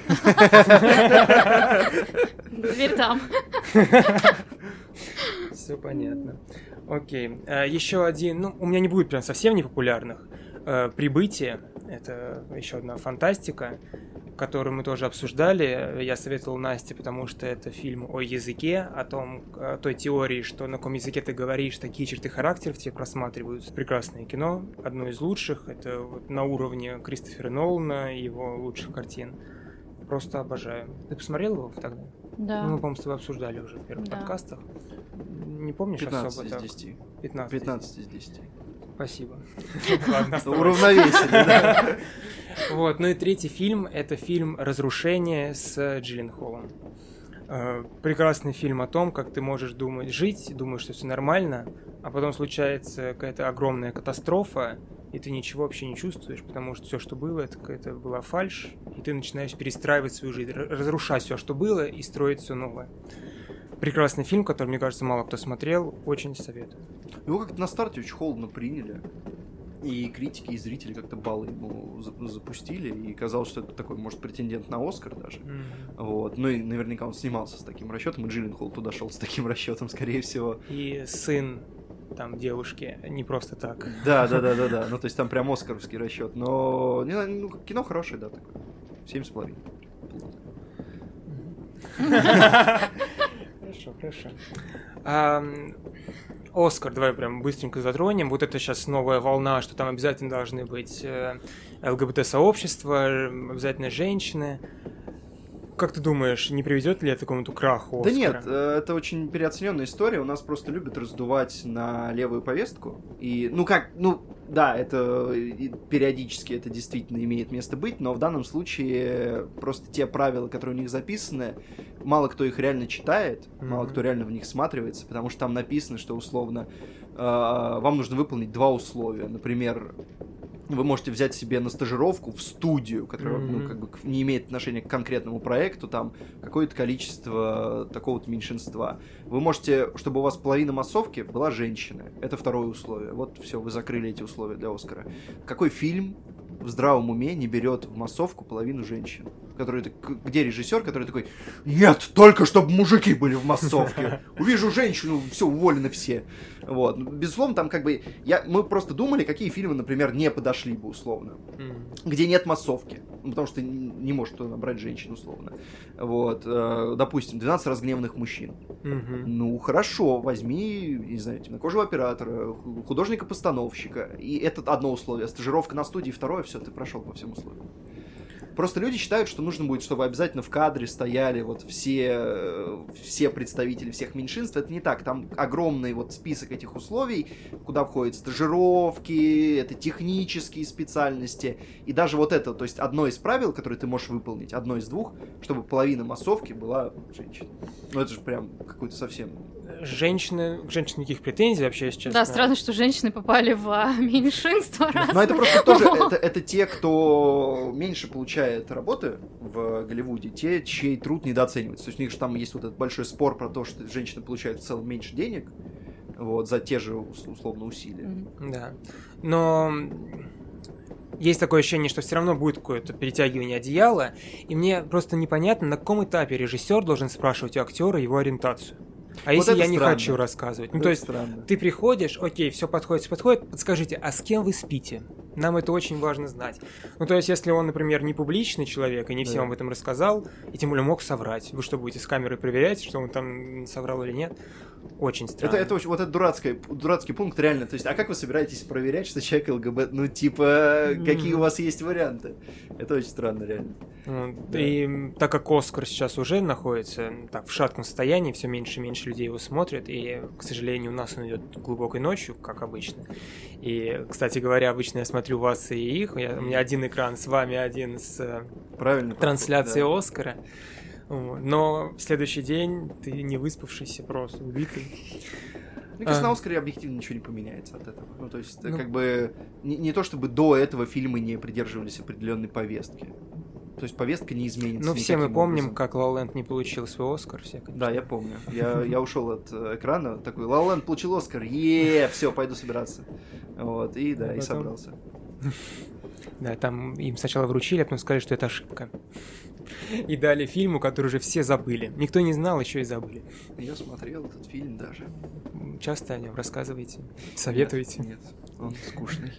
Дверь там. Все понятно. Окей. А, Еще один, ну, у меня не будет прям совсем непопулярных. А, «Прибытие». Это еще одна фантастика, которую мы тоже обсуждали. Я советовал Насте, потому что это фильм о языке, о том, о той теории, что на каком языке ты говоришь, такие черты характера в тебе просматриваются. Прекрасное кино, одно из лучших. Это вот на уровне Кристофера Нолана и его лучших картин. Просто обожаю. Ты посмотрел его тогда? Да. Ну, мы, по-моему, с тобой обсуждали уже в первых Да. подкастах. Не помнишь пятнадцать особо из так? десяти. пятнадцать. пятнадцать из десяти. Спасибо. Ладно, оставайся. Уравновесили, да. Вот, ну и третий фильм — это фильм «Разрушение» с Джилленхолом. Э, Прекрасный фильм о том, как ты можешь думать, жить, думаешь, что все нормально, а потом случается какая-то огромная катастрофа, и ты ничего вообще не чувствуешь, потому что все, что было, это какая-то была фальшь, и ты начинаешь перестраивать свою жизнь, р- разрушать все, что было, и строить все новое. Прекрасный фильм, который, мне кажется, мало кто смотрел, очень советую. Его как-то на старте очень холодно приняли. И критики, и зрители как-то баллы ему за- запустили. И казалось, что это такой, может, претендент на Оскар даже. Вот. Ну и наверняка он снимался с таким расчетом. И Джилленхол туда шел с таким расчетом, скорее всего. И сын там девушки не просто так. Да, да, да, да, да. Ну, то есть там прям оскаровский расчет. Но не знаю, ну, кино хорошее, да, такое. Семь с половиной. Хорошо, хорошо. Ам, Оскар, давай прям быстренько затронем. Вот это сейчас новая волна, что там обязательно должны быть э, ЛГБТ-сообщества, э, обязательно женщины. Как ты думаешь, не приведет ли это к какому-то краху Да Оскара? нет, э, это очень переоцененная история. У нас просто любят раздувать на левую повестку. И, ну как, ну, да, это и периодически это действительно имеет место быть, но в данном случае просто те правила, которые у них записаны, мало кто их реально читает, mm-hmm. мало кто реально в них всматривается, потому что там написано, что условно э, вам нужно выполнить два условия. Например, вы можете взять себе на стажировку в студию, которая mm-hmm. ну, как бы не имеет отношения к конкретному проекту, там какое-то количество такого-то меньшинства. Вы можете, чтобы у вас половина массовки была женщина. Это второе условие. Вот все, вы закрыли эти условия для Оскара. Какой фильм в здравом уме не берет в массовку половину женщин? Который, где режиссер, который такой: нет, только чтобы мужики были в массовке. Увижу женщину, все, уволены все. Вот. Безусловно, там как бы... Я, мы просто думали, какие фильмы, например, не подошли бы условно. Mm. Где нет массовки. Ну, потому что не может туда набрать женщин условно. Вот. Допустим, двенадцать разгневанных мужчин. Mm-hmm. Ну, хорошо, возьми, не знаю, темнокожего оператора, художника-постановщика. И это одно условие. Стажировка на студии, второе, все, ты прошел по всем условиям. Просто люди считают, что нужно будет, чтобы обязательно в кадре стояли вот все, все представители всех меньшинств. Это не так. Там огромный вот список этих условий, куда входят стажировки, это технические специальности. И даже вот это, то есть одно из правил, которое ты можешь выполнить, одно из двух, чтобы половина массовки была женщина. Ну это же прям какой-то совсем... Женщины, к женщинам никаких претензий вообще, если честно. Да, странно, что женщины попали в меньшинство. Но это просто тоже, это, это те, кто меньше получает получают работы в Голливуде те, чей труд недооценивается. То есть у них же там есть вот этот большой спор про то, что женщины получают в целом меньше денег, вот, за те же условно усилия. Mm-hmm. Да. Но есть такое ощущение, что все равно будет какое-то перетягивание одеяла, и мне просто непонятно, на каком этапе режиссер должен спрашивать у актера его ориентацию. А вот если я не странно. хочу рассказывать? Ну, это то есть, странно. Ты приходишь, окей, все подходит, все подходит, подскажите, а с кем вы спите? Нам это очень важно знать. Ну, то есть, если он, например, не публичный человек и не всем да. об этом рассказал, и тем более мог соврать, вы что, будете с камерой проверять, что он там соврал или нет? Очень странно. Это, это очень, вот этот дурацкий, дурацкий пункт, реально. То есть, а как вы собираетесь проверять, что человек ЛГБТ? Ну, типа, mm. какие у вас есть варианты? Это очень странно, реально. Mm. Да. И так как Оскар сейчас уже находится так, в шатком состоянии, все меньше и меньше людей его смотрят, и, к сожалению, у нас он идет глубокой ночью, как обычно. И, кстати говоря, обычно я смотрю вас и их. Я, у меня один экран с вами, один с Правильно, трансляцией да. Оскара. Но в следующий день ты не выспавшийся, просто убитый. Мне кажется, а... на Оскаре объективно ничего не поменяется от этого. Ну, то есть, ну... как бы, не, не то чтобы до этого фильмы не придерживались определенной повестки. То есть повестка не изменится. Ну, все мы помним, образом. Как La La Land не получил свой Оскар. Все, да, я помню. Я, я ушел от экрана, такой, La La Land получил Оскар, е все, пойду собираться. Вот, и да, а и потом... собрался. Да, там им сначала вручили, а потом сказали, что это ошибка. И дали фильму, который уже все забыли. Никто не знал, еще и забыли. Я смотрел этот фильм даже. Часто о нем рассказываете? Советуете? Нет, нет, он скучный.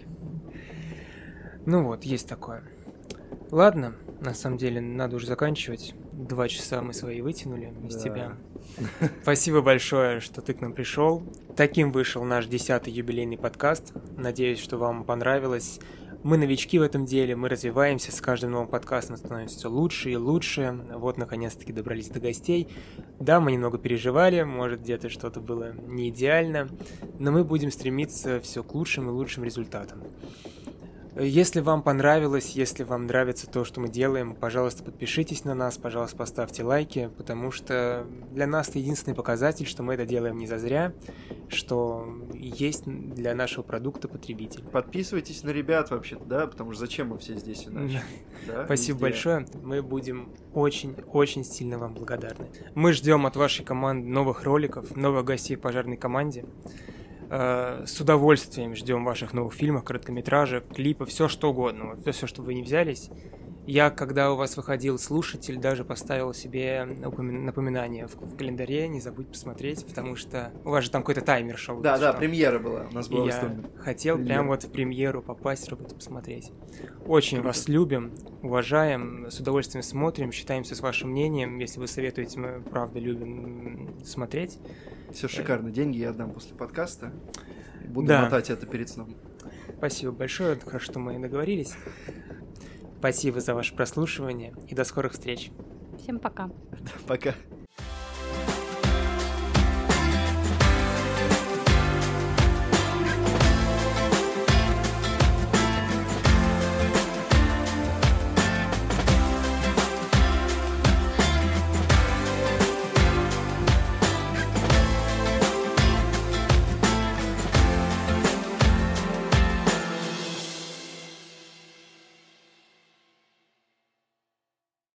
Ну вот, есть такое. Ладно, на самом деле, надо уже заканчивать. Два часа мы свои вытянули из да. тебя. Спасибо большое, что ты к нам пришел. Таким вышел наш десятый юбилейный подкаст. Надеюсь, что вам понравилось. Мы новички в этом деле, мы развиваемся, с каждым новым подкастом становится все лучше и лучше. Вот, наконец-таки добрались до гостей. Да, мы немного переживали, может, где-то что-то было не идеально, но мы будем стремиться все к лучшим и лучшим результатам. Если вам понравилось, если вам нравится то, что мы делаем, пожалуйста, подпишитесь на нас, пожалуйста, поставьте лайки, потому что для нас это единственный показатель, что мы это делаем не зазря, что есть для нашего продукта потребитель. Подписывайтесь на ребят вообще-то, да, потому что зачем мы все здесь иначе? Да, спасибо везде. Большое, мы будем очень-очень сильно вам благодарны. Мы ждем от вашей команды новых роликов, новых гостей в пожарной команде. С удовольствием ждем ваших новых фильмов, короткометражек, клипов, все что угодно, все, все, что вы не взялись. Я, когда у вас выходил слушатель, даже поставил себе напоминание в, в календаре, не забудь посмотреть, потому что у вас же там какой-то таймер шел. Да, да, премьера была, у нас была. Я хотел премьера. Прям вот в премьеру попасть, чтобы это посмотреть. Очень Круто. Вас любим, уважаем, с удовольствием смотрим, считаемся с вашим мнением. Если вы советуете, мы правда любим смотреть. Все шикарно, деньги я отдам после подкаста. Буду да. мотать это перед сном. Спасибо большое, хорошо, что мы договорились. Спасибо за ваше прослушивание и до скорых встреч. Всем пока. Пока.